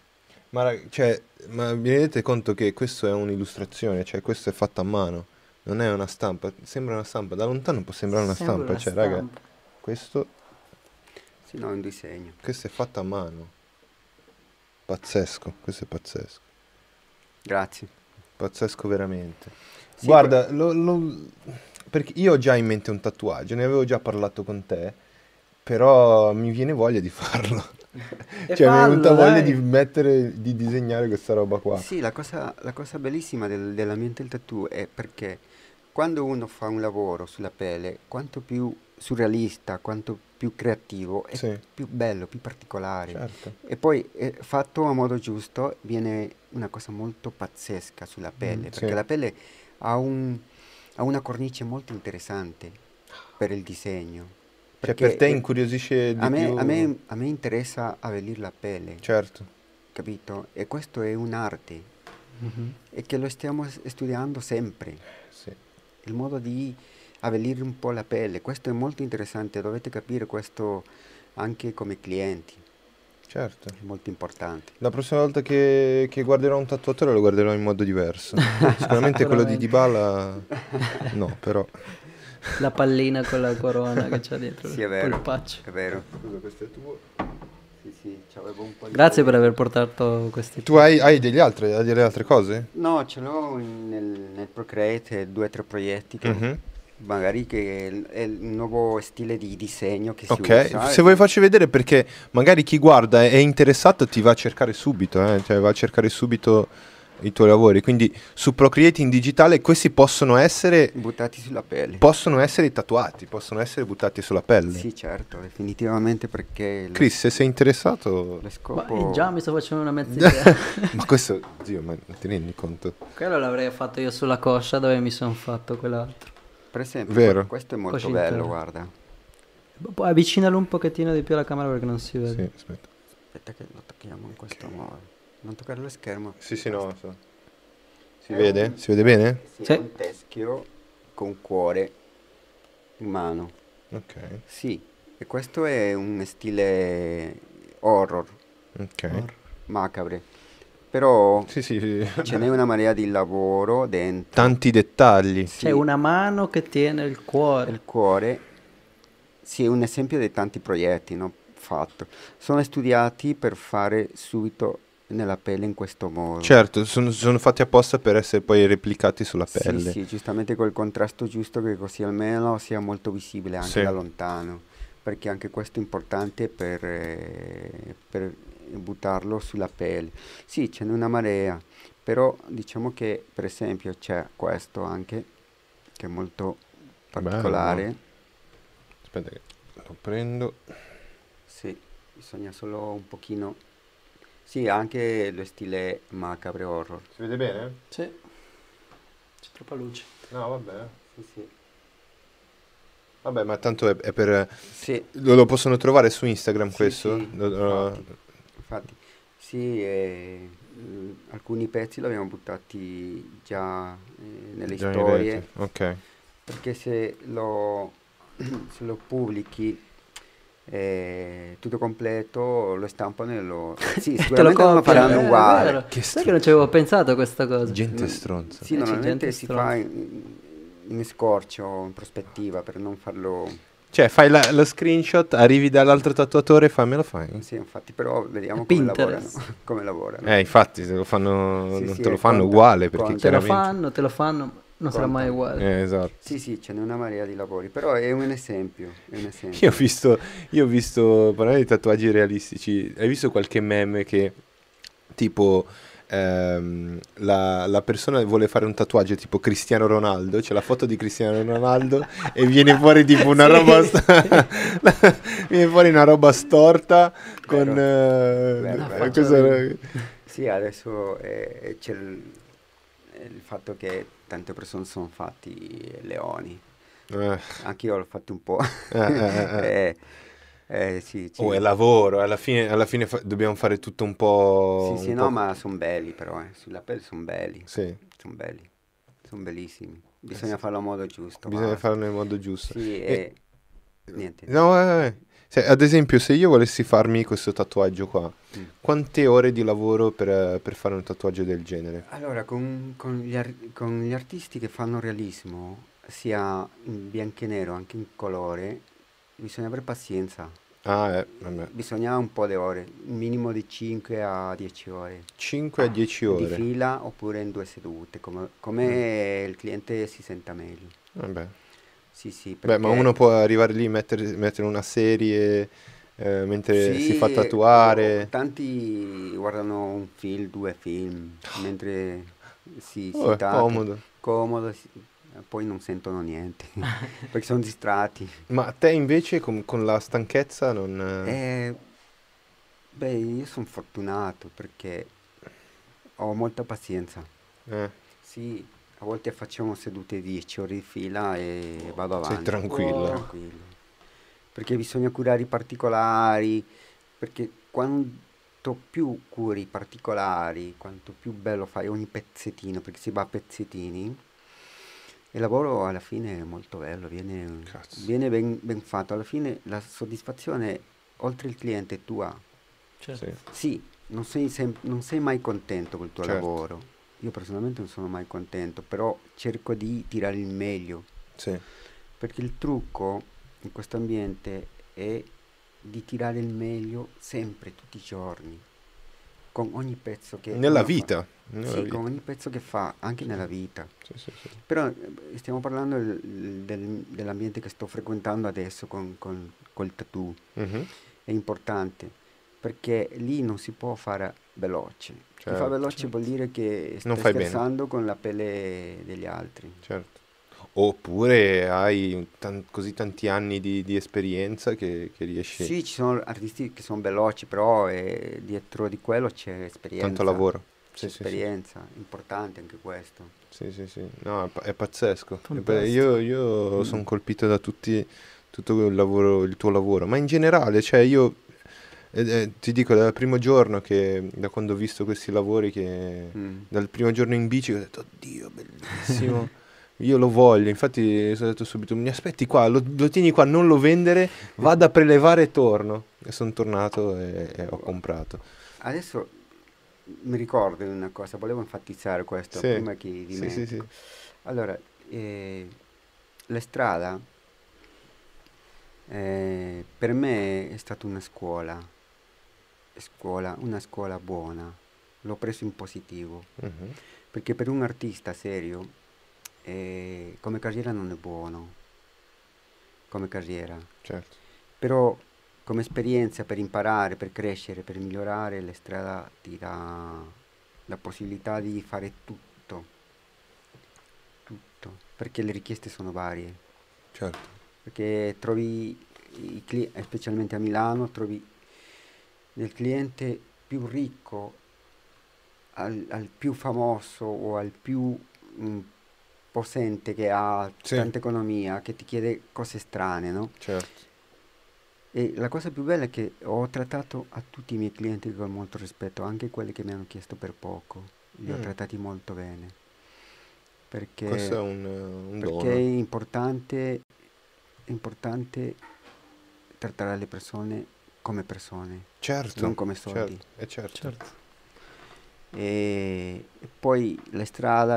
Ma vi rendete conto che questo è un'illustrazione, cioè questo è fatto a mano, non è una stampa, sembra una stampa, da lontano può sembrare una Sembra stampa, una cioè raga, stampa. questo Sì, no, è un disegno. è fatto a mano, pazzesco, questo è pazzesco, Grazie. pazzesco veramente. Sì, Guarda, perché io ho già in mente un tatuaggio, ne avevo già parlato con te, però mi viene voglia di farlo. E Cioè mi è venuta fallo, voglia dai. di disegnare questa roba qua. Sì, la cosa bellissima dell'ambiente del tattoo è perché quando uno fa un lavoro sulla pelle, quanto più surrealista, quanto più creativo, è Sì, più bello, più particolare. certo. E poi fatto a modo giusto viene una cosa molto pazzesca sulla pelle, perché Sì. la pelle ha una cornice molto interessante per il disegno. Cioè per Perché te incuriosisce di a me, più? a me- a me interessa abbellire la pelle, Certo, capito? E questo è un'arte Mhm. e che lo stiamo studiando sempre, sì. il modo di abbellire un po' la pelle. Questo è molto interessante, dovete capire questo anche come clienti, Certo. è molto importante. La prossima volta che guarderò un tatuatore lo guarderò in modo diverso. Sicuramente quello di Sicuramente. Dybala no, però. La pallina con la corona che c'ha dietro. Sì, è vero, Polpaccio. è vero. Scusa, questo è tuo. Sì, sì, c'avevo un po' di Grazie per paura. aver portato questi. Tu hai delle altre cose? No, ce l'ho nel Procreate 2 o 3 progetti che Mhm. magari che è il nuovo stile di disegno che si Ok, usa. se vuoi facci vedere perché magari chi guarda è interessato ti va a cercare subito, cioè va a cercare subito i tuoi lavori. Quindi su Procreate in digitale questi possono essere Buttati sulla pelle. tatuati, possono essere buttati sulla pelle. Sì, certo, definitivamente perché Chris, se sei interessato... lo Ma scopo... già mi sto facendo una mezza idea. Ma questo, zio, ma ti rendi conto? Quello l'avrei fatto io sulla coscia dove mi sono fatto quell'altro. Per esempio, Vero. questo è molto Così bello, intero. guarda. Poi avvicinalo un pochettino di più alla camera perché non si vede. Sì, aspetta. Aspetta che lo tocchiamo in questo modo. Non toccare lo schermo. Sì, no, so. Si È vede? un- Si vede bene? Sì, Sì. è un teschio con cuore in mano. Ok, Sì, e questo è un stile horror, ok. macabre. Però Sì, sì. ce n'è una marea di lavoro dentro. Tanti dettagli. Sì, C'è una mano che tiene il cuore. il cuore, sì, è un esempio di tanti progetti, no, fatto. Sono studiati per fare subito nella pelle in questo modo. Certo, sono fatti apposta per essere poi replicati sulla Sì, pelle. sì, giustamente col contrasto giusto che così almeno sia molto visibile anche Sì. da lontano, perché anche questo è importante per buttarlo sulla pelle. Sì, ce n'è una marea, però diciamo che per esempio c'è questo anche, che è molto particolare. Aspetta che lo prendo. Sì, bisogna solo un pochino... Sì, anche lo stile macabre horror. Si vede bene? Sì. C'è troppa luce. No, vabbè. Sì, sì. Vabbè, ma tanto è per... Sì, Lo possono trovare su Instagram sì, questo? sì, infatti, sì, alcuni pezzi li abbiamo buttati già nelle Già in storie, rete. Ok. perché se se lo pubblichi tutto completo, lo stampano e lo... Sì, Te lo sicuramente non lo copiano, faranno è uguale. vero. Sai che non ci avevo pensato a questa cosa. Gente stronza. Sì, c'è normalmente gente si stronza. fa in scorcio, in prospettiva, per non farlo... Cioè, fai lo screenshot, arrivi dall'altro tatuatore e fai, me lo fai? Sì, infatti, però vediamo come Pinterest. lavorano. Come lavorano. Infatti, se lo fanno, Sì, non sì, te lo fanno conta, uguale, perché conta. chiaramente... Te lo fanno, non sarà mai Conta. uguale. Esatto. Sì, sì, ce n'è una marea di lavori, però è un esempio, è un esempio. Io ho visto, parlando di tatuaggi realistici, hai visto qualche meme che tipo la persona vuole fare un tatuaggio tipo Cristiano Ronaldo, c'è la foto di Cristiano Ronaldo e viene fuori tipo una roba viene fuori una roba storta con Vero. questo- Sì, adesso c'è il fatto che tante persone sono fatti leoni. eh, Anche io l'ho fatto un po'. eh. Sì, sì. Oh, è lavoro, alla fine dobbiamo fare tutto un po'... Sì, sì, un no, po' ma sono belli però, sulla pelle sono belli. sì, Sono belli. Sono bellissimi. Bisogna farlo a modo giusto. bisogna basta. farlo nel modo giusto. Sì, E- niente. no, ad esempio, se io volessi farmi questo tatuaggio qua, Mm. quante ore di lavoro per fare un tatuaggio del genere? Allora, con gli artisti che fanno realismo, sia in bianco e nero, anche in colore, bisogna avere pazienza. Ah, vabbè. Bisogna un po' di ore, un minimo di 5 a 10 ore 5 a 10 di ore. fila oppure in 2 sedute, come il cliente si senta meglio. Vabbè. Sì, sì, Beh, ma perché uno può arrivare lì, mettere una serie mentre si fa sì, tatuare. tanti guardano un film, 2 film, mentre si Oh, è tatua, comodo. comodo, poi non sentono niente, perché sono distratti. Ma te invece con la stanchezza non... E, beh, io sono fortunato perché ho molta pazienza. eh, Sì, a volte facciamo sedute di 10 ore di fila e vado sei avanti, tranquillo. tranquillo. Perché bisogna curare i particolari, perché quanto più curi i particolari, quanto più bello fai ogni pezzettino, perché si va a pezzettini, il lavoro alla fine è molto bello, Cazzo. viene ben fatto. Alla fine la soddisfazione, oltre il cliente, è tua. Certo. Sì, Sì, non sei mai contento col tuo certo. lavoro. Io personalmente non sono mai contento, però cerco di tirare il meglio, Sì. perché il trucco in questo ambiente è di tirare il meglio sempre, tutti i giorni, con ogni pezzo che Nella uno fa. vita. Nella Sì, vita. con ogni pezzo che fa, anche nella vita. Sì, sì, sì. Però stiamo parlando dell'ambiente che sto frequentando adesso col tattoo. Mhm, È importante, perché lì non si può fare veloce. Chi fa certo, veloce vuol dire che Non stai fai bene. scherzando con la pelle degli altri. certo. Oppure hai così tanti anni di esperienza che riesci... Sì, ci sono artisti che sono veloci, però dietro di quello c'è esperienza. Tanto lavoro. C'è Sì, sì, sì. esperienza, importante anche questo. Sì, sì, sì. No, è pazzesco. Fantastico. Io sono colpito da tutto il tuo lavoro, ma in generale, cioè io ti dico, dal primo giorno da quando ho visto questi lavori, Mm. dal primo giorno in bici, ho detto, oddio, bellissimo, io lo voglio. Infatti, sono detto subito, mi aspetti qua, lo tieni qua, non lo vendere, vado a prelevare e torno. E sono tornato e ho comprato. Adesso mi ricordo di una cosa, volevo enfatizzare questo Sì, prima che sì, sì, dimentico. sì. Allora, la strada per me è stata una scuola buona, l'ho preso in positivo, Mhm, perché per un artista serio come carriera non è buono, come carriera, certo. però come esperienza per imparare, per crescere, per migliorare, la strada ti dà la possibilità di fare tutto, tutto, perché le richieste sono varie. Certo. Perché trovi, specialmente a Milano, trovi il cliente più ricco al più famoso o al più possente che ha Sì, tanta economia, che ti chiede cose strane, no? certo. E la cosa più bella è che ho trattato a tutti i miei clienti con molto rispetto, anche quelli che mi hanno chiesto per poco, li ho Mm. trattati molto bene, Questo è perché, un perché dono. è importante trattare le persone come persone, non Certo, come soldi. certo. Certo. E poi la strada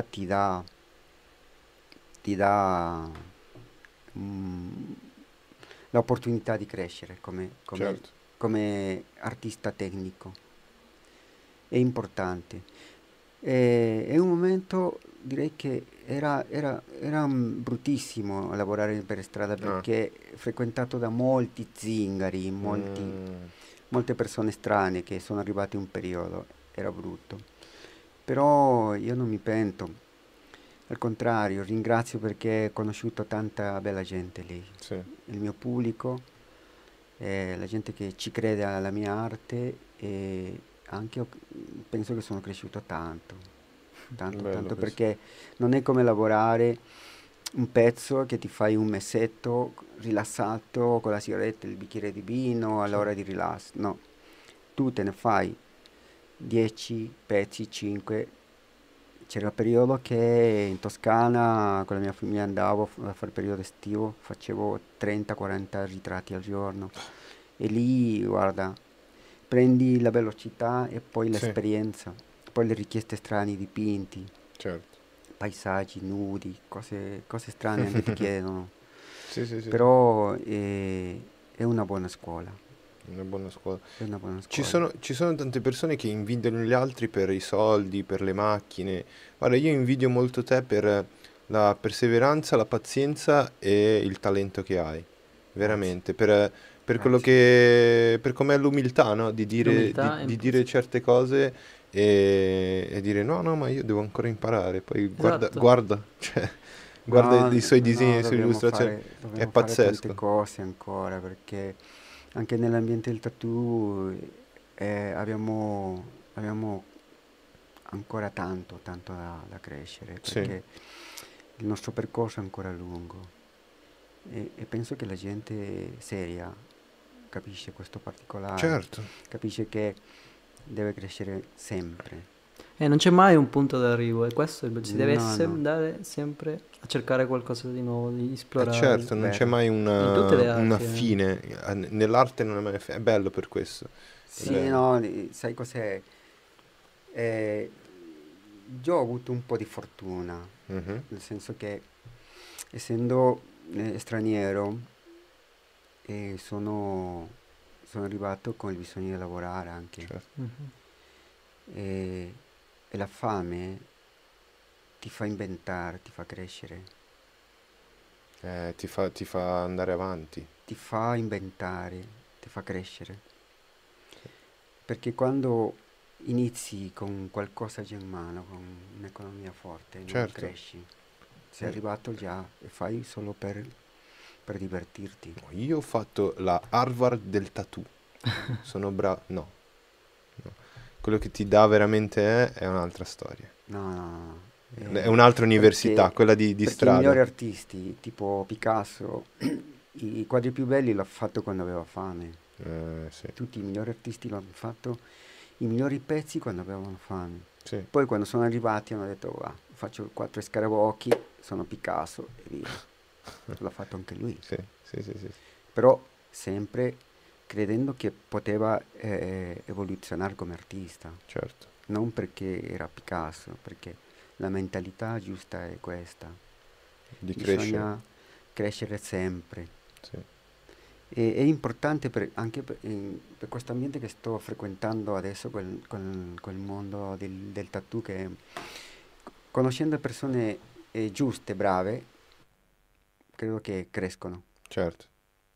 ti dà mm, l'opportunità di crescere Certo. come artista tecnico. È importante. È un momento, direi che era bruttissimo lavorare per strada Ah. perché frequentato da molti zingari, Mm, molte persone strane che sono arrivate un periodo, era brutto. Però io non mi pento, al contrario, ringrazio perché ho conosciuto tanta bella gente lì, Sì, il mio pubblico, la gente che ci crede alla mia arte e anche penso che sono cresciuto tanto, tanto, bello tanto questo. perché non è come lavorare un pezzo che ti fai un mesetto rilassato con la sigaretta, il bicchiere di vino Sì, all'ora di rilasso, no, tu te ne fai 10 pezzi, 5. C'era il periodo che in Toscana con la mia famiglia andavo a fare il periodo estivo, facevo 30-40 ritratti al giorno e lì, guarda, prendi la velocità e poi sì, l'esperienza, poi le richieste strane, i dipinti, certo. paesaggi nudi, cose strane anche ti chiedono, Sì, sì, sì, sì, però è una buona scuola, una buona scuola. è una buona Ci scuola. sono tante persone che invidiano gli altri per i soldi, per le macchine. Guarda, io invidio molto te per la perseveranza, la pazienza e il talento che hai. Grazie, Veramente, per quello grazie. per com'è l'umiltà, no? L'umiltà Di dire certe cose e dire no, no, ma io devo ancora imparare. Poi guarda, esatto. guarda, cioè, guarda No, i suoi disegni, no, le sue illustrazioni. È dobbiamo fare tante pazzesco. cose ancora perché anche nell'ambiente del tattoo abbiamo ancora tanto, tanto da crescere Sì, perché il nostro percorso è ancora lungo e penso che la gente seria capisce questo particolare, certo. capisce che deve crescere sempre. E non c'è mai un punto d'arrivo, e questo è si deve No, no, andare sempre a cercare qualcosa di nuovo, di esplorare. Certo, non c'è vero. mai In tutte le una arti, eh. fine. Nell'arte non è mai è bello per questo. È Sì, bello. no, sai cos'è? Eh, io ho avuto un po' di fortuna, Mhm, nel senso che essendo straniero sono arrivato con il bisogno di lavorare anche certo. Mhm. e, e la fame ti fa inventare, ti fa crescere, Ti fa andare avanti. ti fa inventare, ti fa crescere. Perché quando inizi con qualcosa già in mano, con un'economia forte, non Certo. cresci. Sei arrivato già e fai solo per divertirti. Io ho fatto la Harvard del tattoo. Sono bravo. No, no. Quello che ti dà veramente è un'altra storia. No, no, no. È un'altra università, Perché, quella di perché i migliori strada. artisti, tipo Picasso, i quadri più belli l'ha fatto quando aveva fame. Sì, Tutti i migliori artisti l'hanno fatto, i migliori pezzi quando avevano fame. sì, Poi quando sono arrivati hanno detto, va, faccio quattro scarabocchi, sono Picasso e via. L'ha fatto anche lui. sì, sì, sì, sì, Però sempre credendo che poteva evoluzionare come artista. certo. Non perché era Picasso, perché la mentalità giusta è questa. Di crescere. Bisogna crescere sempre. Sì. È importante anche per questo ambiente che sto frequentando adesso, quel mondo del tattoo, che conoscendo persone giuste, brave, credo che crescono. Certo.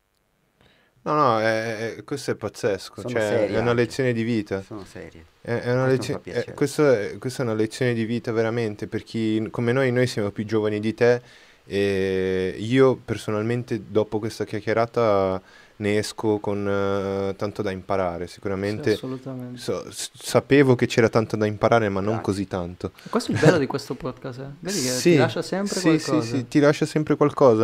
No, no, questo è pazzesco, Sono cioè è serie una anche, lezione di vita. sono serie. È una Questo mi fa lezione, piacere. questa è una lezione di vita veramente per chi come noi siamo più giovani di te e io personalmente dopo questa chiacchierata ne esco con tanto da imparare. Sì, Sicuramente assolutamente. sapevo che c'era tanto da imparare, ma non Grazie. così tanto. E questo è il bello di questo podcast, eh. Vedi che ti Sì, lascia sempre sì, sì, qualcosa. sì, ti lascia sempre qualcosa,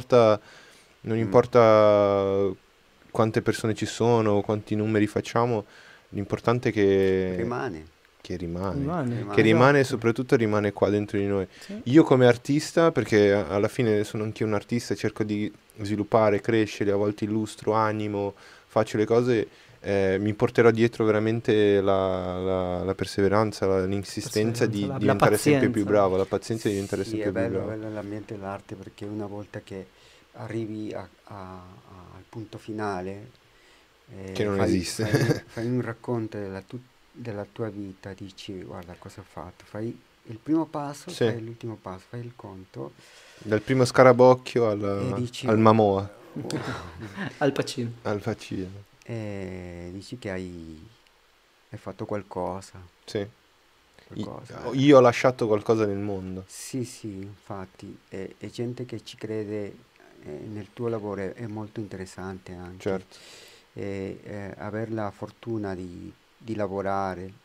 non Mm. importa quante persone ci sono, quanti numeri facciamo, l'importante è Rimane, che rimane, Rimane, che rimane. rimane e esatto. soprattutto rimane qua dentro di noi. Sì. Io come artista, perché alla fine sono anch'io un artista, cerco di sviluppare, crescere, a volte illustro, animo, faccio le cose, mi porterò dietro veramente la perseveranza, l'insistenza Perseveranza, di la diventare sempre più pazienza. bravo, la pazienza di diventare Sì, sempre più è bravo. bello l'ambiente dell'arte perché una volta che arrivi al punto finale, Che non esiste. fai un racconto della tua vita, dici guarda cosa ho fatto, fai il primo passo, Sì, fai l'ultimo passo, fai il conto dal primo scarabocchio e dici, al Mamoa, Al Pacino. al Facino. e dici che hai fatto qualcosa. Sì, qualcosa. Io ho lasciato qualcosa nel mondo. Sì, sì, infatti, è gente che ci crede nel tuo lavoro è molto interessante anche. Certo. Avere la fortuna di lavorare,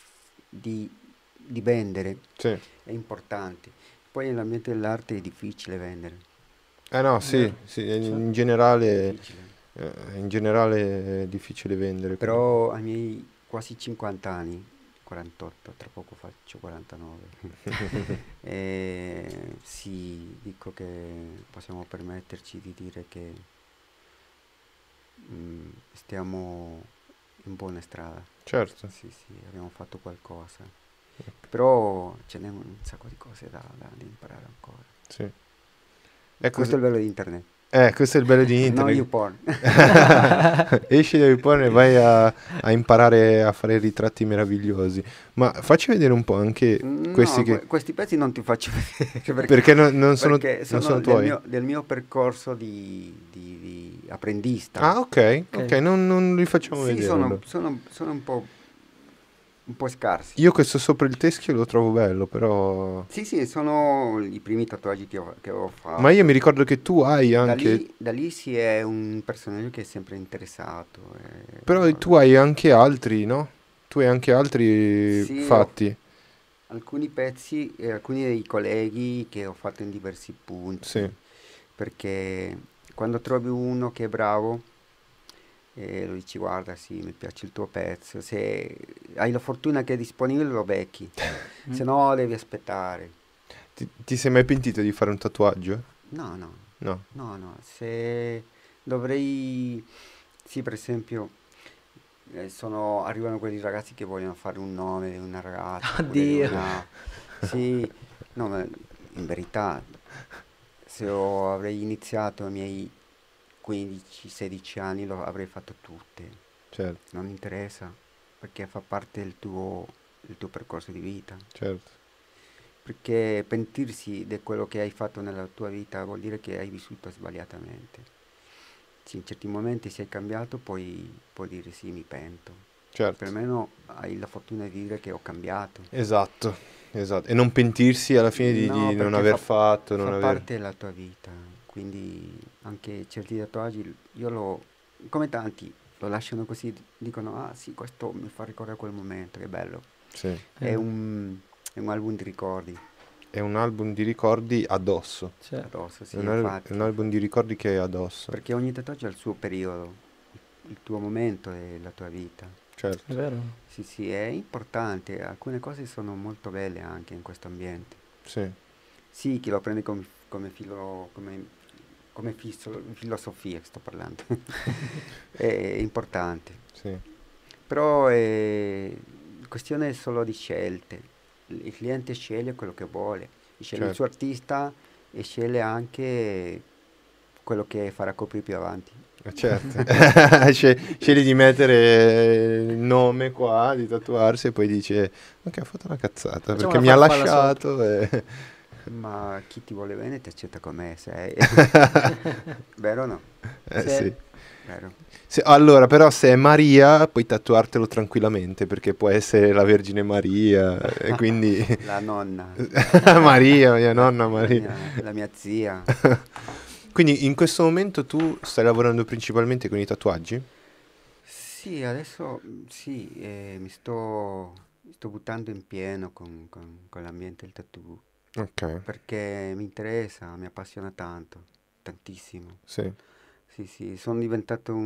di vendere Sì. è importante. Poi nell'ambiente dell'arte è difficile vendere. Eh no, sì, sì, Cioè, in è generale, difficile. in generale è difficile vendere. Però ai miei quasi 50 anni, 48, tra poco faccio 49, sì, dico che possiamo permetterci di dire che stiamo in buona strada. Certo, Sì, sì, abbiamo fatto qualcosa. Però ce n'è un sacco di cose da imparare ancora. sì. Ecco, Questo è il bello di internet. questo è il bello di No internet. YouPorn. Esci da YouPorn e vai a imparare a fare ritratti meravigliosi. Ma facci vedere un po' anche questi No, che... questi pezzi non ti faccio vedere Perché non sono, perché non sono sono tuoi. del mio percorso di apprendista. Ah, ok, Ok. non li facciamo Sì, vedere allora. sono un po' scarsi. Io questo sopra il teschio lo trovo bello, però... Sì, sì, sono i primi tatuaggi che ho fatto. Ma io mi ricordo che tu hai anche... Da lì si è un personaggio che è sempre interessato. Però tu hai anche altri, no? Tu hai anche altri Sì, fatti. alcuni pezzi, alcuni dei colleghi che ho fatto in diversi punti. Sì, Perché quando trovi uno che è bravo, lo dici guarda sì, mi piace il tuo pezzo, se hai la fortuna che è disponibile lo becchi, se no devi aspettare. ti sei mai pentito di fare un tatuaggio? No, no, No. no, no, se dovrei, sì per esempio, arrivano quelli ragazzi che vogliono fare un nome di una ragazza, oppure di Oddio. una... Sì, no, ma in verità, se avrei iniziato ai miei 15-16 anni lo avrei fatto tutte, Certo, non interessa, perché fa parte del tuo percorso di vita. certo. Perché pentirsi di quello che hai fatto nella tua vita vuol dire che hai vissuto sbagliatamente. Sì, in certi momenti sei cambiato, puoi dire sì, mi pento. Certo. Perlomeno hai la fortuna di dire che ho cambiato. Esatto, esatto. E non pentirsi alla fine No, di non perché aver fatto, non fa aver... parte della tua vita, quindi anche certi tatuaggi, come tanti, lo lasciano così, dicono, ah sì, questo mi fa ricordare quel momento, che bello. Sì. È un album di ricordi È un album di ricordi addosso. Cioè, addosso, sì, È infatti, un album di ricordi che è addosso. perché ogni tatuaggio ha il suo periodo, il tuo momento della tua vita. è Certo. vero? Sì, sì, è importante, alcune cose sono molto belle anche in questo ambiente. Sì. Sì, chi lo prende come filosofia, sto parlando, è importante. Sì. Però è questione solo di scelte. Il cliente sceglie quello che vuole, sceglie il Certo. suo artista e sceglie anche quello che farà coprire più avanti. Certo. Scegli di mettere il nome qua, di tatuarsi e poi dice ok, ho fatto una cazzata Facciamo perché una mi ha farfalla lasciato e... Ma chi ti vuole bene ti accetta come sei. Vero o no? Eh Sì. sì. Vero. Allora, però se è Maria puoi tatuartelo tranquillamente perché può essere la Vergine Maria e quindi... La nonna, Maria, mia nonna Maria. la mia zia. Quindi in questo momento tu stai lavorando principalmente con i tatuaggi? Sì, adesso sì, mi sto buttando in pieno con l'ambiente del tattoo Ok, perché mi interessa, mi appassiona tanto, tantissimo. sì, Sì, sì, sono diventato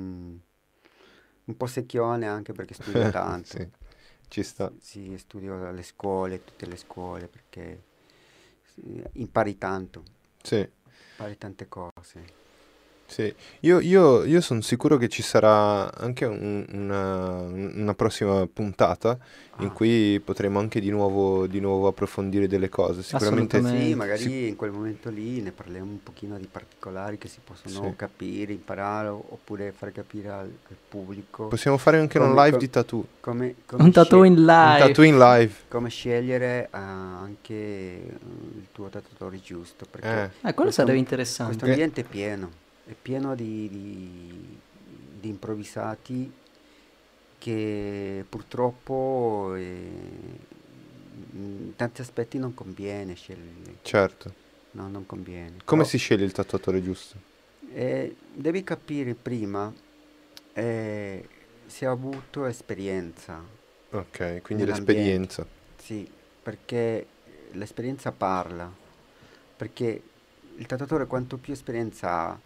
un po' secchione anche perché studio tanto. sì, ci sta. Sì, studio alle scuole, tutte le scuole perché sì, impari tanto, Sì, impari tante cose. sì. Io sono sicuro che ci sarà anche una prossima puntata in Ah, cui potremo anche di nuovo approfondire delle cose. Sicuramente Assolutamente. sì, magari in quel momento lì ne parliamo un pochino di particolari che si possono sì. capire, imparare oppure far capire al pubblico Possiamo fare anche un come, live co- di tattoo, come Un tattoo in un tattoo live. in live. come scegliere anche il tuo tattatore giusto, perché Quello sarebbe questo interessante. ambiente è pieno di improvvisati che purtroppo in tanti aspetti non conviene sceglierli. Certo. No, non conviene. Come Però, si sceglie il tatuatore giusto? devi capire prima se ha avuto esperienza Ok, quindi nell'ambiente. l'esperienza. Sì, perché l'esperienza parla. Perché il tatuatore quanto più esperienza ha,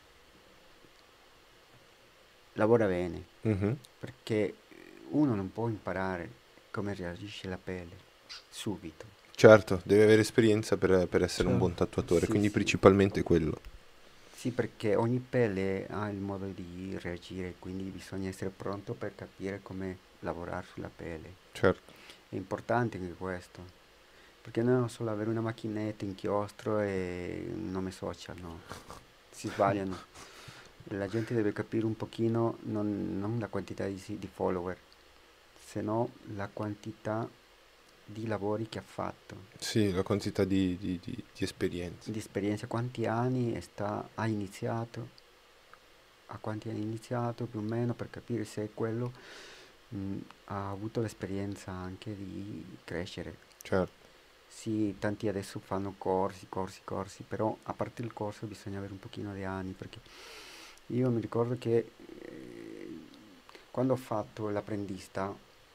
lavora bene. Mhm. Perché uno non può imparare come reagisce la pelle subito. Certo, deve avere esperienza per essere un Certo. buon tatuatore, Sì, quindi sì. principalmente quello. Sì, perché ogni pelle ha il modo di reagire, quindi bisogna essere pronto per capire come lavorare sulla pelle. Certo. È importante anche questo, perché non è solo avere una macchinetta, inchiostro e un nome social, no. Si sbagliano. La gente deve capire un pochino non la quantità di follower, se no la quantità di lavori che ha fatto, Sì, la quantità di esperienza. di esperienza, quanti anni ha iniziato, a quanti anni ha iniziato più o meno per capire se quello ha avuto l'esperienza anche di crescere. Certo. Sì, tanti adesso fanno corsi, però a parte il corso bisogna avere un pochino di anni, perché io mi ricordo che quando ho fatto l'apprendista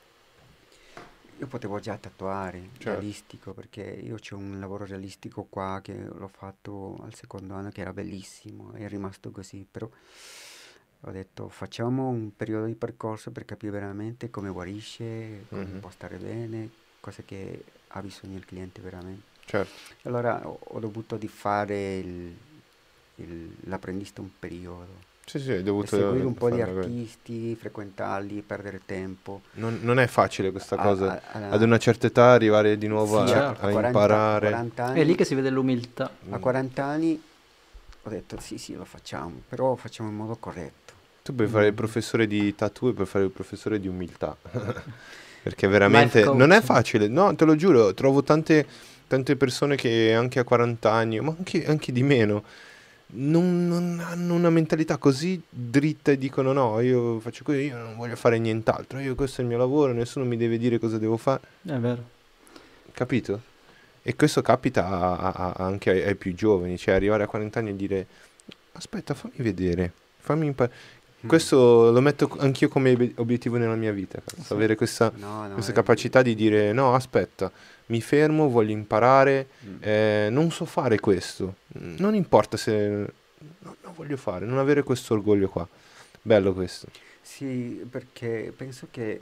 io potevo già tatuare Certo. realistico, perché io c'ho un lavoro realistico qua che l'ho fatto al secondo anno che era bellissimo, è rimasto così, però ho detto facciamo un periodo di percorso per capire veramente come guarisce, come Mhm. può stare bene, cosa che ha bisogno il cliente veramente. Certo. Allora ho dovuto di fare l'apprendista un periodo, Sì, sì, hai e dovuto seguire un po' di farlo così. artisti, frequentarli, perdere tempo. Non è facile questa A- cosa. a- Ad a- una certa età arrivare di nuovo sì, a, Certo. a 40, imparare. 40 È lì anni, che si vede l'umiltà. a 40 anni ho detto sì, sì, lo facciamo, però facciamo in modo corretto. Tu puoi fare il Mm. professore di tattoo e puoi fare il professore di umiltà. Perché Life veramente coach. non è facile. No, te lo giuro, trovo tante persone che anche a 40 anni, ma anche di meno, non hanno una mentalità così dritta e dicono no, io faccio così, io non voglio fare nient'altro, io questo è il mio lavoro, nessuno mi deve dire cosa devo fare, È vero. capito? E questo capita anche ai più giovani, cioè arrivare a 40 anni e dire aspetta, fammi vedere, fammi imparare. Mm. Questo lo metto anch'io come obiettivo nella mia vita, cazzo, Sì. avere questa, No, no, questa capacità di dire no, aspetta, mi fermo, voglio imparare, non so fare questo, non importa se non voglio fare, non avere questo orgoglio qua. Bello questo. sì, perché penso che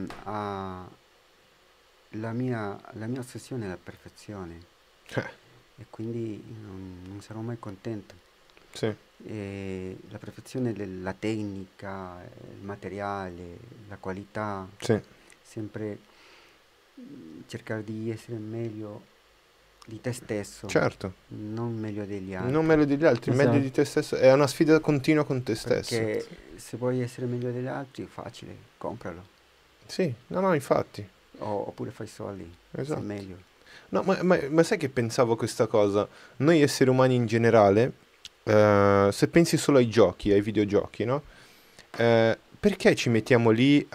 la mia ossessione è la perfezione e quindi non sarò mai contento. Sì, E la perfezione della tecnica, il materiale, la qualità, sì, sempre cercare di essere meglio di te stesso, certo. non meglio degli altri. Non meglio degli altri, meglio Esatto. di te stesso. È una sfida continua con te stesso. Perché se vuoi essere meglio degli altri è facile, compralo. Sì, no, infatti. Oppure fai soldi, sei Esatto. meglio. No, ma sai che pensavo questa cosa? Noi esseri umani in generale, se pensi solo ai giochi, ai videogiochi, no? Perché ci mettiamo lì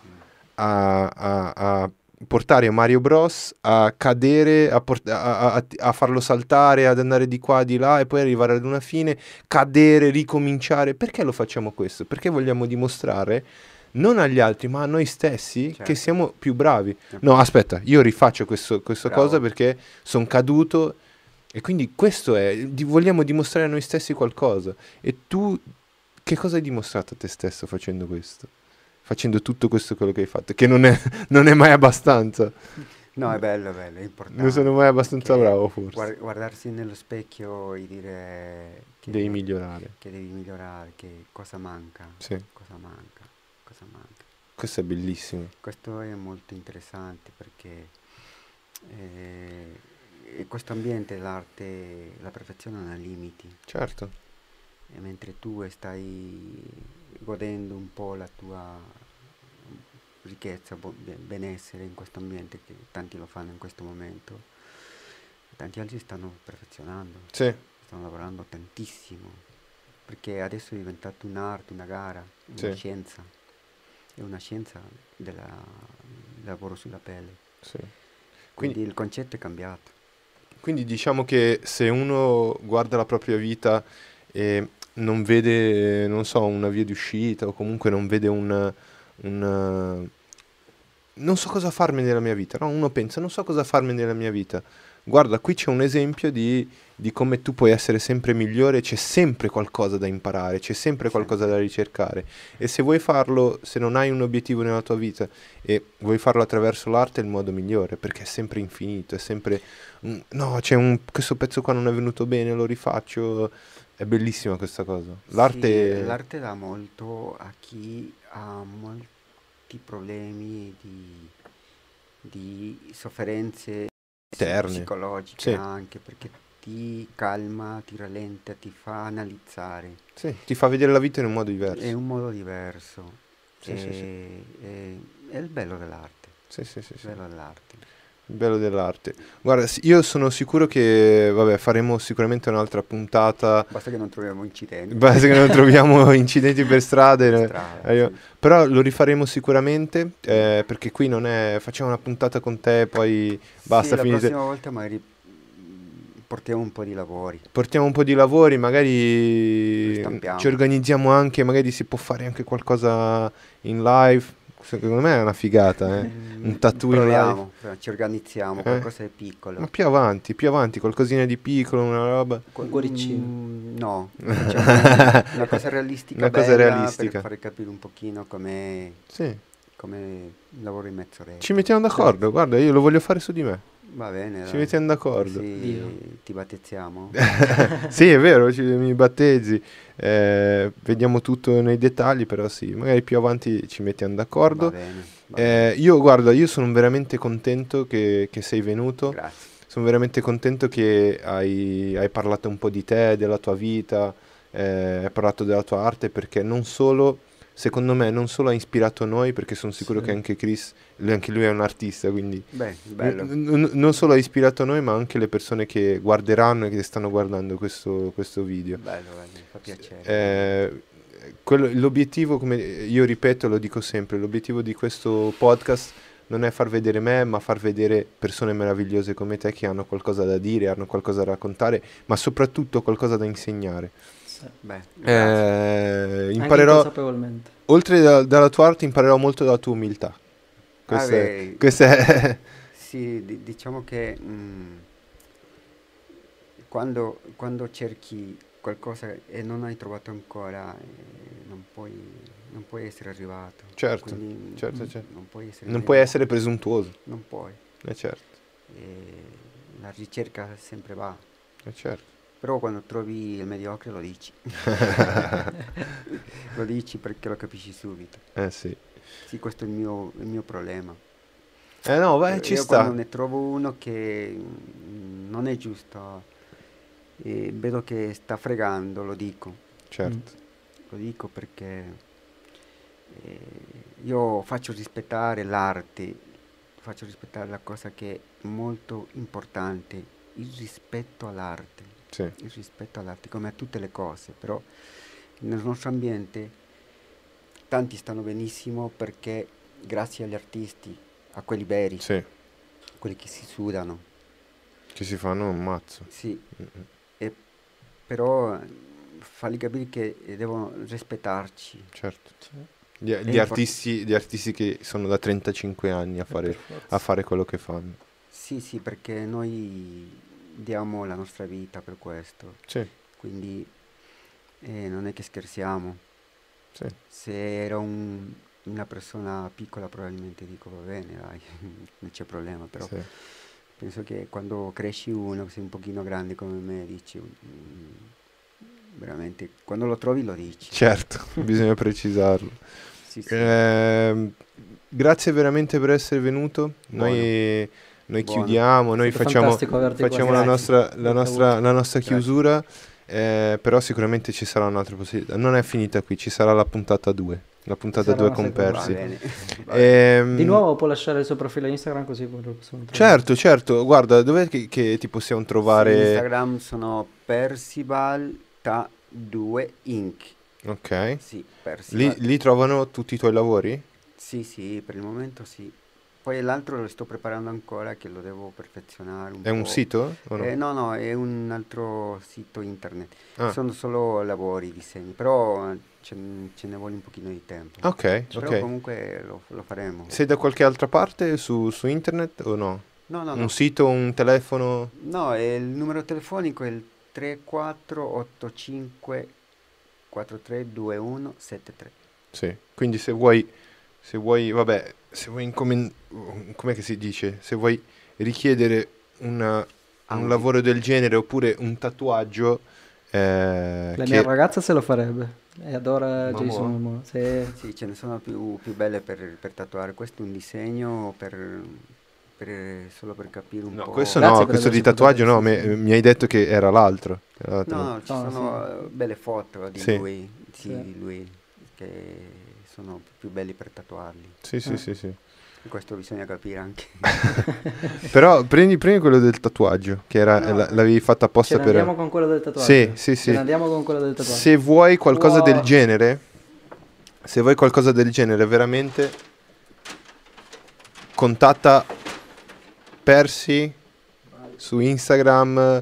a portare Mario Bros, a cadere, a farlo saltare, ad andare di qua, di là e poi arrivare ad una fine, cadere, ricominciare? Perché lo facciamo questo? Perché vogliamo dimostrare non agli altri, ma a noi stessi che Certo. siamo più bravi. No, aspetta, io rifaccio questa Bravo. cosa perché sono caduto e quindi questo è, vogliamo dimostrare a noi stessi qualcosa. E tu che cosa hai dimostrato a te stesso facendo questo? Facendo tutto questo quello che hai fatto, che non è mai abbastanza. No, è bello, è importante. Non sono mai abbastanza perché bravo forse. guardarsi nello specchio e dire Devi migliorare. che devi migliorare, che cosa manca, Sì, cosa manca, cosa manca. questo è bellissimo. Questo è molto interessante perché questo ambiente, l'arte, la perfezione non ha limiti. Certo, E mentre tu stai godendo un po' la tua ricchezza, benessere in questo ambiente, che tanti lo fanno in questo momento, tanti altri stanno perfezionando, sì, stanno lavorando tantissimo, perché adesso è diventato un'arte, una gara, Sì. una scienza, è una scienza del lavoro sulla pelle. sì. Quindi il concetto è cambiato. Quindi diciamo che se uno guarda la propria vita e non vede, non so, una via di uscita o comunque non vede un, non so cosa farmi nella mia vita, no? Uno pensa, non so cosa farmi nella mia vita. Guarda, qui c'è un esempio di come tu puoi essere sempre migliore, c'è sempre qualcosa da imparare, c'è sempre qualcosa da ricercare. E se vuoi farlo, se non hai un obiettivo nella tua vita e vuoi farlo attraverso l'arte, è il modo migliore, perché è sempre infinito, è sempre... No, questo pezzo qua non è venuto bene, lo rifaccio. È bellissima questa cosa. L'arte... Sì, l'arte dà molto a chi ha molti problemi di sofferenze Eterne. psicologiche Sì. anche, perché ti calma, ti rallenta, ti fa analizzare. Sì, ti fa vedere la vita in un modo diverso. È un modo diverso. Sì, sì, sì. È il bello dell'arte. Sì, sì, sì, Il sì. bello dell'arte. Il bello dell'arte. Guarda, io sono sicuro che, vabbè, faremo sicuramente un'altra puntata. Basta che non troviamo incidenti. Basta che non troviamo incidenti per strade. Per strada, sì. Però lo rifaremo sicuramente, perché qui non è... Facciamo una puntata con te, poi basta, Sì, la finite. prossima volta magari portiamo un po' di lavori. Portiamo un po' di lavori, Li magari stampiamo. ci organizziamo anche, magari si può fare anche qualcosa in live. Secondo me è una figata, un tattoo in live. Proviamo, ci organizziamo, Eh? qualcosa di piccolo. Ma più avanti, qualcosina di piccolo, una roba. Un cuoricino. No, facciamo una cosa realistica, Una cosa bella, realistica. per fare capire un pochino come Sì, lavoro in mezz'oretta. ci mettiamo d'accordo, guarda, io lo voglio fare su di me. Va bene, Ci dai. mettiamo d'accordo. Così Dio. ti battezziamo. Sì, è vero, mi battezzi. Vediamo tutto nei dettagli, però sì, magari più avanti ci mettiamo Va d'accordo. bene, va bene. Io sono veramente contento che sei venuto. Grazie. Sono veramente contento che hai parlato un po' di te, della tua vita, hai parlato della tua arte, perché non solo, secondo me, non solo ha ispirato noi, perché sono sicuro Sì. che anche Chris, anche lui è un artista, quindi Beh, bello. non solo ha ispirato noi, ma anche le persone che guarderanno e che stanno guardando questo video. Bello, mi fa piacere. L'obiettivo, come io ripeto, lo dico sempre, l'obiettivo di questo podcast non è far vedere me, ma far vedere persone meravigliose come te che hanno qualcosa da dire, hanno qualcosa da raccontare, ma soprattutto qualcosa da insegnare. Sì. Beh, grazie. Anche Imparerò, inconsapevolmente. oltre dalla tua arte, imparerò molto dalla tua umiltà. Questa è Sì, diciamo che quando cerchi qualcosa e non hai trovato ancora, non puoi essere arrivato. certo, Quindi, certo. non puoi essere Non meglio. puoi essere presuntuoso, Non puoi. certo, La ricerca sempre va. certo. Però quando trovi il mediocre lo dici. Lo dici perché lo capisci subito. Sì. Sì, questo è il mio problema. No, vai, ci Io sta. quando ne trovo uno che non è giusto e vedo che sta fregando, lo dico. Certo, Lo dico perché io faccio rispettare l'arte, faccio rispettare la cosa che è molto importante, il rispetto all'arte. sì, Il rispetto all'arte, come a tutte le cose, però nel nostro ambiente tanti stanno benissimo perché grazie agli artisti, a quelli veri, sì, quelli che si sudano, che si fanno un mazzo. sì, e però fargli capire che devono rispettarci. Certo. Sì. Gli artisti che sono da 35 anni a Per forza. fare quello che fanno. Sì, sì, perché noi diamo la nostra vita per questo, Sì, quindi non è che scherziamo. sì. Se era una persona piccola probabilmente dico va bene, dai, non c'è problema, però Sì. penso che quando cresci uno, sei un pochino grande come me, dici, veramente, quando lo trovi lo dici. Certo, bisogna precisarlo. Sì, sì. Grazie veramente per essere venuto. Noi Buono. chiudiamo, noi È stato facciamo fantastico averti qua, la grazie. nostra chiusura, però sicuramente ci sarà un'altra possibilità. Non è finita qui, ci sarà la puntata 2. La puntata Sarà 2 una con seconda. Va Persi. bene. Va bene. Di nuovo può lasciare il suo profilo Instagram così poi lo possiamo trovare. Certo, guarda, dov'è che ti possiamo Su trovare? Instagram sono Percival2 Inc. Ok. Sì, Percival. Lì trovano tutti i tuoi lavori? Sì, per il momento sì. Poi l'altro lo sto preparando ancora, che lo devo perfezionare un È un po'. sito? O no? No, è un altro sito internet. Ah. Sono solo lavori, disegni, però ce ne vuole un pochino di tempo. Ok, Però ok. comunque lo faremo. Sei da qualche altra parte su internet o no? No, Un sito, un telefono? No, il numero telefonico è il 3485 432173. Sì. Quindi se vuoi, vabbè, se vuoi com'è che si dice? Se vuoi richiedere un lavoro del genere oppure un tatuaggio, La che... mia ragazza se lo farebbe. E adora Ma Jason mo'? Momoa. Sì. Sì, ce ne sono più belle per tatuare. Questo è un disegno solo per capire un No, po'. questo Grazie no, per questo di averci tatuaggio no, portato il mi hai detto che era l'altro. No, ci No, sono belle foto di Sì. lui, Sì. lui, che sono più belli per tatuarli. Sì, sì, sì, sì. E questo bisogna capire anche. Però prendi quello del tatuaggio, che era, No. l'avevi fatto Ce apposta ne per... andiamo con quello del tatuaggio. Sì, sì, sì. Ce ne andiamo con quello del tatuaggio. Se vuoi qualcosa del Wow. genere, veramente contatta Percy su Instagram,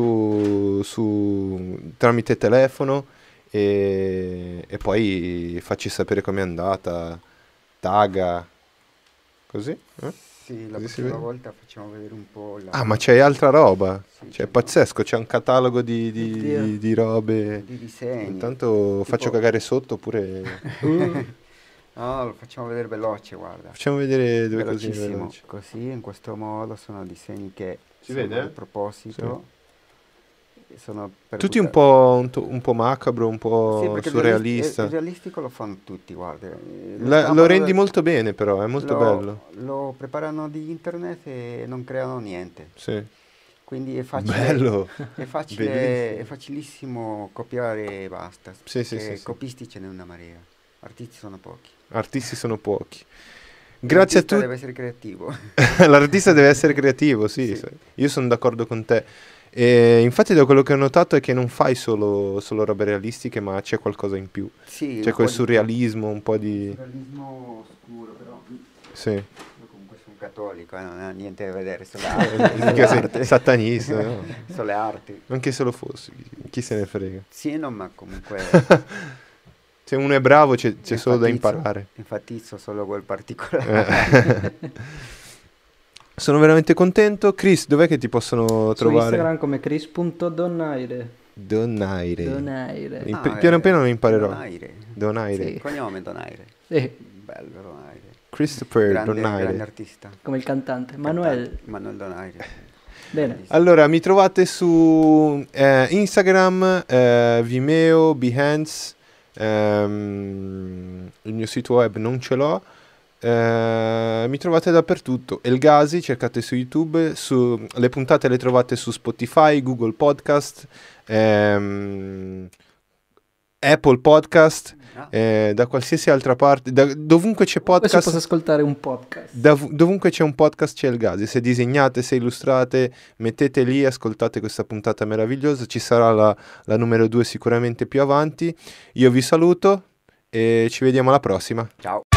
tramite telefono e poi facci sapere com'è andata, tagga, così. Sì, la Così si prossima vede. volta facciamo vedere un po' la... Ah, ma c'hai altra roba? Sì, Cioè, è c'è pazzesco, c'è un catalogo di Oddio. robe. di disegni. Intanto faccio Tipo- cagare sotto oppure... No, lo facciamo vedere veloce, guarda. Facciamo vedere due cosine Velocissimo. veloci. Così, in questo modo, sono disegni che Si sono vede? a proposito. Sono per Tutti un buttare- po', un po' macabro, un po' Sì, perché surrealista. il realistico lo fanno tutti, guarda. Lo Lo stampano rendi da- molto bene però, è molto bello. Lo preparano di internet e non creano niente. Sì. Quindi è facile, Bello. è Bellissimo. facilissimo copiare e basta. Sì, sì, Perché sì, sì. copisti ce n'è una marea. Artisti sono pochi. Artisti sono pochi. Grazie a L'artista tutti. deve essere creativo. L'artista deve essere creativo, sì, Sì. sì. Io sono d'accordo con te. E infatti da quello che ho notato è che non fai solo robe realistiche, ma c'è qualcosa in più. Sì, C'è un quel po' di surrealismo, un po' di... surrealismo scuro, però Sì. io comunque sono cattolico, non ha niente a vedere sulle arti. Mica sei satanista, no? Sulle arti. Anche se lo fossi, chi se ne frega. Sì, no, ma comunque Se uno è bravo c'è solo da enfatizzo- imparare. Enfatizzo solo quel particolare. Sono veramente contento. Chris, dov'è che ti possono Su trovare? Instagram come chris.donaire. Donaire. Donaire. Piano piano lo imparerò. Donaire. Donaire. Sì. Cognome Donaire. Sì, Bello Donaire. Christopher Grande Donaire. artista. come il cantante. Manuel. Manuel Donaire. Bene. Allora, mi trovate su Instagram, Vimeo, Behance, il mio sito web non ce l'ho. Mi trovate dappertutto. Elgasi, cercate su YouTube, le puntate le trovate su Spotify, Google Podcast, Apple Podcast, da qualsiasi altra parte, dovunque c'è Poi si podcast. possa ascoltare un podcast. Dovunque c'è un podcast c'è Elgasi. Se disegnate, se illustrate, mettete lì, ascoltate questa puntata meravigliosa. Ci sarà la numero 2 sicuramente più avanti. Io vi saluto e ci vediamo alla prossima. Ciao.